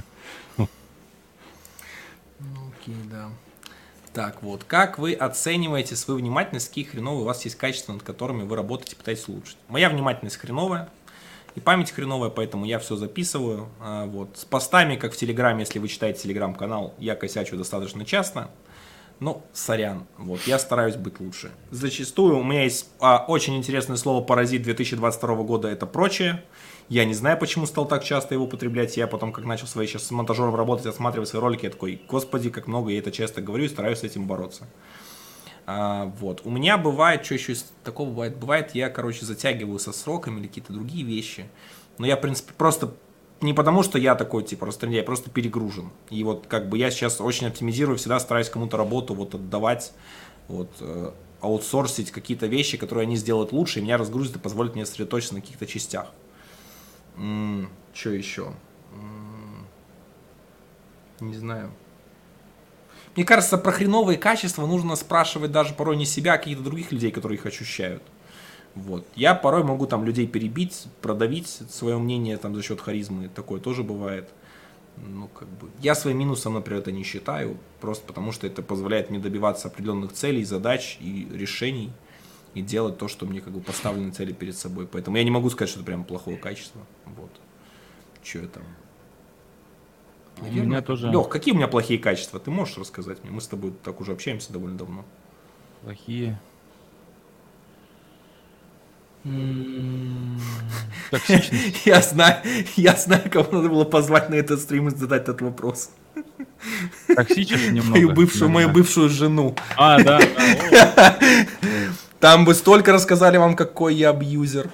Ну, окей, да. Так вот, как вы оцениваете свою внимательность, какие хреновые у вас есть качества, над которыми вы работаете, пытаетесь улучшить? Моя внимательность хреновая, и память хреновая, поэтому я все записываю. А, вот. С постами, как в Телеграме, если вы читаете Телеграм-канал, я косячу достаточно часто. Ну, сорян, вот, я стараюсь быть лучше. Зачастую у меня есть а, очень интересное слово «паразит» две тысячи двадцать второго года, это прочее. Я не знаю, почему стал так часто его употреблять. Я потом, как начал свои сейчас с монтажером работать, осматривать свои ролики, я такой, господи, как много я это часто говорю и стараюсь с этим бороться. А, вот, у меня бывает, что еще из такого бывает, бывает, я, короче, затягиваю со сроками или какие-то другие вещи. Но я, в принципе, просто не потому, что я такой, типа, растрендяй, я просто перегружен. И вот, как бы, я сейчас очень оптимизирую, всегда стараюсь кому-то работу вот отдавать, вот, э, аутсорсить какие-то вещи, которые они сделают лучше, и меня разгрузят и позволят мне сосредоточиться на каких-то частях. М, что еще? М, Не знаю. Мне кажется, про хреновые качества нужно спрашивать даже порой не себя, а каких-то других людей, которые их ощущают. Вот. Я порой могу там людей перебить, продавить свое мнение там за счет харизмы, такое тоже бывает. Ну, как бы. Я своим минусом, например, это не считаю, просто потому что это позволяет мне добиваться определенных целей, задач и решений, и делать то, что мне как бы поставлены цели перед собой. Поэтому я не могу сказать, что это прям плохое качество. Вот. Че я там? У меня тоже Лех, какие у меня плохие качества? Ты можешь рассказать мне? Мы с тобой так уже общаемся довольно давно. плохие. М, Токсичность. Я знаю, я знаю, кого надо было позвать на этот стрим и задать этот вопрос. Токсичишь Мою немного бывшую, мою иногда. бывшую жену. А, да, да. О, Там бы столько рассказали вам, какой я абьюзер.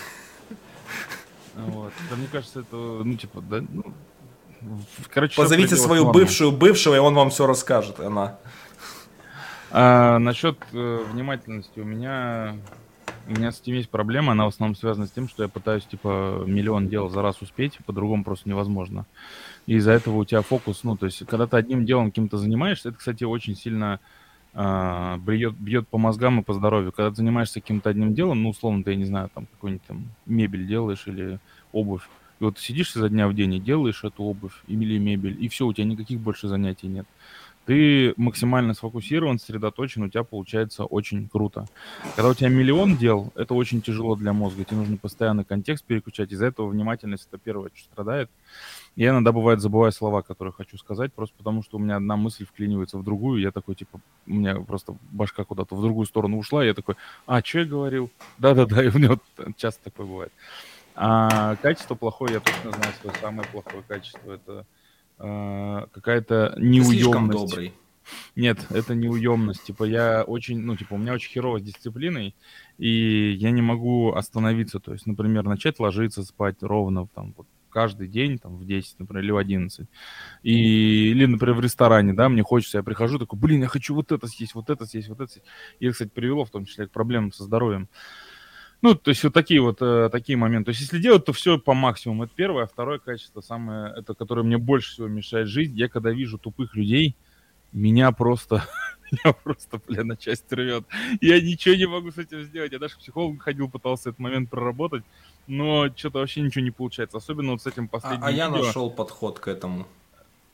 вот. Да, мне кажется, это, ну, типа, да, ну, в- короче, всё в Позовите пределах свою нормы. бывшую бывшего, и он вам все расскажет. Она. А, насчет э, внимательности у меня у меня с этим есть проблема, она в основном связана с тем, что я пытаюсь типа миллион дел за раз успеть, по-другому просто невозможно. И из-за этого у тебя фокус, ну, то есть, когда ты одним делом каким-то занимаешься, это, кстати, очень сильно а, бьет, бьет по мозгам и по здоровью. Когда ты занимаешься каким-то одним делом, ну, условно, ты, я не знаю, там, какую-нибудь там мебель делаешь или обувь, и вот ты сидишь изо дня в день и делаешь эту обувь или мебель, и все, у тебя никаких больше занятий нет. Ты максимально сфокусирован, сосредоточен, у тебя получается очень круто. Когда у тебя миллион дел, это очень тяжело для мозга, тебе нужно постоянно контекст переключать, из-за этого внимательность это первое, что страдает. Я иногда, бывает, забываю слова, которые хочу сказать, просто потому что у меня одна мысль вклинивается в другую, и я такой, типа, у меня просто башка куда-то в другую сторону ушла, и я такой, а, что я говорил? Да-да-да, и у меня вот часто такое бывает. А качество плохое, я точно знаю свое самое плохое качество, это а, какая-то Ты слишком неуемность. добрый. Нет, это неуемность. Типа я очень, ну, типа у меня очень херово с дисциплиной, и я не могу остановиться. То есть, например, начать ложиться спать ровно там вот каждый день, там, в десять, например, или в одиннадцать. И, или, например, в ресторане, да, мне хочется, я прихожу, такой, блин, я хочу вот это съесть, вот это съесть, вот это съесть. И это, кстати, привело в том числе к проблемам со здоровьем. Ну, то есть вот такие вот э, такие моменты. То есть если делать, то все по максимуму. Это первое. А второе качество, самое, это которое мне больше всего мешает жить, я когда вижу тупых людей, меня просто, меня просто, бля, на части рвет. Я ничего не могу с этим сделать. Я даже к психологу ходил, пытался этот момент проработать, но что-то вообще ничего не получается. Особенно вот с этим А, а последним я видео. нашел подход к этому.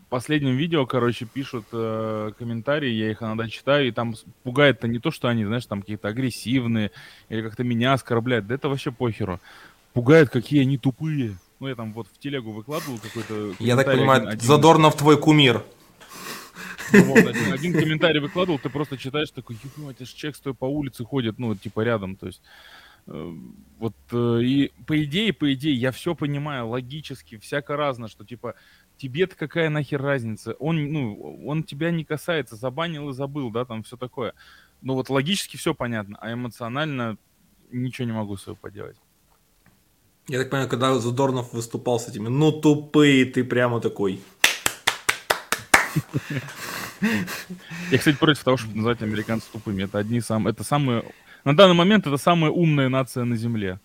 последнем видео, короче, пишут э, комментарии, я их иногда читаю, и там с- пугает-то не то, что они, знаешь, там какие-то агрессивные или как-то меня оскорбляют, да это вообще похеру. Пугает, какие они тупые. Ну, я там вот в телегу выкладывал какой-то Я так комментарий один, понимаю, один, Задорнов твой кумир. ну вот, один, один комментарий выкладывал, ты просто читаешь такой, ебать, это ж человек, что по улице ходит, ну, вот, типа рядом, то есть э, вот, э, и по идее, по идее, я все понимаю логически, всяко разно, что, типа, тебе-то какая нахер разница, он, ну, он тебя не касается, забанил и забыл, да, там все такое. Ну вот логически все понятно, а эмоционально ничего не могу с собой поделать. Я так понимаю, когда Задорнов выступал с этими, ну тупые, ты прямо такой. Я, кстати, против того, чтобы называть американцев тупыми. Это одни из самых... Это самые... На данный момент это самая умная нация на Земле.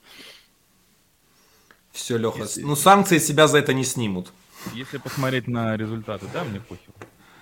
Все, Леха, ну Если, санкции себя за это не снимут. если посмотреть на результаты, да, мне похер.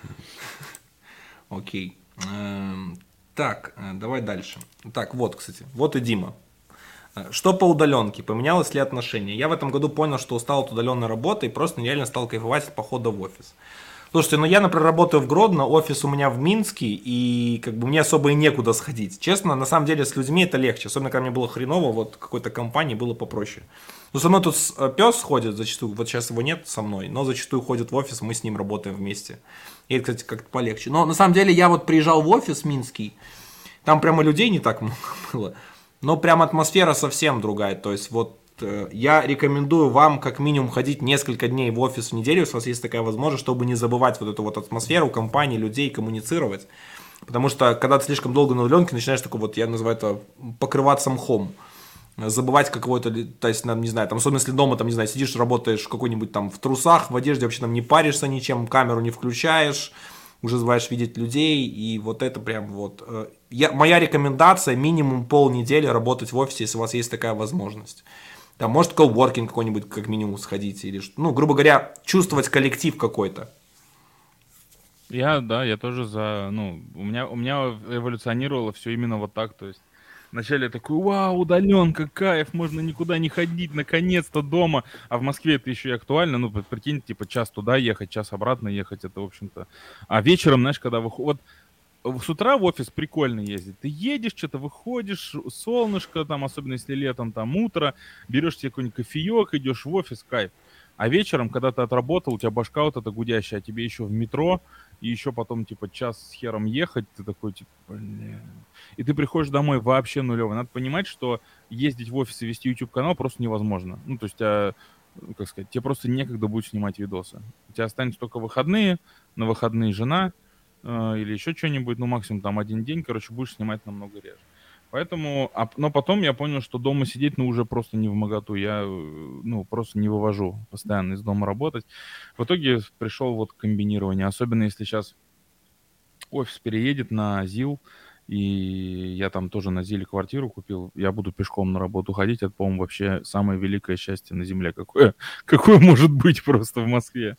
Окей. Эм, Так, э, давай дальше. Так, вот, кстати, вот и Дима. Э, Что по удаленке? Поменялось ли отношение? Я в этом году понял, что устал от удаленной работы и просто нереально стал кайфовать от похода в офис. Слушайте, ну я, например, работаю в Гродно, офис у меня в Минске, и как бы мне особо и некуда сходить. Честно, на самом деле с людьми это легче, особенно когда мне было хреново, вот какой-то компании было попроще. Ну, со мной тут с- э, пес ходит зачастую, вот сейчас его нет со мной, но зачастую ходит в офис, мы с ним работаем вместе. И это, кстати, как-то полегче. Но на самом деле я вот приезжал в офис минский, там прямо людей не так много было, но прям атмосфера совсем другая. То есть вот э, я рекомендую вам как минимум ходить несколько дней в офис в неделю, если у вас есть такая возможность, чтобы не забывать вот эту вот атмосферу компании, людей, коммуницировать. Потому что когда ты слишком долго на удаленке, начинаешь такой вот, я называю это, покрываться мхом. Забывать какое-то, то есть, нам, не знаю, там, особенно если дома, там, не знаю, сидишь, работаешь какой-нибудь там в трусах, в одежде, вообще там не паришься ничем, камеру не включаешь, уже забываешь видеть людей, и вот это прям вот... э, Я, моя рекомендация минимум полнедели работать в офисе, если у вас есть такая возможность. Там, может, колл-воркинг какой-нибудь как минимум сходить, или, что- ну, грубо говоря, чувствовать коллектив какой-то. Я, да, я тоже за, ну, у меня, у меня эволюционировало все именно вот так, то есть вначале я такой, вау, удаленка, кайф, можно никуда не ходить, наконец-то дома, а в Москве это еще и актуально, ну, при- прикинь, типа час туда ехать, час обратно ехать, это, в общем-то, а вечером, знаешь, когда выходит, в- с утра в офис прикольно ездить. Ты едешь, что-то выходишь, солнышко, там, особенно если летом, там, утро, берешь себе какой-нибудь кофеек, идешь в офис, кайф. А вечером, когда ты отработал, у тебя башка вот эта гудящая, а тебе еще в метро, и еще потом, типа, час с хером ехать, ты такой, типа, блин. И ты приходишь домой вообще нулевый. Надо понимать, что ездить в офис и вести YouTube-канал просто невозможно. Ну, то есть, а, ну, как сказать, тебе просто некогда будет снимать видосы. У тебя останется только выходные, на выходные жена, э, или еще что-нибудь, ну, максимум там один день, короче, будешь снимать намного реже. Поэтому, а, но потом я понял, что дома сидеть, ну, уже просто не в моготу. Я, э, ну, просто не вывожу постоянно из дома работать. В итоге пришел вот к комбинированию. Особенно если сейчас офис переедет на ЗИЛ, и я там тоже на ЗИЛе квартиру купил, я буду пешком на работу ходить. Это, по-моему, вообще самое великое счастье на земле. Какое, какое может быть просто в Москве.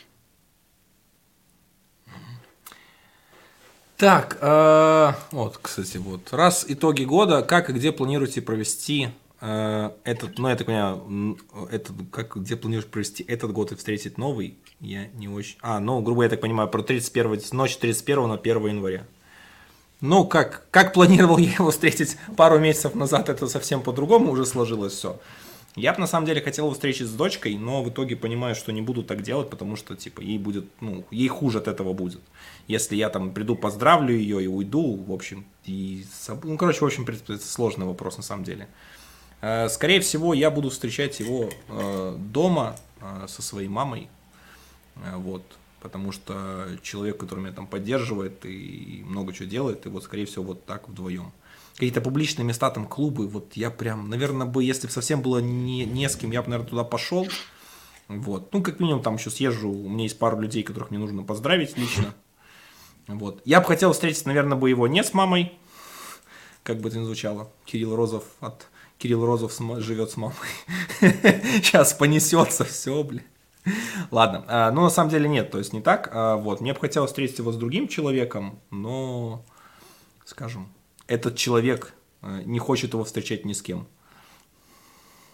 Так, э, вот, кстати, вот. Раз итоги года, как и где планируете провести э, этот, ну, я так понимаю, м, этот, как, где планируешь провести этот год и встретить новый? Я не очень... А, ну, грубо я так понимаю, про тридцать первого, ночь тридцать первого на первое января. Ну, как, как планировал я его встретить пару месяцев назад, это совсем по-другому уже сложилось все. Я бы на самом деле хотел его встретить с дочкой, но в итоге понимаю, что не буду так делать, потому что, типа, ей будет, ну, ей хуже от этого будет. Если я там приду, поздравлю ее и уйду, в общем, и, ну, короче, в общем, в принципе, это сложный вопрос на самом деле. Э, Скорее всего, я буду встречать его э, дома э, со своей мамой, э, вот, потому что человек, который меня там поддерживает и много чего делает, и вот, скорее всего, вот так вдвоем. Какие-то публичные места, там, клубы, вот я прям, наверное, бы, если бы совсем было не, не с кем, я бы, наверное, туда пошел, вот, ну, как минимум, там еще съезжу, у меня есть пару людей, которых мне нужно поздравить лично, вот. Я бы хотел встретиться, наверное, бы его не с мамой, как бы это ни звучало, Кирилл Розов от... Кирилл Розов живет с мамой. Сейчас понесется все, бля. Ладно, а, ну на самом деле нет, то есть не так. А, вот, мне бы хотелось встретить его с другим человеком, но, скажем, этот человек э, не хочет его встречать ни с кем.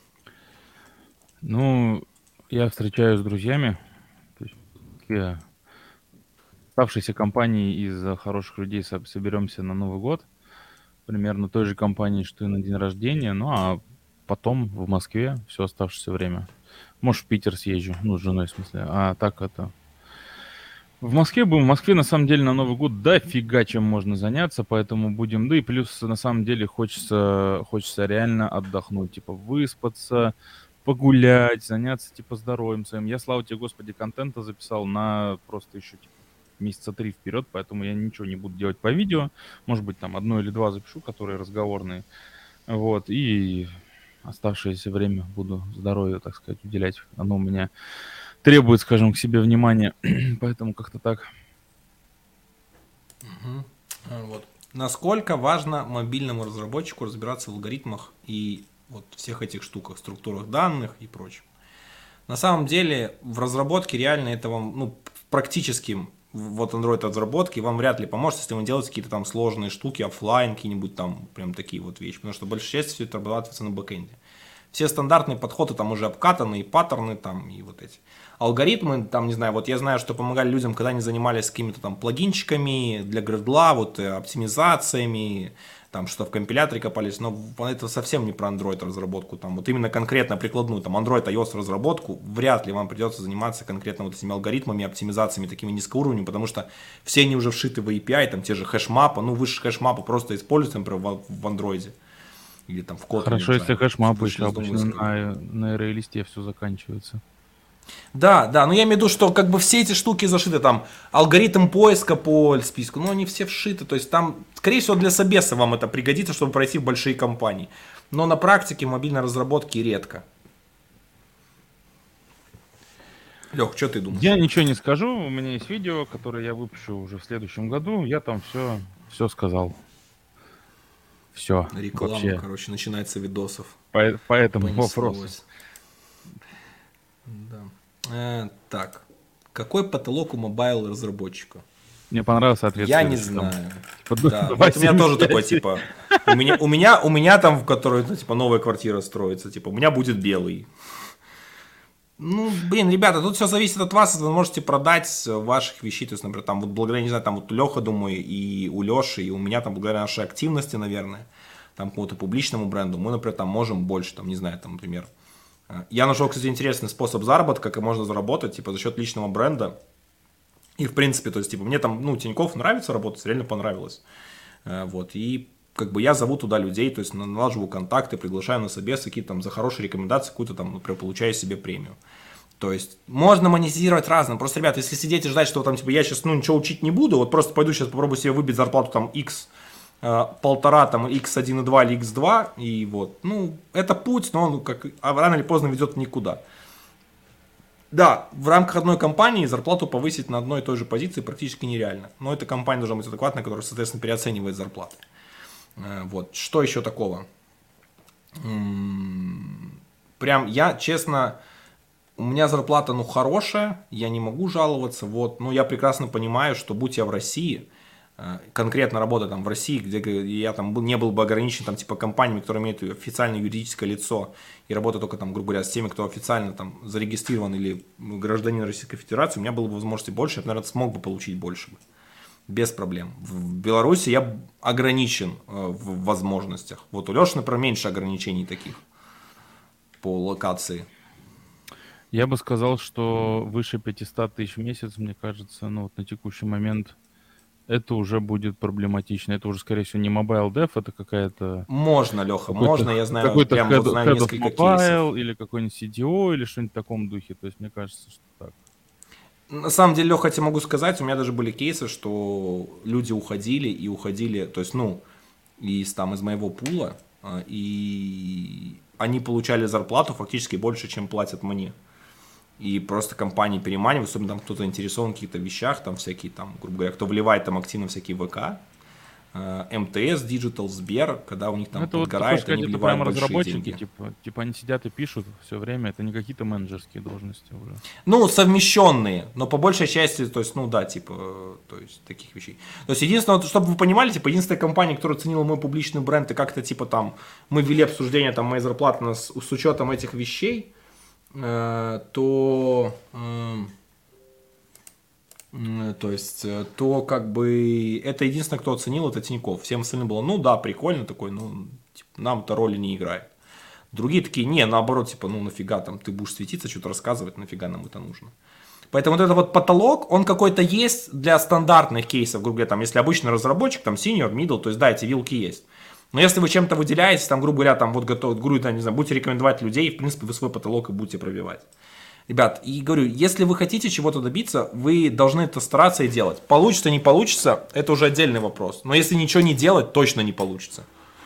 Ну, я встречаюсь с друзьями. То есть я оставшейся компанией из э, хороших людей соб- соберемся на Новый год. Примерно той же компании, что и на день рождения. Ну, а потом в Москве все оставшееся время. Может, в Питер съезжу. Ну, с женой, в смысле. А так это... В Москве будем. В Москве, на самом деле, на Новый год дофига чем можно заняться, поэтому будем. Да и плюс, на самом деле, хочется, хочется реально отдохнуть, типа выспаться, погулять, заняться, типа, здоровьем своим. Я, слава тебе, Господи, контента записал на просто еще, типа, месяца три вперед, поэтому я ничего не буду делать по видео. Может быть, там одно или два запишу, которые разговорные. Вот, и оставшееся время буду здоровью, так сказать, уделять. Оно у меня требует, скажем, к себе внимания. Поэтому как-то так. Мгм. А, Вот. Насколько важно мобильному разработчику разбираться в алгоритмах и вот всех этих штуках, структурах данных и прочем. На самом деле в разработке реально это вам, ну, практически вот Android разработки вам вряд ли поможет, если вы делаете какие-то там сложные штуки, оффлайн, какие-нибудь там прям такие вот вещи, потому что большая часть все это обрабатывается на бэкэнде. Все стандартные подходы там уже обкатаны, и паттерны там, и вот эти. Алгоритмы, там, не знаю, вот я знаю, что помогали людям, когда они занимались какими-то там плагинчиками для гридла, вот э, оптимизациями, там что в компиляторе копались, но это совсем не про Android разработку, там вот именно конкретно прикладную, там Android, iOS разработку, вряд ли вам придется заниматься конкретно вот этими алгоритмами, оптимизациями такими низкоуровневыми, потому что все они уже вшиты в эй пи ай, там те же хэшмапы, ну вы же хэшмапы просто используете, например, в, в Android или там в Kotlin, Хорошо, не если знаю, чтобы хэшмапы вы же еще не обычно задумывались как бы. на, на листе все заканчивается. Да, да, но я имею в виду, что как бы все эти штуки зашиты, там, алгоритм поиска по списку, ну, они все вшиты, то есть там, скорее всего, для собеса вам это пригодится, чтобы пройти в большие компании, но на практике в мобильной разработке редко. Лех, что ты думаешь? Я ничего не скажу, у меня есть видео, которое я выпущу уже в следующем году, я там все, все сказал. Все, Реклама, вообще, короче, начинается видосов, по, по этому вопросу. понеслось. Да. Э, так, какой потолок у мобайл разработчика? Мне понравился ответ Я не следующий там. знаю. Типа, Да, два вот у меня семь тоже такой, пять. типа, у меня, у меня, у меня там, в которой, ну, типа, новая квартира строится, типа, у меня будет белый. Ну, блин, ребята, тут все зависит от вас, вы можете продать ваших вещей, то есть, например, там, вот благодаря, не знаю, там, вот у Леха, думаю, и у Леши, и у меня, там, благодаря нашей активности, наверное, там, какому-то публичному бренду, мы, например, там, можем больше, там, не знаю, там, например, э, я нашел, кстати, интересный способ заработка, как можно заработать, типа, за счет личного бренда, и, в принципе, то есть, типа, мне там, ну, Тинькофф нравится работать, реально понравилось. Э, Вот, и как бы я зову туда людей, то есть налаживаю контакты, приглашаю на собес, какие-то там за хорошие рекомендации, какую-то там, например, получаю себе премию. То есть можно монетизировать разным. Просто, ребята, если сидеть и ждать, что там, типа, я сейчас, ну, ничего учить не буду, вот просто пойду сейчас попробую себе выбить зарплату там X э, полтора, там, икс один и два или икс два, и вот, ну, это путь, но он как а рано или поздно ведет в никуда. Да, в рамках одной компании зарплату повысить на одной и той же позиции практически нереально. Но эта компания должна быть адекватная, которая, соответственно, переоценивает зарплаты. Э, Вот, что еще такого? М, Прям я, честно, у меня зарплата, ну, хорошая, я не могу жаловаться, вот, но я прекрасно понимаю, что будь я в России, э, конкретно работа там в России, где г- я там был- не был бы ограничен там типа компаниями, которые имеют официальное юридическое лицо и работаю только там, грубо говоря, с теми, кто официально там зарегистрирован или гражданин Российской Федерации, у меня было бы возможности больше, я бы, наверное, смог бы получить больше бы. Без проблем. В Беларуси я ограничен э, в возможностях. Вот у Леши, например, меньше ограничений таких по локации. Я бы сказал, что выше пятьсот тысяч в месяц, мне кажется, ну вот на текущий момент это уже будет проблематично. Это уже, скорее всего, не mobile dev, это какая-то Можно, Леха, какой-то можно, я х- знаю, какой-то прям head, вот знаю head of несколько кейсов. mobile или какой-нибудь си ти о или что-нибудь в таком духе. То есть мне кажется, что так. На самом деле, Леха, я тебе могу сказать, у меня даже были кейсы, что люди уходили и уходили, то есть, ну, из, там, из моего пула, а, и они получали зарплату фактически больше, чем платят мне. И просто компании переманивают, особенно там кто-то интересован в каких-то вещах, там всякие, там, грубо говоря, кто вливает там активно всякие ВК, э, эм тэ эс, Digital, Сбер, когда у них Ну, там это вот, ты хочешь подгорает, они сказать, это вливают прямо большие разработчики, деньги. типа, типа они сидят и пишут все время, это не какие-то менеджерские должности уже. Ну, совмещенные, но по большей части, то есть, ну да, типа, э, то есть, таких вещей. То есть, единственное, вот, чтобы вы понимали, типа, единственная компания, которая ценила мой публичный бренд, и как-то, типа, там, мы вели обсуждение, там, моей зарплаты на- с, с учетом этих вещей, э, то, э, М, То есть, э, то как бы это единственное, кто оценил, это Тиньков. Всем остальным было, ну да, прикольно такой, ну, типа, нам-то роли не играет. Другие такие, не, наоборот, типа, ну нафига там, ты будешь светиться, что-то рассказывать, нафига нам это нужно. Поэтому вот этот вот потолок, он какой-то есть для стандартных кейсов, грубо говоря, там, если обычный разработчик, там, senior, middle, то есть, да, эти вилки есть. Но если вы чем-то выделяетесь, там, грубо говоря, там, вот готов, грубо говоря, не знаю, будете рекомендовать людей, в принципе, вы свой потолок и будете пробивать. Ребят, и говорю, если вы хотите чего-то добиться, вы должны это стараться и делать. Получится, не получится, это уже отдельный вопрос. Но если ничего не делать, точно не получится.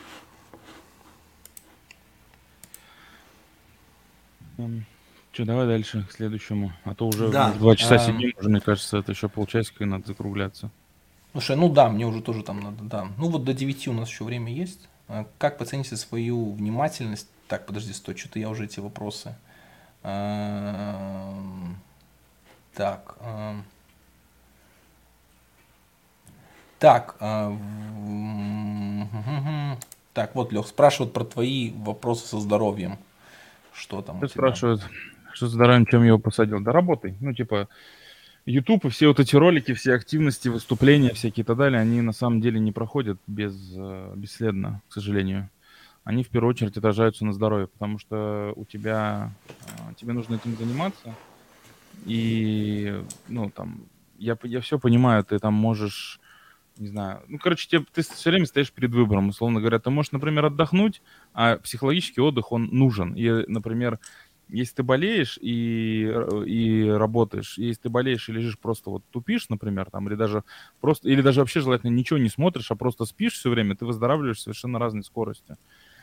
Че, давай дальше к следующему. А то уже мы Да. уже два часа эм, сидим, уже, мне кажется, это еще полчасика и надо закругляться. Слушай, ну да, мне уже тоже там надо, да. Ну вот до девяти у нас еще время есть. А как оцените свою внимательность? Так, подожди, стой, что-то я уже эти вопросы. Эм, Так, эм, так, э, в- так, вот, Лех, спрашивают про твои вопросы со здоровьем. Что там у Все тебя? спрашивают, что с здоровьем, чем я его посадил. Да работай. Ну, типа, YouTube и все вот эти ролики, все активности, выступления всякие и так далее, они на самом деле не проходят без, э, бесследно, к сожалению. Они в первую очередь отражаются на здоровье, потому что у тебя, а, тебе нужно этим заниматься. И, ну, там, я, п- я все понимаю, ты там можешь, не знаю, ну, короче, тебе, ты все время стоишь перед выбором, условно говоря. Ты можешь, например, отдохнуть, а психологический отдых, он нужен. И, например, если ты болеешь и, р- и работаешь, и если ты болеешь и лежишь просто вот тупишь, например, там, или даже просто, или даже вообще желательно ничего не смотришь, а просто спишь все время, ты выздоравливаешь совершенно разной скоростью.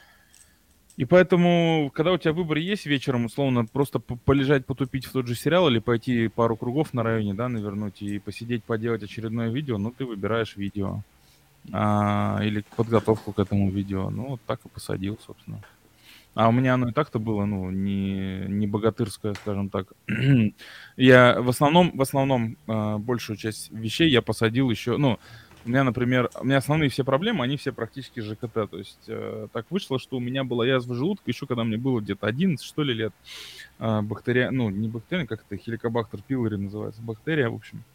И поэтому, когда у тебя выбор есть вечером, условно, просто п- полежать, потупить в тот же сериал или пойти пару кругов на районе, да, навернуть и посидеть, поделать очередное видео, ну, ты выбираешь видео. А, или подготовку к этому видео. Ну, вот так и посадил, собственно. А у меня оно и так-то было, ну, не, не богатырское, скажем так. Я в основном, в основном, а, большую часть вещей я посадил еще, ну, у меня, например, у меня основные все проблемы, они все практически ЖКТ. То есть э, так вышло, что у меня была язва желудка еще когда мне было где-то одиннадцать, что ли, лет. А, бактерия, ну, не бактерия, как это, хеликобактер пилори называется, бактерия, в общем.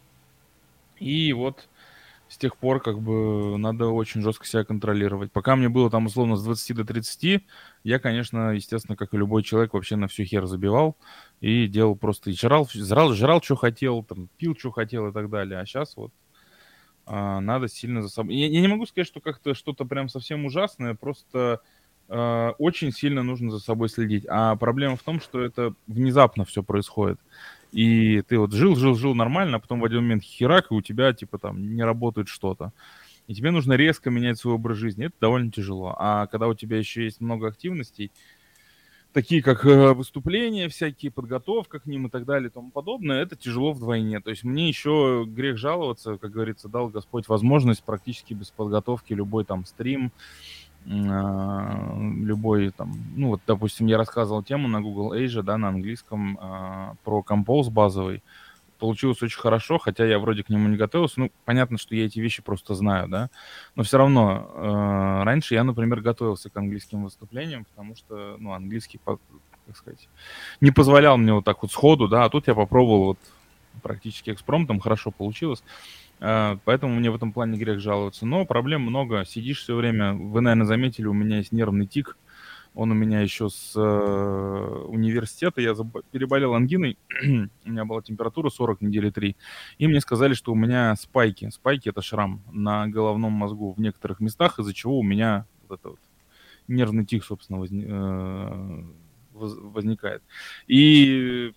И вот с тех пор как бы надо очень жестко себя контролировать. Пока мне было там условно с двадцати до тридцати, я, конечно, естественно, как и любой человек, вообще на всю хер забивал и делал просто и жрал, жрал, жрал, что хотел, там, пил, что хотел и так далее. А сейчас вот а, надо сильно за собой. Я, я не могу сказать, что как-то что-то прям совсем ужасное, просто а, очень сильно нужно за собой следить. А проблема в том, что это внезапно все происходит. И ты вот жил, жил, жил нормально, а потом в один момент херак, и у тебя типа там не работает что-то. И тебе нужно резко менять свой образ жизни. Это довольно тяжело. А когда у тебя еще есть много активностей, такие как э, выступления, всякие подготовка к ним и так далее и тому подобное, это тяжело вдвойне. То есть мне еще грех жаловаться, как говорится, дал Господь возможность практически без подготовки любой там стрим, м, а, любой там, ну вот, допустим, я рассказывал тему на Google Asia, да, на английском а, про Compose базовый. Получилось очень хорошо, хотя я вроде к нему не готовился. Ну, понятно, что я эти вещи просто знаю, да. Но все равно, э, раньше я, например, готовился к английским выступлениям, потому что, ну, английский, по- как сказать, не позволял мне вот так вот сходу, да, а тут я попробовал вот практически экспромтом, хорошо получилось. Э, Поэтому мне в этом плане грех жаловаться. Но проблем много. Сидишь все время. Вы, наверное, заметили, у меня есть нервный тик. Он у меня еще с э, университета. Я забо- переболел ангиной. У меня была температура сорок недели три. И мне сказали, что у меня спайки. Спайки — это шрам на головном мозгу в некоторых местах, из-за чего у меня вот это вот нервный тик, собственно, возни- э, воз- возникает. И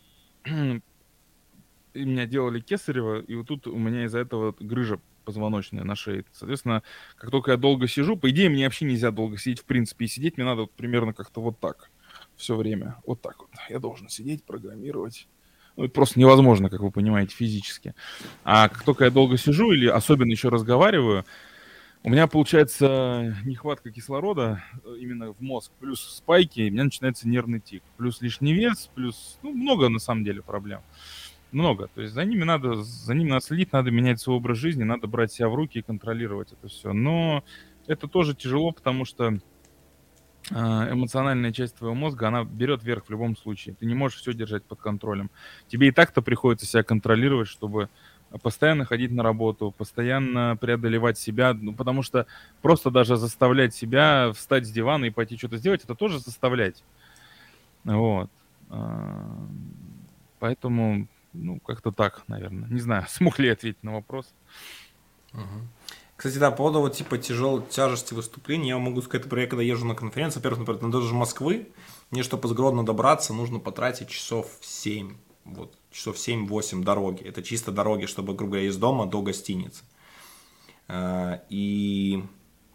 и меня делали кесарево, и вот тут у меня из-за этого вот грыжа позвоночная на шее. Соответственно, как только я долго сижу, по идее, мне вообще нельзя долго сидеть, в принципе, и сидеть мне надо вот примерно как-то вот так все время. Вот так вот. Я должен сидеть, программировать. Ну, это просто невозможно, как вы понимаете, физически. А как только я долго сижу или особенно еще разговариваю, у меня получается нехватка кислорода э, именно в мозг, плюс спайки, и у меня начинается нервный тик. Плюс лишний вес, плюс, ну, много на самом деле проблем. Много. То есть за ними надо, за ними надо следить, надо менять свой образ жизни, надо брать себя в руки и контролировать это все. Но это тоже тяжело, потому что а, эмоциональная часть твоего мозга, она берет верх в любом случае. Ты не можешь все держать под контролем. Тебе и так-то приходится себя контролировать, чтобы постоянно ходить на работу, постоянно преодолевать себя, ну, потому что просто даже заставлять себя встать с дивана и пойти что-то сделать, это тоже заставлять. Вот. А, Поэтому, ну, как-то так, наверное. Не знаю, смог ли я ответить на вопрос. Кстати, да, по поводу вот типа тяжелой тяжести выступлений, я могу сказать, например, я когда езжу на конференцию, во-первых, например, на даже Москвы, мне, чтобы из Гродно добраться, нужно потратить часов семь, вот, часов семь-восемь дороги. Это чисто дороги, чтобы, грубо говоря, из дома до гостиницы. А, И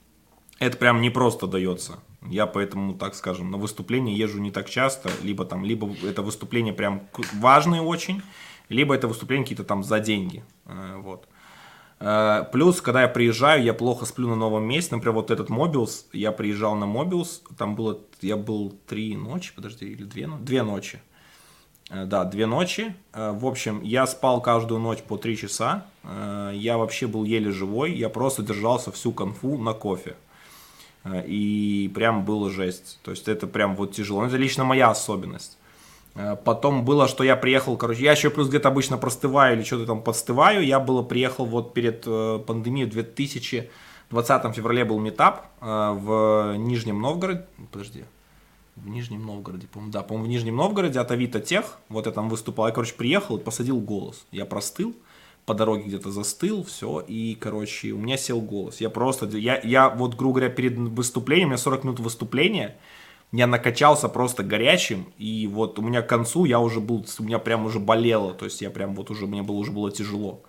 это прям не просто дается. Я поэтому, так скажем, на выступление езжу не так часто, либо там, либо это выступления прям к- важные очень, либо это выступления какие-то там за деньги, Э, вот. Э, Плюс, когда я приезжаю, я плохо сплю на новом месте. Например, вот этот Мобиус, я приезжал на Мобиус, там было, я был три ночи, подожди, или две, но- две ночи. Э, Да, две ночи. Э, В общем, я спал каждую ночь по три часа. Э, Я вообще был еле живой, я просто держался всю конфу на кофе. Э, И прям было жесть. То есть это прям вот тяжело. Это лично моя особенность. Э, Потом было, что я приехал, короче, я еще плюс где-то обычно простываю или что-то там подстываю. Я было приехал вот перед э, пандемией в две тысячи двадцатом феврале был метап э, в Нижнем Новгороде. Подожди, в Нижнем Новгороде, по-моему, да, по-моему, в Нижнем Новгороде от Авито Тех, вот я там выступал, я, короче, приехал и посадил голос. Я простыл, по дороге где-то застыл, все, и, короче, у меня сел голос. Я просто, я, я вот, грубо говоря, перед выступлением, у меня сорок минут выступления, я накачался просто горячим, и вот у меня к концу я уже был, у меня прям уже болело, то есть я прям вот уже, мне было уже было тяжело.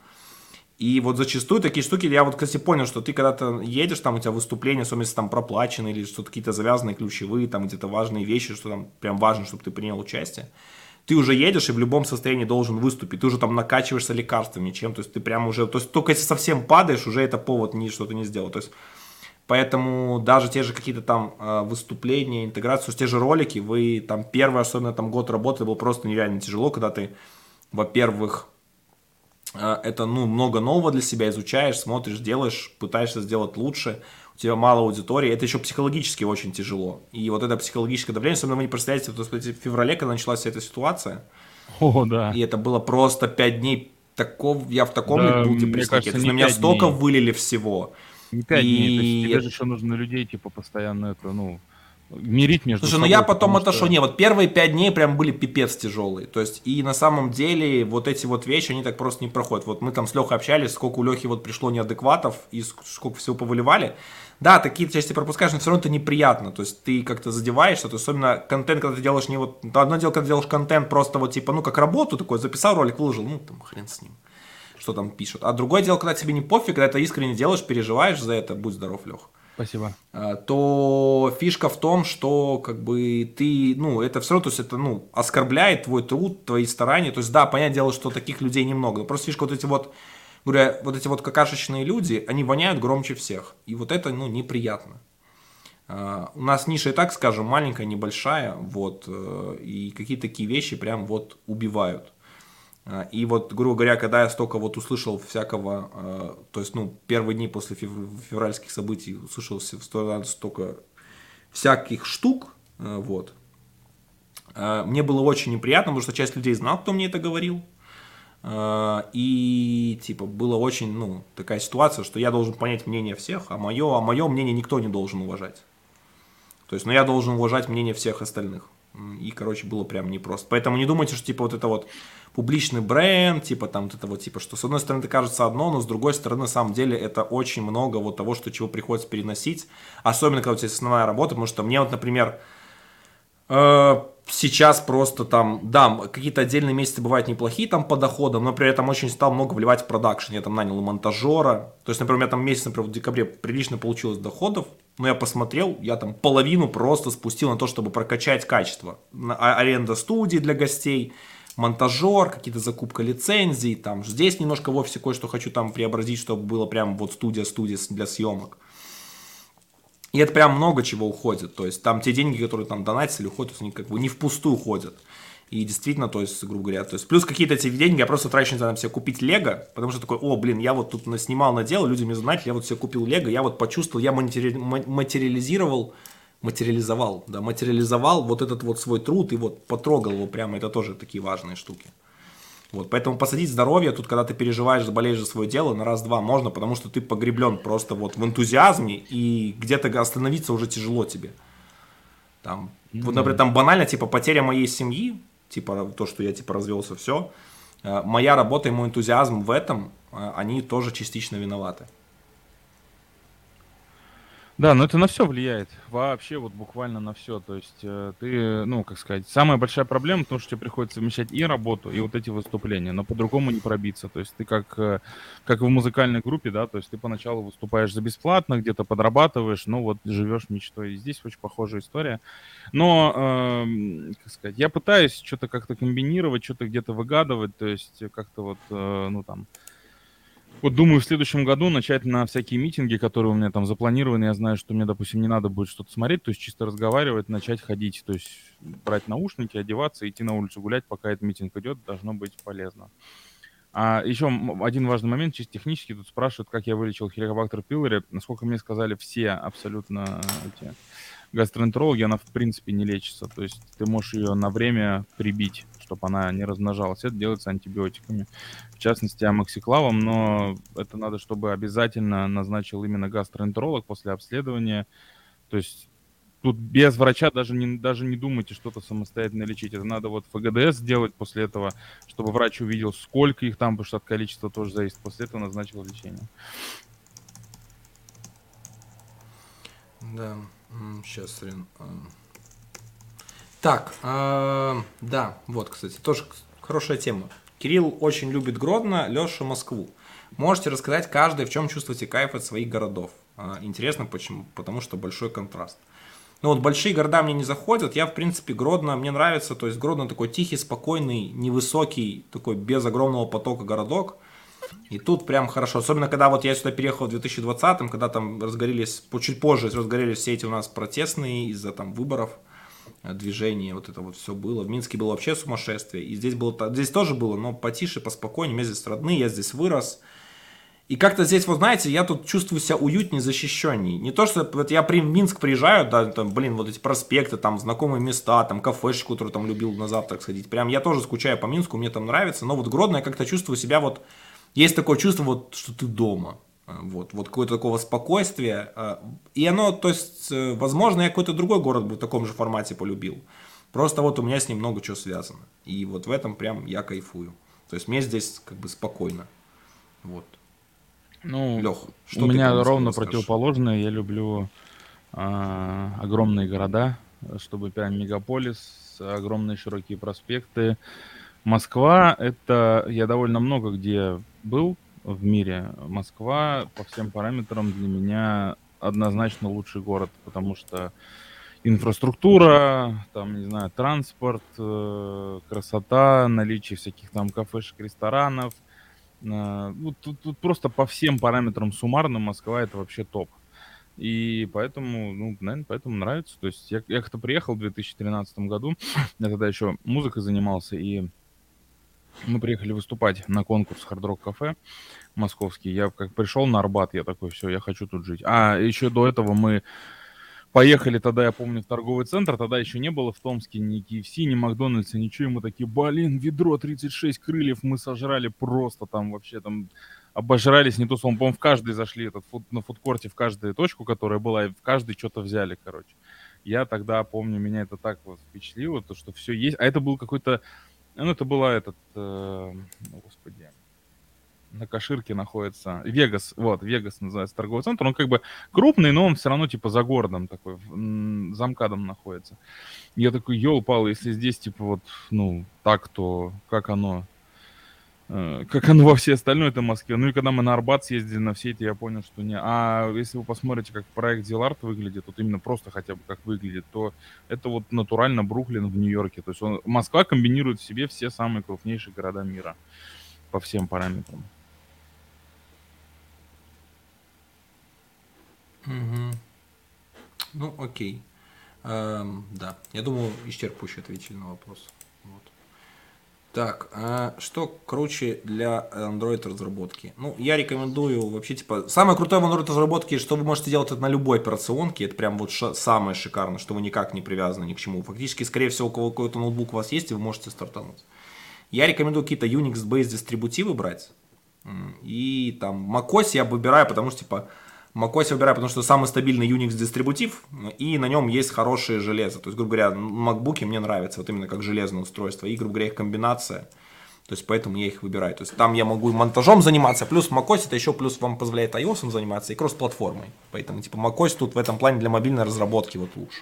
И вот зачастую такие штуки, я вот, кстати, понял, что ты когда-то едешь, там у тебя выступление, особенно если там проплачено, или что-то какие-то завязанные ключевые, там где-то важные вещи, что там прям важно, чтобы ты принял участие. Ты уже едешь и в любом состоянии должен выступить, ты уже там накачиваешься лекарствами, чем, то есть ты прям уже, то есть только если совсем падаешь, уже это повод не что-то не сделал, то есть поэтому даже те же какие-то там э, выступления, интеграцию, те же ролики, вы там первый, особенно там год работы, было просто нереально тяжело, когда ты, во-первых, это, ну, много нового для себя изучаешь, смотришь, делаешь, пытаешься сделать лучше, у тебя мало аудитории, это еще психологически очень тяжело. И вот это психологическое давление, особенно вы не представляете, вот, в феврале, когда началась вся эта ситуация, О, да. и это было просто пять дней, таков, я в таком Да, был мне депрессняке, кажется, то есть на не меня пять столько дней. вылили всего, Не пять дней. То есть тебе же и еще нужно людей, типа, постоянно это, ну, мирить между слушай, ну я собой, потом потому отошел. что... Не, вот первые пять дней прям были пипец тяжелые. То есть, и на самом деле вот эти вот вещи, они так просто не проходят. Вот мы там с Лехой общались, сколько у Лехи вот пришло неадекватов и ск- сколько всего повыливали. Да, такие части пропускаешь, но все равно это неприятно. То есть ты как-то задеваешься, то есть особенно контент, когда ты делаешь не вот... Одно дело, когда ты делаешь контент просто вот типа, ну как работу такой, записал ролик, выложил, ну там хрен с ним, что там пишут. А другое дело, когда тебе не пофиг, когда ты искренне делаешь, переживаешь за это, будь здоров, Лех, Спасибо. а, то фишка в том, что как бы ты, ну, это все равно, то есть это, ну, оскорбляет твой труд, твои старания. То есть, да, понятное дело, что таких людей немного. Но просто фишка вот эти вот, говоря, вот эти вот какашечные люди, они воняют громче всех. И вот это, ну, неприятно. А, у нас ниша и так, скажем, маленькая, небольшая, вот, э, и какие-то такие вещи прям вот убивают. А, И вот, грубо говоря, когда я столько вот услышал всякого, э, то есть, ну, первые дни после фев- февральских событий услышал с- сто- столько всяких штук, э, вот, э, мне было очень неприятно, потому что часть людей знал, кто мне это говорил, э, и, типа, было очень, ну, такая ситуация, что я должен понять мнение всех, а мое, а мое мнение никто не должен уважать. То есть, ну, я должен уважать мнение всех остальных. И, короче, было прям непросто. Поэтому не думайте, что, типа, вот это вот публичный бренд, типа, там, вот это вот, типа, что, с одной стороны, это кажется одно, но с другой стороны, на самом деле, это очень много вот того, что, чего приходится переносить. Особенно, когда у тебя есть основная работа, потому что мне вот, например, Э, сейчас просто там, да, какие-то отдельные месяцы бывают неплохие там по доходам, но при этом очень стал много вливать в продакшн. Я там нанял и монтажера. То есть, например, у меня там месяц, например, в декабре прилично получилось доходов, но я посмотрел, я там половину просто спустил на то, чтобы прокачать качество. На- а- Аренда студии для гостей, монтажер, какие-то закупка лицензий, там здесь немножко в офисе кое-что хочу там преобразить, чтобы было прям вот студия-студия для съемок. И это прям много чего уходит. То есть там те деньги, которые там донатили, уходят, они как бы не впустую уходят. И действительно, то есть, грубо говоря, то есть плюс какие-то эти деньги я просто трачу, не знаю, на себе купить лего, потому что такой, о, блин, я вот тут снимал, наделал, люди мне знают, я вот себе купил лего, я вот почувствовал, я матери- ма- материализировал, материализовал, да, материализовал вот этот вот свой труд и вот потрогал его прямо, это тоже такие важные штуки. Вот, поэтому посадить здоровье, тут, когда ты переживаешь, болеешь за свое дело, на раз-два можно, потому что ты погреблен просто вот в энтузиазме, и где-то остановиться уже тяжело тебе. Там, Ну вот, да. например, там банально, типа, потеря моей семьи, типа, то, что я, типа, развелся, все, моя работа и мой энтузиазм в этом, э, они тоже частично виноваты. Да, но это на все влияет. Вообще, вот буквально на все. То есть, э, ты, ну, как сказать, самая большая проблема в том, что тебе приходится совмещать и работу, и вот эти выступления, но по-другому не пробиться. То есть ты как, э, как в музыкальной группе, да, то есть ты поначалу выступаешь за бесплатно, где-то подрабатываешь, но вот живешь мечтой. И здесь очень похожая история. Но, эм, как сказать, я пытаюсь что то как-то комбинировать, что то где-то выгадывать, то есть э, как-то вот, э, ну, там, вот думаю в следующем году начать на всякие митинги, которые у меня там запланированы. Я знаю, что мне, допустим, не надо будет что-то смотреть, то есть чисто разговаривать, начать ходить, то есть брать наушники, одеваться, идти на улицу гулять, пока этот митинг идет, должно быть полезно. А еще м- один важный момент, чисто технически, тут спрашивают, как я вылечил хеликобактер пилори. Насколько мне сказали, все абсолютно эти гастроэнтерологи, она в принципе не лечится. То есть ты можешь ее на время прибить, чтобы она не размножалась. Это делается антибиотиками, в частности амоксиклавом, но это надо, чтобы обязательно назначил именно гастроэнтеролог после обследования. То есть тут без врача даже не, даже не думайте что-то самостоятельно лечить. Это надо вот ФГДС сделать после этого, чтобы врач увидел, сколько их там, потому что от количества тоже зависит. После этого назначил лечение. Да, сейчас, Рен. Так, э, да, вот, кстати, тоже хорошая тема. Кирилл очень любит Гродно, Леша Москву. Можете рассказать каждый, в чем чувствуете кайф от своих городов. Э, интересно, почему? Потому что большой контраст. Ну вот большие города мне не заходят. Я, в принципе, Гродно, мне нравится. То есть Гродно такой тихий, спокойный, невысокий, такой без огромного потока городок. И тут прям хорошо. Особенно, когда вот я сюда переехал в две тысячи двадцатом, когда там разгорелись, чуть позже разгорелись все эти у нас протестные из-за там выборов, движение, вот это вот все было. В Минске было вообще сумасшествие. И здесь было, здесь тоже было, но потише, поспокойнее. У меня здесь родные, я здесь вырос. И как-то здесь, вот знаете, я тут чувствую себя уютнее, защищенней. Не то, что вот я при, в Минск приезжаю, да, там, блин, вот эти проспекты, там, знакомые места, там, кафешку, которую там любил на завтрак сходить. Прям я тоже скучаю по Минску, мне там нравится. Но вот Гродно я как-то чувствую себя вот, есть такое чувство, вот, что ты дома. Вот, вот какое-то такого спокойствия. И оно, то есть, возможно, я какой-то другой город бы в таком же формате полюбил. Просто вот у меня с ним много чего связано. И вот в этом прям я кайфую. То есть мне здесь как бы спокойно. Вот. Ну, Лех, у что ты про меня Москву ровно расскажешь? противоположное. Я люблю а, огромные города, чтобы прям мегаполис, огромные широкие проспекты. Москва — это я довольно много где был в мире. Москва по всем параметрам для меня однозначно лучший город, потому что инфраструктура, там, не знаю, транспорт, э, красота, наличие всяких там кафешек, ресторанов. Э, ну, тут, тут просто по всем параметрам суммарно Москва — это вообще топ. И поэтому, ну, наверное, поэтому нравится. То есть я, я как-то приехал в две тысячи тринадцатом году, я тогда еще музыкой занимался, и мы приехали выступать на конкурс Hard Rock Cafe московский. Я как пришел на Арбат, я такой, все, я хочу тут жить. А еще до этого мы поехали тогда, я помню, в торговый центр. Тогда еще не было в Томске ни Ки Эф Си, ни Макдональдса, ничего. И мы такие, блин, ведро тридцать шесть крыльев мы сожрали просто там вообще там обожрались, не то словом, по-моему, в каждый зашли, этот фуд, на фудкорте в каждую точку, которая была, и в каждый что-то взяли, короче. Я тогда помню, меня это так вот впечатлило, то, что все есть. А это был какой-то, ну, это была этот, э, о, господи, на Каширке находится Вегас, вот, Вегас называется торговый центр. Он как бы крупный, но он все равно типа за городом такой, в- м, за МКАДом находится. Я такой, ёл-пал, если здесь типа вот, ну, так, то как оно? Э, Как оно во всей остальной это Москве. Ну и когда мы на Арбат съездили на все эти, я понял, что не. А если вы посмотрите, как проект Зиларт выглядит, вот именно просто хотя бы как выглядит, то это вот натурально Бруклин в Нью-Йорке. То есть он, Москва комбинирует в себе все самые крупнейшие города мира по всем параметрам. Ну, окей. Эм, да, я думаю, исчерпывающе ответили на вопрос. Вот. Так, а что круче для Android разработки? Ну, я рекомендую вообще, типа, самое крутое в Android разработке, что вы можете делать это на любой операционке, это прям вот ша- самое шикарное, что вы никак не привязаны ни к чему. Фактически, скорее всего, у кого какой-то ноутбук у вас есть, и вы можете стартануть. Я рекомендую какие-то Unix-based дистрибутивы брать. И там macOS я выбираю, потому что, типа, macOS я выбираю, потому что самый стабильный Unix-дистрибутив, и на нем есть хорошее железо. То есть, грубо говоря, MacBook мне нравится, вот именно как железное устройство, и, грубо говоря, их комбинация. То есть, поэтому я их выбираю. То есть, там я могу и монтажом заниматься, плюс macOS это еще плюс вам позволяет iOS заниматься и кросс-платформой. Поэтому, типа, macOS тут в этом плане для мобильной разработки вот лучше.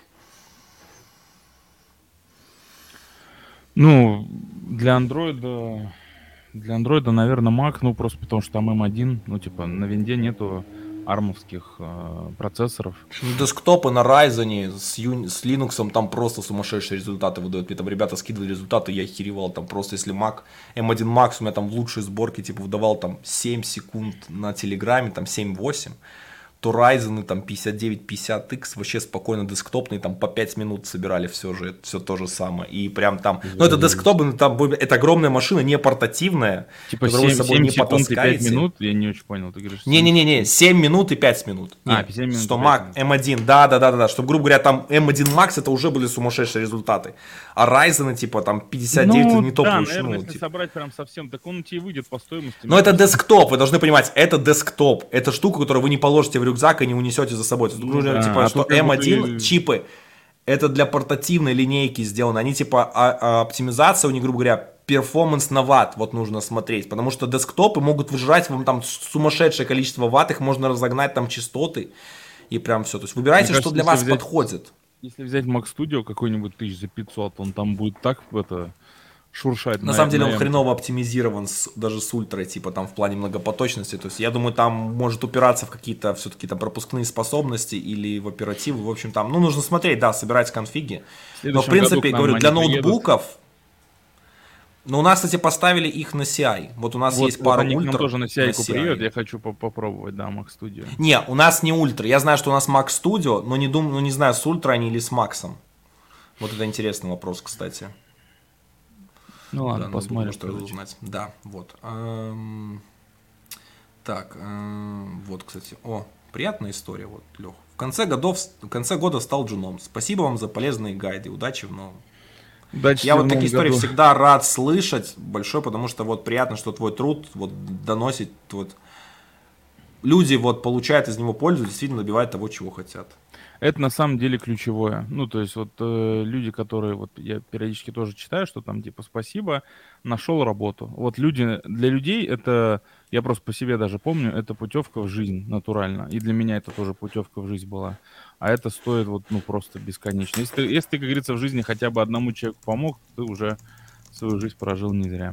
Ну, для андроида, для андроида, наверное, Mac, ну, просто потому что там эм один, ну, типа, на винде нету армовских э, процессоров. Десктопы на Ryzen с, Ю... с Linux там просто сумасшедшие результаты выдают. Мне там ребята скидывали результаты, я охеревал. Там просто если Mac, эм один Max у меня там в лучшей сборке типа выдавал там семь секунд на Телеграме, там семь-восемь. То Ryzen там пятьдесят девять пятьдесят икс вообще спокойно десктопные, там по пять минут собирали все же, все то же самое. И прям там, ну это десктопы, там, это огромная машина, не портативная, Типа которую семь, с собой семь не секунд и пять потаскаете. минут, я не очень понял, ты говоришь. Не-не-не, семь минут и пять минут. А, Нет, семь минут что и пять Mac минут. эм один, да-да-да-да, чтобы, грубо говоря, там эм один Max это уже были сумасшедшие результаты. А Ryzen, типа, там пятьдесят девять Ну, это не топ да, лучше. наверное, Ну, если типа. собрать прям совсем, так он тебе выйдет по стоимости. Но это десктоп, вы должны понимать, это десктоп. Это штука, которую вы не положите в рюкзак и не унесете за собой. Это, Ну, да, типа, а что тут как эм бы один ты- чипы, это для портативной линейки сделаны. Они, типа, а- а оптимизация у них, грубо говоря, перформанс на ватт, вот нужно смотреть. Потому что десктопы могут выжрать вам там сумасшедшее количество ватт, их можно разогнать там частоты. И прям все. То есть выбирайте, Мне что кажется, для если вас взять- подходит. Если взять Mac Studio какой-нибудь тысяч за пятьсот, он там будет так это шуршать. На самом деле он на хреново оптимизирован с- даже с ультрой, типа там в плане многопоточности. То есть я думаю, там может упираться в какие-то все-таки там пропускные способности или в оперативу. В общем, там, ну, нужно смотреть, да, собирать конфиги. Но, в следующем принципе, году к нам говорю, для они приедут. ноутбуков. Но у нас, кстати, поставили их на си ай. Вот у нас Вот, есть вот пара они к нам ультр тоже на си ай Си приедут, я хочу по- попробовать, да, Mac Studio. Не, у нас не ультра. Я знаю, что у нас Mac Studio, но не думаю, ну не знаю, с ультра они или с Максом. Вот это интересный вопрос, кстати. Ну ладно, Да, посмотрим. что узнать. Да, вот. Эм, Так, эм, вот, кстати. О, приятная история, вот, Лех. В конце, годов, в конце года стал джуном. Спасибо вам за полезные гайды. Удачи в новом. Удачи Я тебе вот в такие новом истории году. всегда рад слышать большой, потому что вот приятно, что твой труд вот доносит, вот люди вот получают из него пользу, действительно добивают того, чего хотят. Это на самом деле ключевое. Ну, то есть вот э, люди, которые, вот я периодически тоже читаю, что там типа спасибо, нашел работу. Вот люди, для людей это, я просто по себе даже помню, это путевка в жизнь натурально. И для меня это тоже путевка в жизнь была. А это стоит вот, ну, просто бесконечно. Если ты, если ты, как говорится, в жизни хотя бы одному человеку помог, ты уже свою жизнь прожил не зря.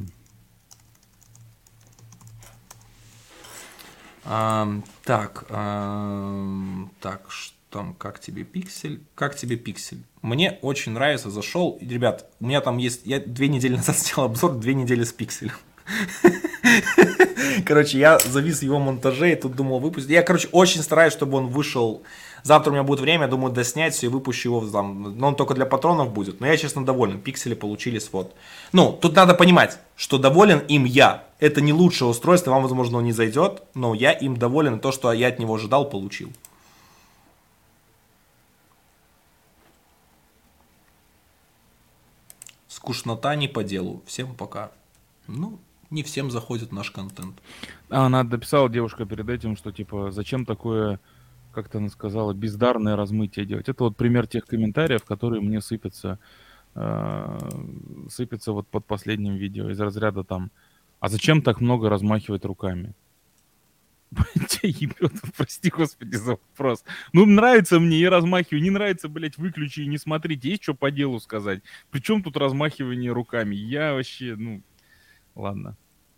Ам, так, ам, так, что там, как тебе пиксель? Как тебе пиксель? Мне очень нравится, зашел. И, ребят, у меня там есть, я две недели назад сделал обзор, две недели с пикселем. Короче, я завис в его монтаже и тут думал выпустить. Я, короче, очень стараюсь, чтобы он вышел. Завтра у меня будет время, я думаю, доснять все и выпущу его там. Но он только для патронов будет. Но я, честно, доволен. Пиксели получились вот. Ну, тут надо понимать, что доволен им я. Это не лучшее устройство, вам, возможно, он не зайдет, но я им доволен, и то, что я от него ожидал, получил. Скучнота не по делу. Всем пока. Ну, не всем заходит наш контент. А она дописала девушка перед этим, что типа зачем такое, как-то она сказала, бездарное размытие делать. Это вот пример тех комментариев, которые мне сыпятся, э, сыпятся вот под последним видео из разряда там, а зачем так много размахивать руками? Тебя ебет, прости господи за вопрос. Ну, нравится мне, я размахиваю, не нравится, блядь, выключи и не смотрите. Есть что по делу сказать? Причем тут размахивание руками? Я вообще, ну, ладно.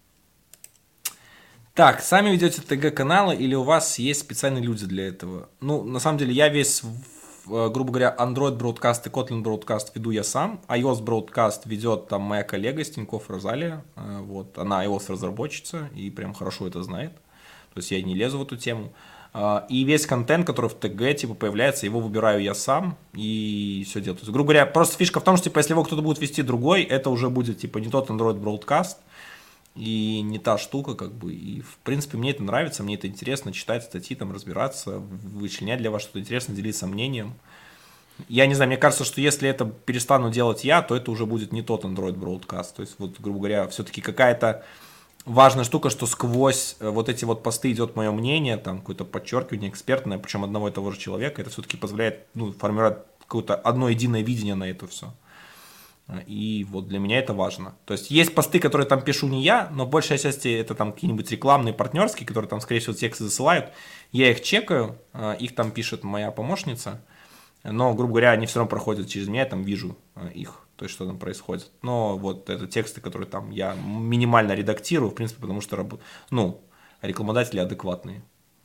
Так, сами ведете ТГ-каналы или у вас есть специальные люди для этого? Ну, на самом деле, я весь, в, грубо говоря, Android Broadcast и Kotlin Broadcast веду я сам. iOS Broadcast ведет там моя коллега Стеньков Розалия. Вот, она iOS-разработчица и прям хорошо это знает. То есть я не лезу в эту тему. И весь контент, который в ТГ типа появляется, его выбираю я сам и все делаю. То есть, грубо говоря, просто фишка в том, что типа, если его кто-то будет вести другой, это уже будет типа не тот Android Broadcast и не та штука, как бы. И в принципе мне это нравится, мне это интересно читать статьи, там разбираться, вычленять для вас что-то интересное, делиться мнением. Я не знаю, мне кажется, что если это перестану делать я, то это уже будет не тот Android Broadcast. То есть, вот, грубо говоря, все-таки какая-то важная штука, что сквозь э, вот эти вот посты идет мое мнение, там какое-то подчеркивание экспертное, причем одного и того же человека, это все-таки позволяет, ну, формировать какое-то одно единое видение на это все. И вот для меня это важно. То есть есть посты, которые там пишу не я, но большая часть это там какие-нибудь рекламные, партнерские, которые там, скорее всего, тексты засылают. Я их чекаю, э, их там пишет моя помощница, но, грубо говоря, они все равно проходят через меня, я там вижу э, их, то есть что там происходит. Но вот это тексты, которые там я минимально редактирую, в принципе, потому что раб- ну, рекламодатели адекватные.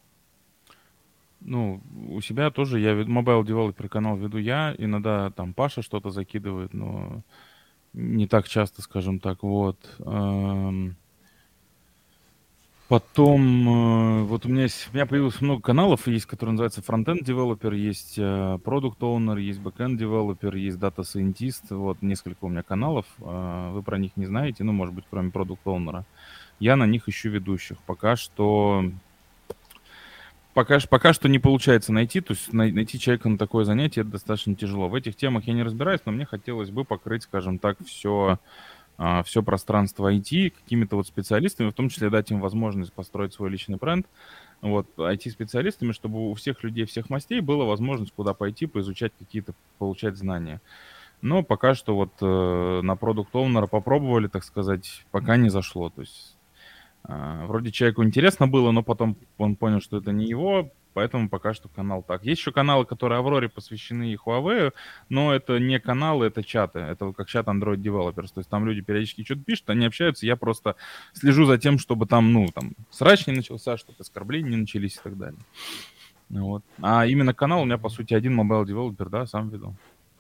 Ну, у себя тоже я вед- Mobile Developer канал веду я, иногда там Паша что-то закидывает, но не так часто, скажем так, вот. Эм, Потом, э, вот у меня есть, у меня появилось много каналов, есть, которые называются Frontend Developer, есть э, Product Owner, есть Backend Developer, есть Data Scientist, вот несколько у меня каналов, э, вы про них не знаете, ну, может быть, кроме Product Owner. Я на них ищу ведущих. Пока что, пока, ш- пока что не получается найти, то есть най- найти человека на такое занятие это достаточно тяжело. В этих темах я не разбираюсь, но мне хотелось бы покрыть, скажем так, все все пространство ай ти какими-то вот специалистами, в том числе дать им возможность построить свой личный бренд, вот, ай ти-специалистами, чтобы у всех людей, всех мастей была возможность куда пойти, поизучать какие-то, получать знания. Но пока что вот э, на продукт оунера попробовали, так сказать, пока не зашло. То есть а, вроде человеку интересно было, но потом он понял, что это не его, поэтому пока что канал так. Есть еще каналы, которые Авроре посвящены и Huawei, но это не каналы, это чаты. Это вот как чат Android Developers. То есть там люди периодически что-то пишут, они общаются, я просто слежу за тем, чтобы там, ну, там, срач не начался, чтобы оскорбления не начались и так далее. Ну вот. А именно канал у меня, по сути, один Mobile Developer, да, сам веду.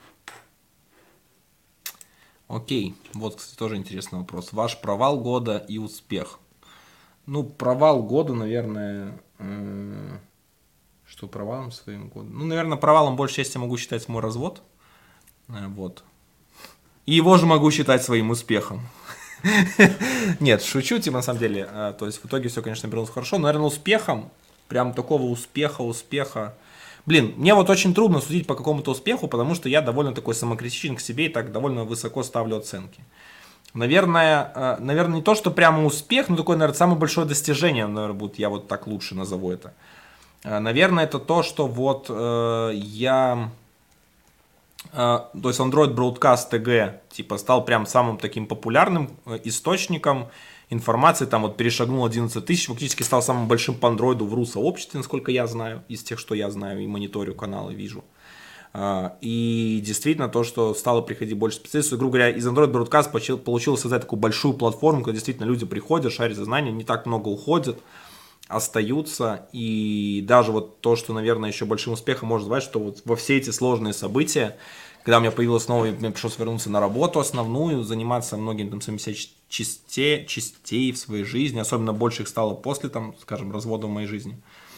Окей, вот, кстати, тоже интересный вопрос. Ваш провал года и успех. Ну, провал года, наверное, э, что провалом своим годом? Ну, наверное, провалом большей части могу считать мой развод. Э, Вот. И его же могу считать своим успехом. Нет, шучу, типа, на самом деле. А, То есть в итоге все, конечно, обернулось хорошо. Но, наверное, успехом, прям такого успеха, успеха. Блин, мне вот очень трудно судить по какому-то успеху, потому что я довольно такой самокритичен к себе и так довольно высоко ставлю оценки. Наверное, э, наверное, не то, что прямо успех, но такое, наверное, самое большое достижение, наверное, будет, я вот так лучше назову это. Э, Наверное, это то, что вот э, я а, то есть Android Broadcast ти джи типа стал прям самым таким популярным э, источником информации, там вот перешагнул одиннадцать тысяч, фактически стал самым большим по Android в ру-сообществе, насколько я знаю, из тех, что я знаю и мониторю каналы, вижу. А, И действительно то, что стало приходить больше специалистов, грубо говоря, из Android Broadcast получил- получилось создать такую большую платформу, где действительно люди приходят, шарят за знания, не так много уходят, остаются, и даже вот то, что, наверное, еще большим успехом можно назвать, что вот во все эти сложные события, когда у меня появилось новое, мне пришлось вернуться на работу основную, заниматься многими там своими частей, частей в своей жизни, особенно больше их стало после, там, скажем, развода в моей жизни.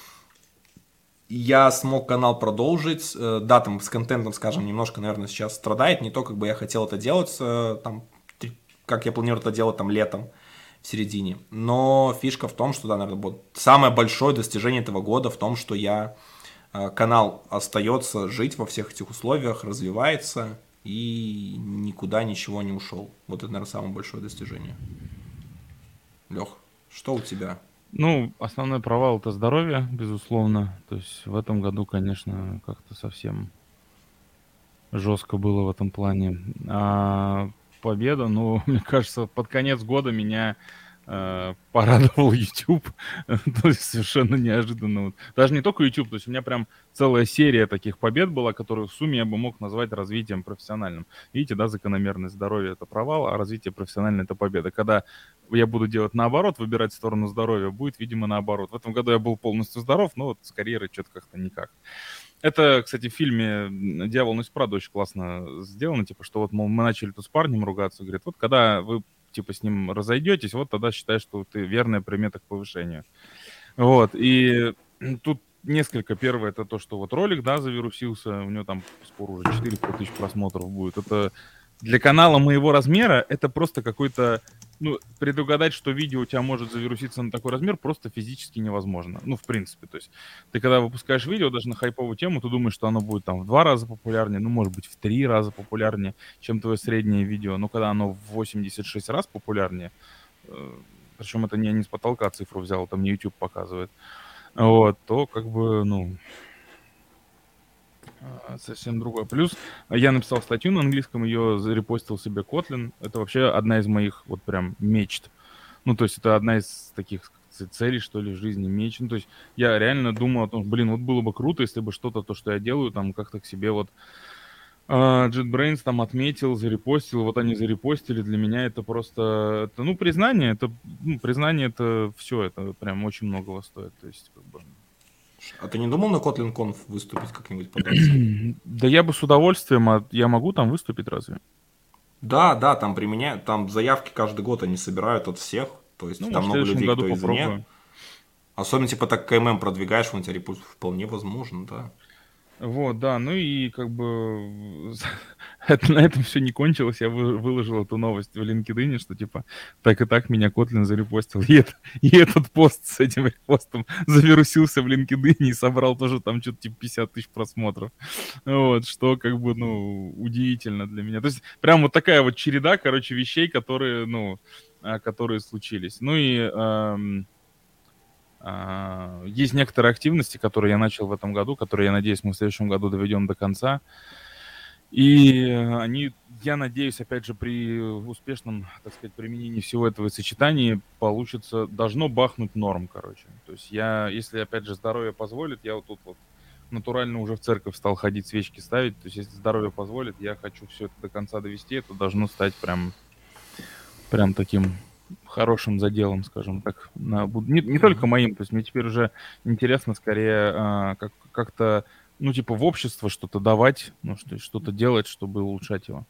Я смог канал продолжить, э, да, там с контентом, скажем, немножко, наверное, сейчас страдает, не то, как бы я хотел это делать, э, там, три- как я планирую это делать там летом, в середине. Но фишка в том, что, да, наверное, будет самое большое достижение этого года в том, что я э, канал остается жить во всех этих условиях, развивается и никуда ничего не ушел. Вот это, наверное, самое большое достижение. Лех, что у тебя? Ну, основной провал это здоровье, безусловно. То есть в этом году, конечно, как-то совсем жестко было в этом плане. А победа, ну, мне кажется, под конец года меня э, порадовал YouTube. То есть совершенно неожиданно. Вот. Даже не только YouTube, то есть у меня прям целая серия таких побед была, которую в сумме я бы мог назвать развитием профессиональным. Видите, да, закономерность здоровья — это провал, а развитие профессиональное — это победа. Когда я буду делать наоборот, выбирать сторону здоровья, будет, видимо, наоборот. В этом году я был полностью здоров, но вот с карьерой что-то как-то никак. Это, кстати, в фильме «Дьявол носит Прада» очень классно сделано, типа, что вот, мол, мы начали тут с парнем ругаться, говорит, вот когда вы, типа, с ним разойдетесь, вот тогда считай, что ты верная примета к повышению. Вот, и тут несколько. Первое — это то, что вот ролик, да, завирусился, у него там скоро уже четыреста тысяч просмотров будет. Это для канала моего размера это просто какой-то... Ну, предугадать, что видео у тебя может завируситься на такой размер, просто физически невозможно. Ну, в принципе, то есть ты когда выпускаешь видео даже на хайповую тему, ты думаешь, что оно будет там в два раза популярнее, ну, может быть, в три раза популярнее, чем твое среднее видео. Но когда оно в восемьдесят шесть раз популярнее, э, причем это не, не с потолка цифру взял, там не YouTube показывает, вот, то как бы, ну, а, совсем другое. Плюс я написал статью на английском, ее зарепостил себе Kotlin. Это вообще одна из моих вот прям мечт. Ну, то есть это одна из таких ц- целей, что ли, в жизни, меч. Ну, то есть я реально думал о том, блин, вот было бы круто, если бы что-то, то, что я делаю, там как-то к себе вот а, JetBrains там отметил, зарепостил, вот они зарепостили. Для меня это просто, это, ну, признание, это, ну, признание, это все, это прям очень многого стоит. То есть, как бы... А ты не думал на Kotlin Conf выступить как-нибудь податься? Да я бы с удовольствием, а я могу там выступить разве? Да, да, там применяют, там заявки каждый год они собирают от всех, то Ну, есть там может, в много следующем людей, году кто извне. попробую. Особенно типа так КММ продвигаешь, он тебя репостит, вполне возможно, да. Вот, да, ну и как бы это, на этом все не кончилось. Я вы- выложил эту новость в LinkedIn, что типа так и так меня Котлин зарепостил. И, это, и этот пост с этим репостом завирусился в LinkedIn и собрал тоже там что-то типа пятьдесят тысяч просмотров. Вот, что как бы, ну, удивительно для меня. То есть прям вот такая вот череда, короче, вещей, которые, ну, а, которые случились. Ну и ам, а, есть некоторые активности, которые я начал в этом году, которые, я надеюсь, мы в следующем году доведем до конца. И э, они, я надеюсь, опять же, при успешном, так сказать, применении всего этого и сочетании получится, должно бахнуть норм, короче. То есть я, если, опять же, здоровье позволит, я вот тут вот натурально уже в церковь стал ходить, свечки ставить. То есть если здоровье позволит, я хочу все это до конца довести. Это должно стать прям, прям таким хорошим заделом, скажем так. На, буд- не, не только моим, то есть мне теперь уже интересно скорее а, как, как-то, ну, типа в общество что-то давать, ну, что, что-то делать, чтобы улучшать его.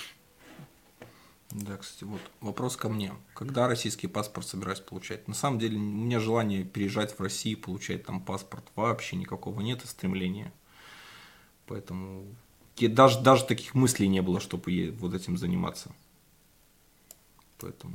Да, кстати, вот вопрос ко мне. Когда российский паспорт собираюсь получать? На самом деле, у меня желания переезжать в Россию, получать там паспорт вообще никакого нет и стремления. Поэтому я- даже, даже таких мыслей не было, чтобы е- вот этим заниматься. Поэтому...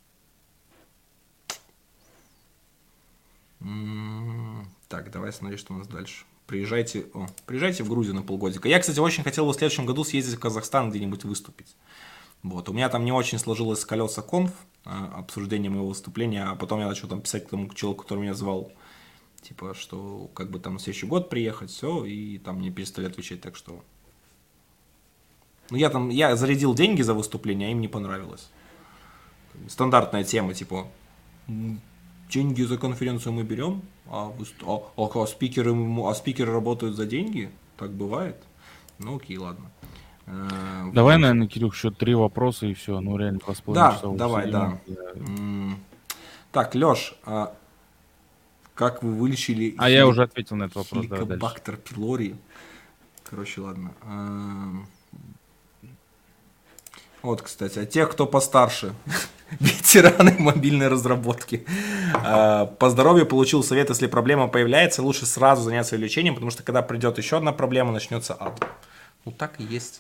М, Так, давай смотри, что у нас дальше. Приезжайте, о, приезжайте в Грузию на полгодика. Я, кстати, очень хотел бы в следующем году съездить в Казахстан где-нибудь выступить. Вот. У меня там не очень сложилось с колеса конф, а, обсуждение моего выступления, а потом я начал там писать к тому человеку, который меня звал, типа, что как бы там на следующий год приехать, все, и там мне перестали отвечать, так что... Ну, я там, я зарядил деньги за выступление, а им не понравилось. Стандартная тема, типа, «М, деньги за конференцию мы берем, а, выст- а, а- а спикеры, м- а спикеры работают за деньги? Так бывает? Ну, окей, ладно. Э, Давай, вот. наверное, Кирюх, еще три вопроса и все. Ну, реально, два с половиной Да, часа уже давай, сидим. да. Я- М, Так, Леш, а как вы вылечили А я хели... уже ответил на этот вопрос, давай дальше. хеликобактер пилори? Короче, ладно. Ам, Вот, кстати, а тех, кто постарше, ветераны мобильной разработки, а, по здоровью получил совет, если проблема появляется, лучше сразу заняться лечением, потому что когда придет еще одна проблема, начнется ад. Ну так и есть.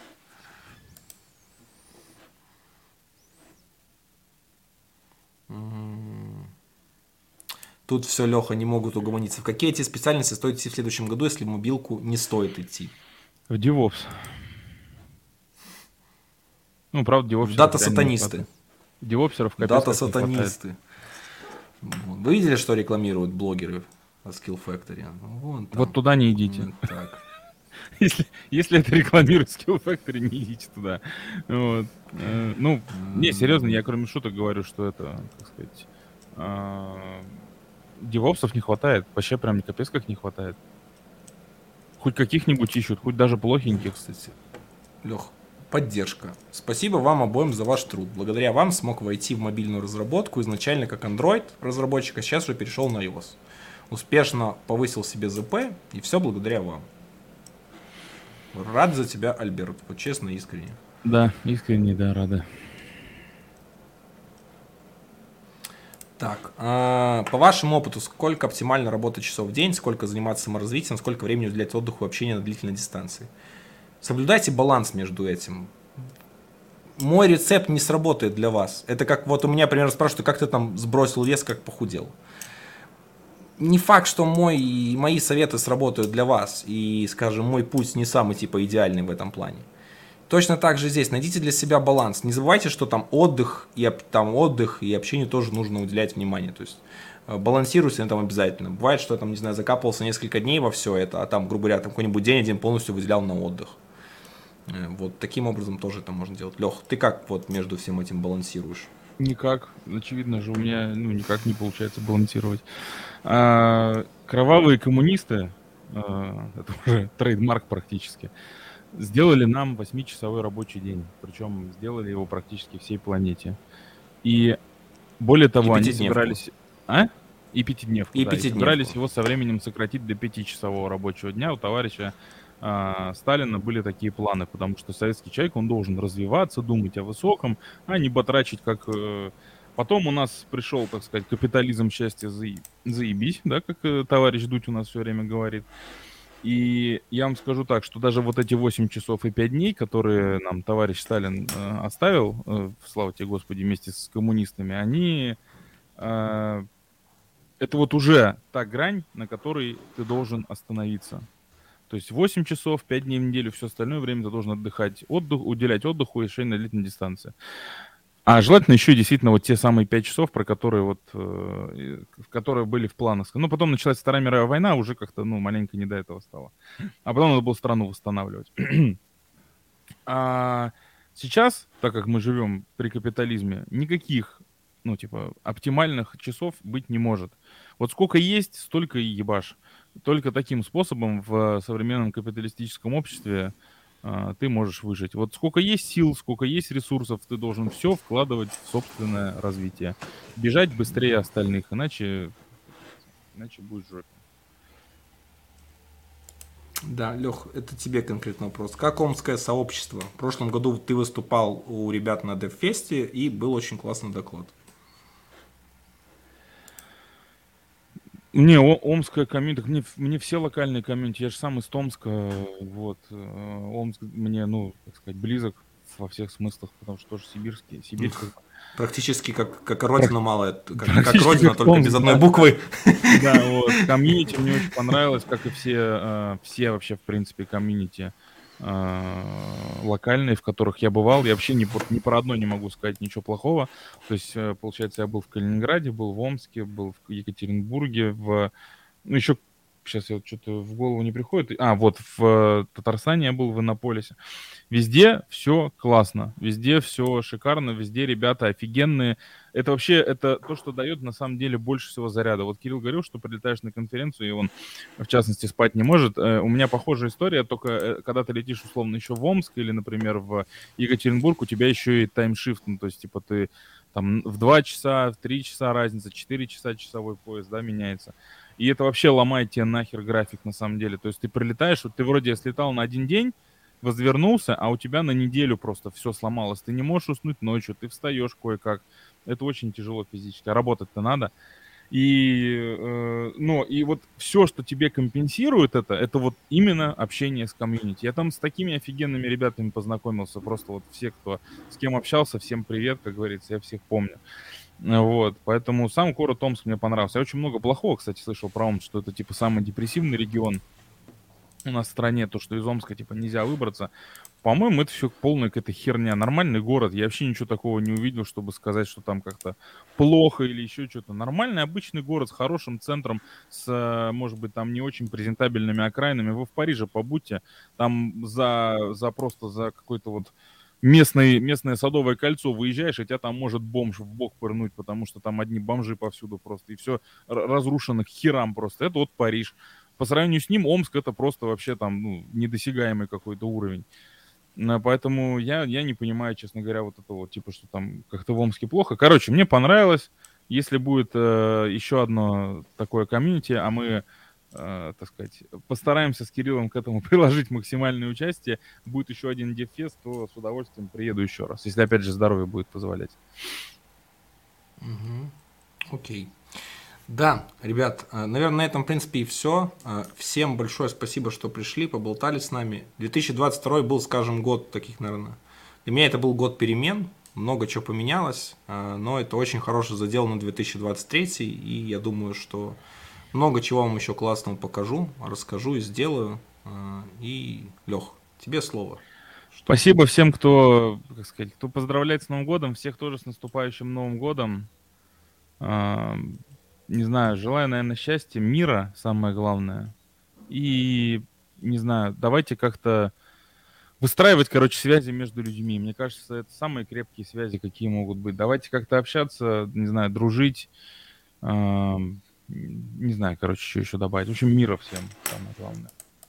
М, Тут все, Леха, не могут угомониться. В какие эти специальности стоит идти в следующем году, если в мобилку не стоит идти? В DevOps. Ну, правда, В девопсеров реально не дата-сатанисты. хватает. Девопсеров капец как не хватает. Дата-сатанисты. Вот. Вы видели, что рекламируют блогеры о Skill Factory? Ну, вон Вот там. туда не идите. Вот так. Если, если это рекламирует Skill Factory, не идите туда. Вот. Э, Ну, не, серьезно, я кроме шуток говорю, что это, как сказать, а, девопсов не хватает. Вообще прям капец как не хватает. Хоть каких-нибудь ищут, хоть даже плохеньких. Кстати, Лех, поддержка. Спасибо вам обоим за ваш труд. Благодаря вам смог войти в мобильную разработку изначально как Android разработчик, а сейчас уже перешел на iOS. Успешно повысил себе ЗП, и все благодаря вам. Рад за тебя, Альберт. Вот честно и искренне. Да, искренне, да, рада. Так, а, по вашему опыту, сколько оптимально работать часов в день, сколько заниматься саморазвитием, сколько времени уделять отдыху и общению на длительной дистанции? Соблюдайте баланс между этим. мой рецепт не сработает для вас. Это как вот у меня, например, спрашивают, как ты там сбросил вес, как похудел. Не факт, что мой, мои советы сработают для вас, и, скажем, мой путь не самый типа идеальный в этом плане. Точно так же здесь. Найдите для себя баланс. Не забывайте, что там отдых и, там отдых и общению тоже нужно уделять внимание. То есть балансируйте на этом обязательно. Бывает, что я там, не знаю, закапывался несколько дней во все это, а там, грубо говоря, там какой-нибудь день один полностью выделял на отдых. Вот таким образом тоже это можно делать. Лех, ты как вот между всем этим балансируешь? Никак. Очевидно же, у меня ну, никак не получается балансировать. А, кровавые коммунисты, а, это уже трейдмарк практически, сделали нам восьмичасовой рабочий день. Причем сделали его практически всей планете. И более того, И они пятидневку. собирались... А? И пятидневку, И да. И пятидневку. собирались его со временем сократить до пятичасового рабочего дня. У товарища а, Сталина были такие планы, потому что советский человек, он должен развиваться, думать о высоком, а не батрачить как... э, Потом у нас пришел, так сказать, капитализм счастья заи- заебись, да, как э, товарищ Дудь у нас все время говорит. И я вам скажу так, что даже вот эти восемь часов и пять дней, которые нам товарищ Сталин э, оставил, э, слава тебе Господи, вместе с коммунистами, они... э, это вот уже та грань, на которой ты должен остановиться. То есть восемь часов, пять дней в неделю, все остальное время ты должен отдыхать, отдых, уделять отдыху и шее на длительной дистанции. А желательно еще и действительно вот те самые пять часов, про которые вот, э, которые были в планах. Ну, потом началась Вторая мировая война, уже как-то, ну, маленько не до этого стало. А потом надо было страну восстанавливать. А сейчас, так как мы живем при капитализме, никаких, ну, типа, оптимальных часов быть не может. Вот сколько есть, столько и ебашь. Только таким способом в современном капиталистическом обществе а, ты можешь выжить. Вот сколько есть сил, сколько есть ресурсов, ты должен все вкладывать в собственное развитие. Бежать быстрее остальных, иначе, иначе будешь в жопе. Да, Лех, это тебе конкретно вопрос. Как омское сообщество? В прошлом году ты выступал у ребят на Девфесте, и был очень классный доклад. Не, О- омская комьюнити, так мне, в- мне все локальные комьюнити, я же сам из Томска, вот, э, Омск мне, ну, так сказать, близок во всех смыслах, потому что тоже сибирский, Сибирь как бы Практически как, как родина прак- малая, как, как практически родина, как только Томск, без одной да. буквы. Да, вот, комьюнити мне очень понравилось, как и все, э, все вообще, в принципе, комьюнити э, локальные, в которых я бывал. Я вообще ни, по- ни про одно не могу сказать ничего плохого. То есть, э, получается, я был в Калининграде, был в Омске, был в Екатеринбурге, в... Ну, еще сейчас я вот что-то в голову не приходит. А, вот в э, Татарстане я был, в Иннополисе. Везде все классно, везде все шикарно, везде ребята офигенные. Это вообще, это то, что дает на самом деле больше всего заряда. Вот Кирилл говорил, что прилетаешь на конференцию, и он, в частности, спать не может. Э, У меня похожая история, только э, когда ты летишь, условно, еще в Омск или, например, в Екатеринбург, у тебя еще и таймшифт, ну, то есть, типа, ты там в два часа, в три часа разница, четыре часа часовой пояс, да, меняется. И это вообще ломает тебе нахер график, на самом деле. То есть ты прилетаешь, вот ты вроде слетал на один день, возвернулся, а у тебя на неделю просто все сломалось. Ты не можешь уснуть ночью, ты встаешь кое-как. Это очень тяжело физически, а работать-то надо. И, э, ну, и вот все, что тебе компенсирует это, это вот именно общение с комьюнити. Я там с такими офигенными ребятами познакомился, просто вот все, кто с кем общался, всем привет, как говорится, я всех помню. Э, Вот, поэтому сам город Омск мне понравился. Я очень много плохого, кстати, слышал про Омск, что это типа самый депрессивный регион у нас в стране, то, что из Омска, типа, нельзя выбраться. По-моему, это все полная какая-то херня. Нормальный город. Я вообще ничего такого не увидел, чтобы сказать, что там как-то плохо или еще что-то. Нормальный, обычный город с хорошим центром, с, э, может быть, там не очень презентабельными окраинами. Вы в Париже побудьте, там за, за просто за какой-то вот местный, местное Садовое кольцо выезжаешь, и тебя там может бомж в бок пырнуть, потому что там одни бомжи повсюду просто, и все разрушено к херам просто. Это вот Париж. По сравнению с ним Омск это просто вообще там, ну, недосягаемый какой-то уровень. На- Поэтому я, я не понимаю, честно говоря, вот это вот, типа, что там как-то в Омске плохо. Короче, мне понравилось. Если будет э, еще одно такое комьюнити, а мы, э, так сказать, постараемся с Кириллом к этому приложить максимальное участие, будет еще один Девфест, то с удовольствием приеду еще раз, если, опять же, здоровье будет позволять. Окей. Да, ребят, э, наверное, на этом, в принципе, и все. Всем большое спасибо, что пришли, поболтали с нами. две тысячи двадцать второй был, скажем, год таких, наверное, Для меня это был год перемен, много чего поменялось, э, но это очень хороший задел на две тысячи двадцать третий, и я думаю, что много чего вам еще классного покажу, расскажу и сделаю. Э, И, Лех, тебе слово. Что Спасибо хочешь? всем, кто, как сказать, кто поздравляет с Новым годом, всех тоже с наступающим Новым годом. А, Не знаю, желаю, наверное, счастья, мира, самое главное. И, не знаю, давайте как-то выстраивать, короче, связи между людьми. Мне кажется, это самые крепкие связи, какие могут быть. Давайте как-то общаться, не знаю, дружить. А, Не знаю, короче, что еще добавить. В общем, мира всем, самое главное.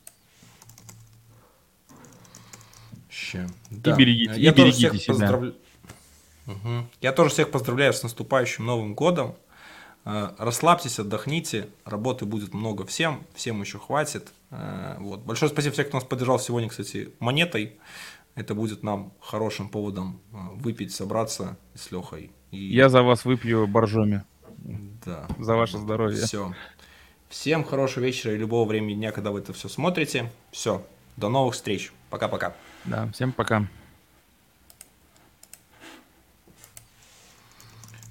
Ща. И Да, берегите, и я тоже берегите всех себя. поздравляю. Я тоже всех поздравляю с наступающим Новым годом. Э, Расслабьтесь, отдохните, работы будет много всем, всем еще хватит. Э, Вот. Большое спасибо всем, кто нас поддержал сегодня, кстати, монетой. Это будет нам хорошим поводом э, выпить, собраться с Лехой. Я И за вас выпью боржоми. да, За ваше вот. здоровье. Все. Всем хорошего вечера и любого времени дня, когда вы это все смотрите. Все. До новых встреч. Пока-пока. Да, всем пока.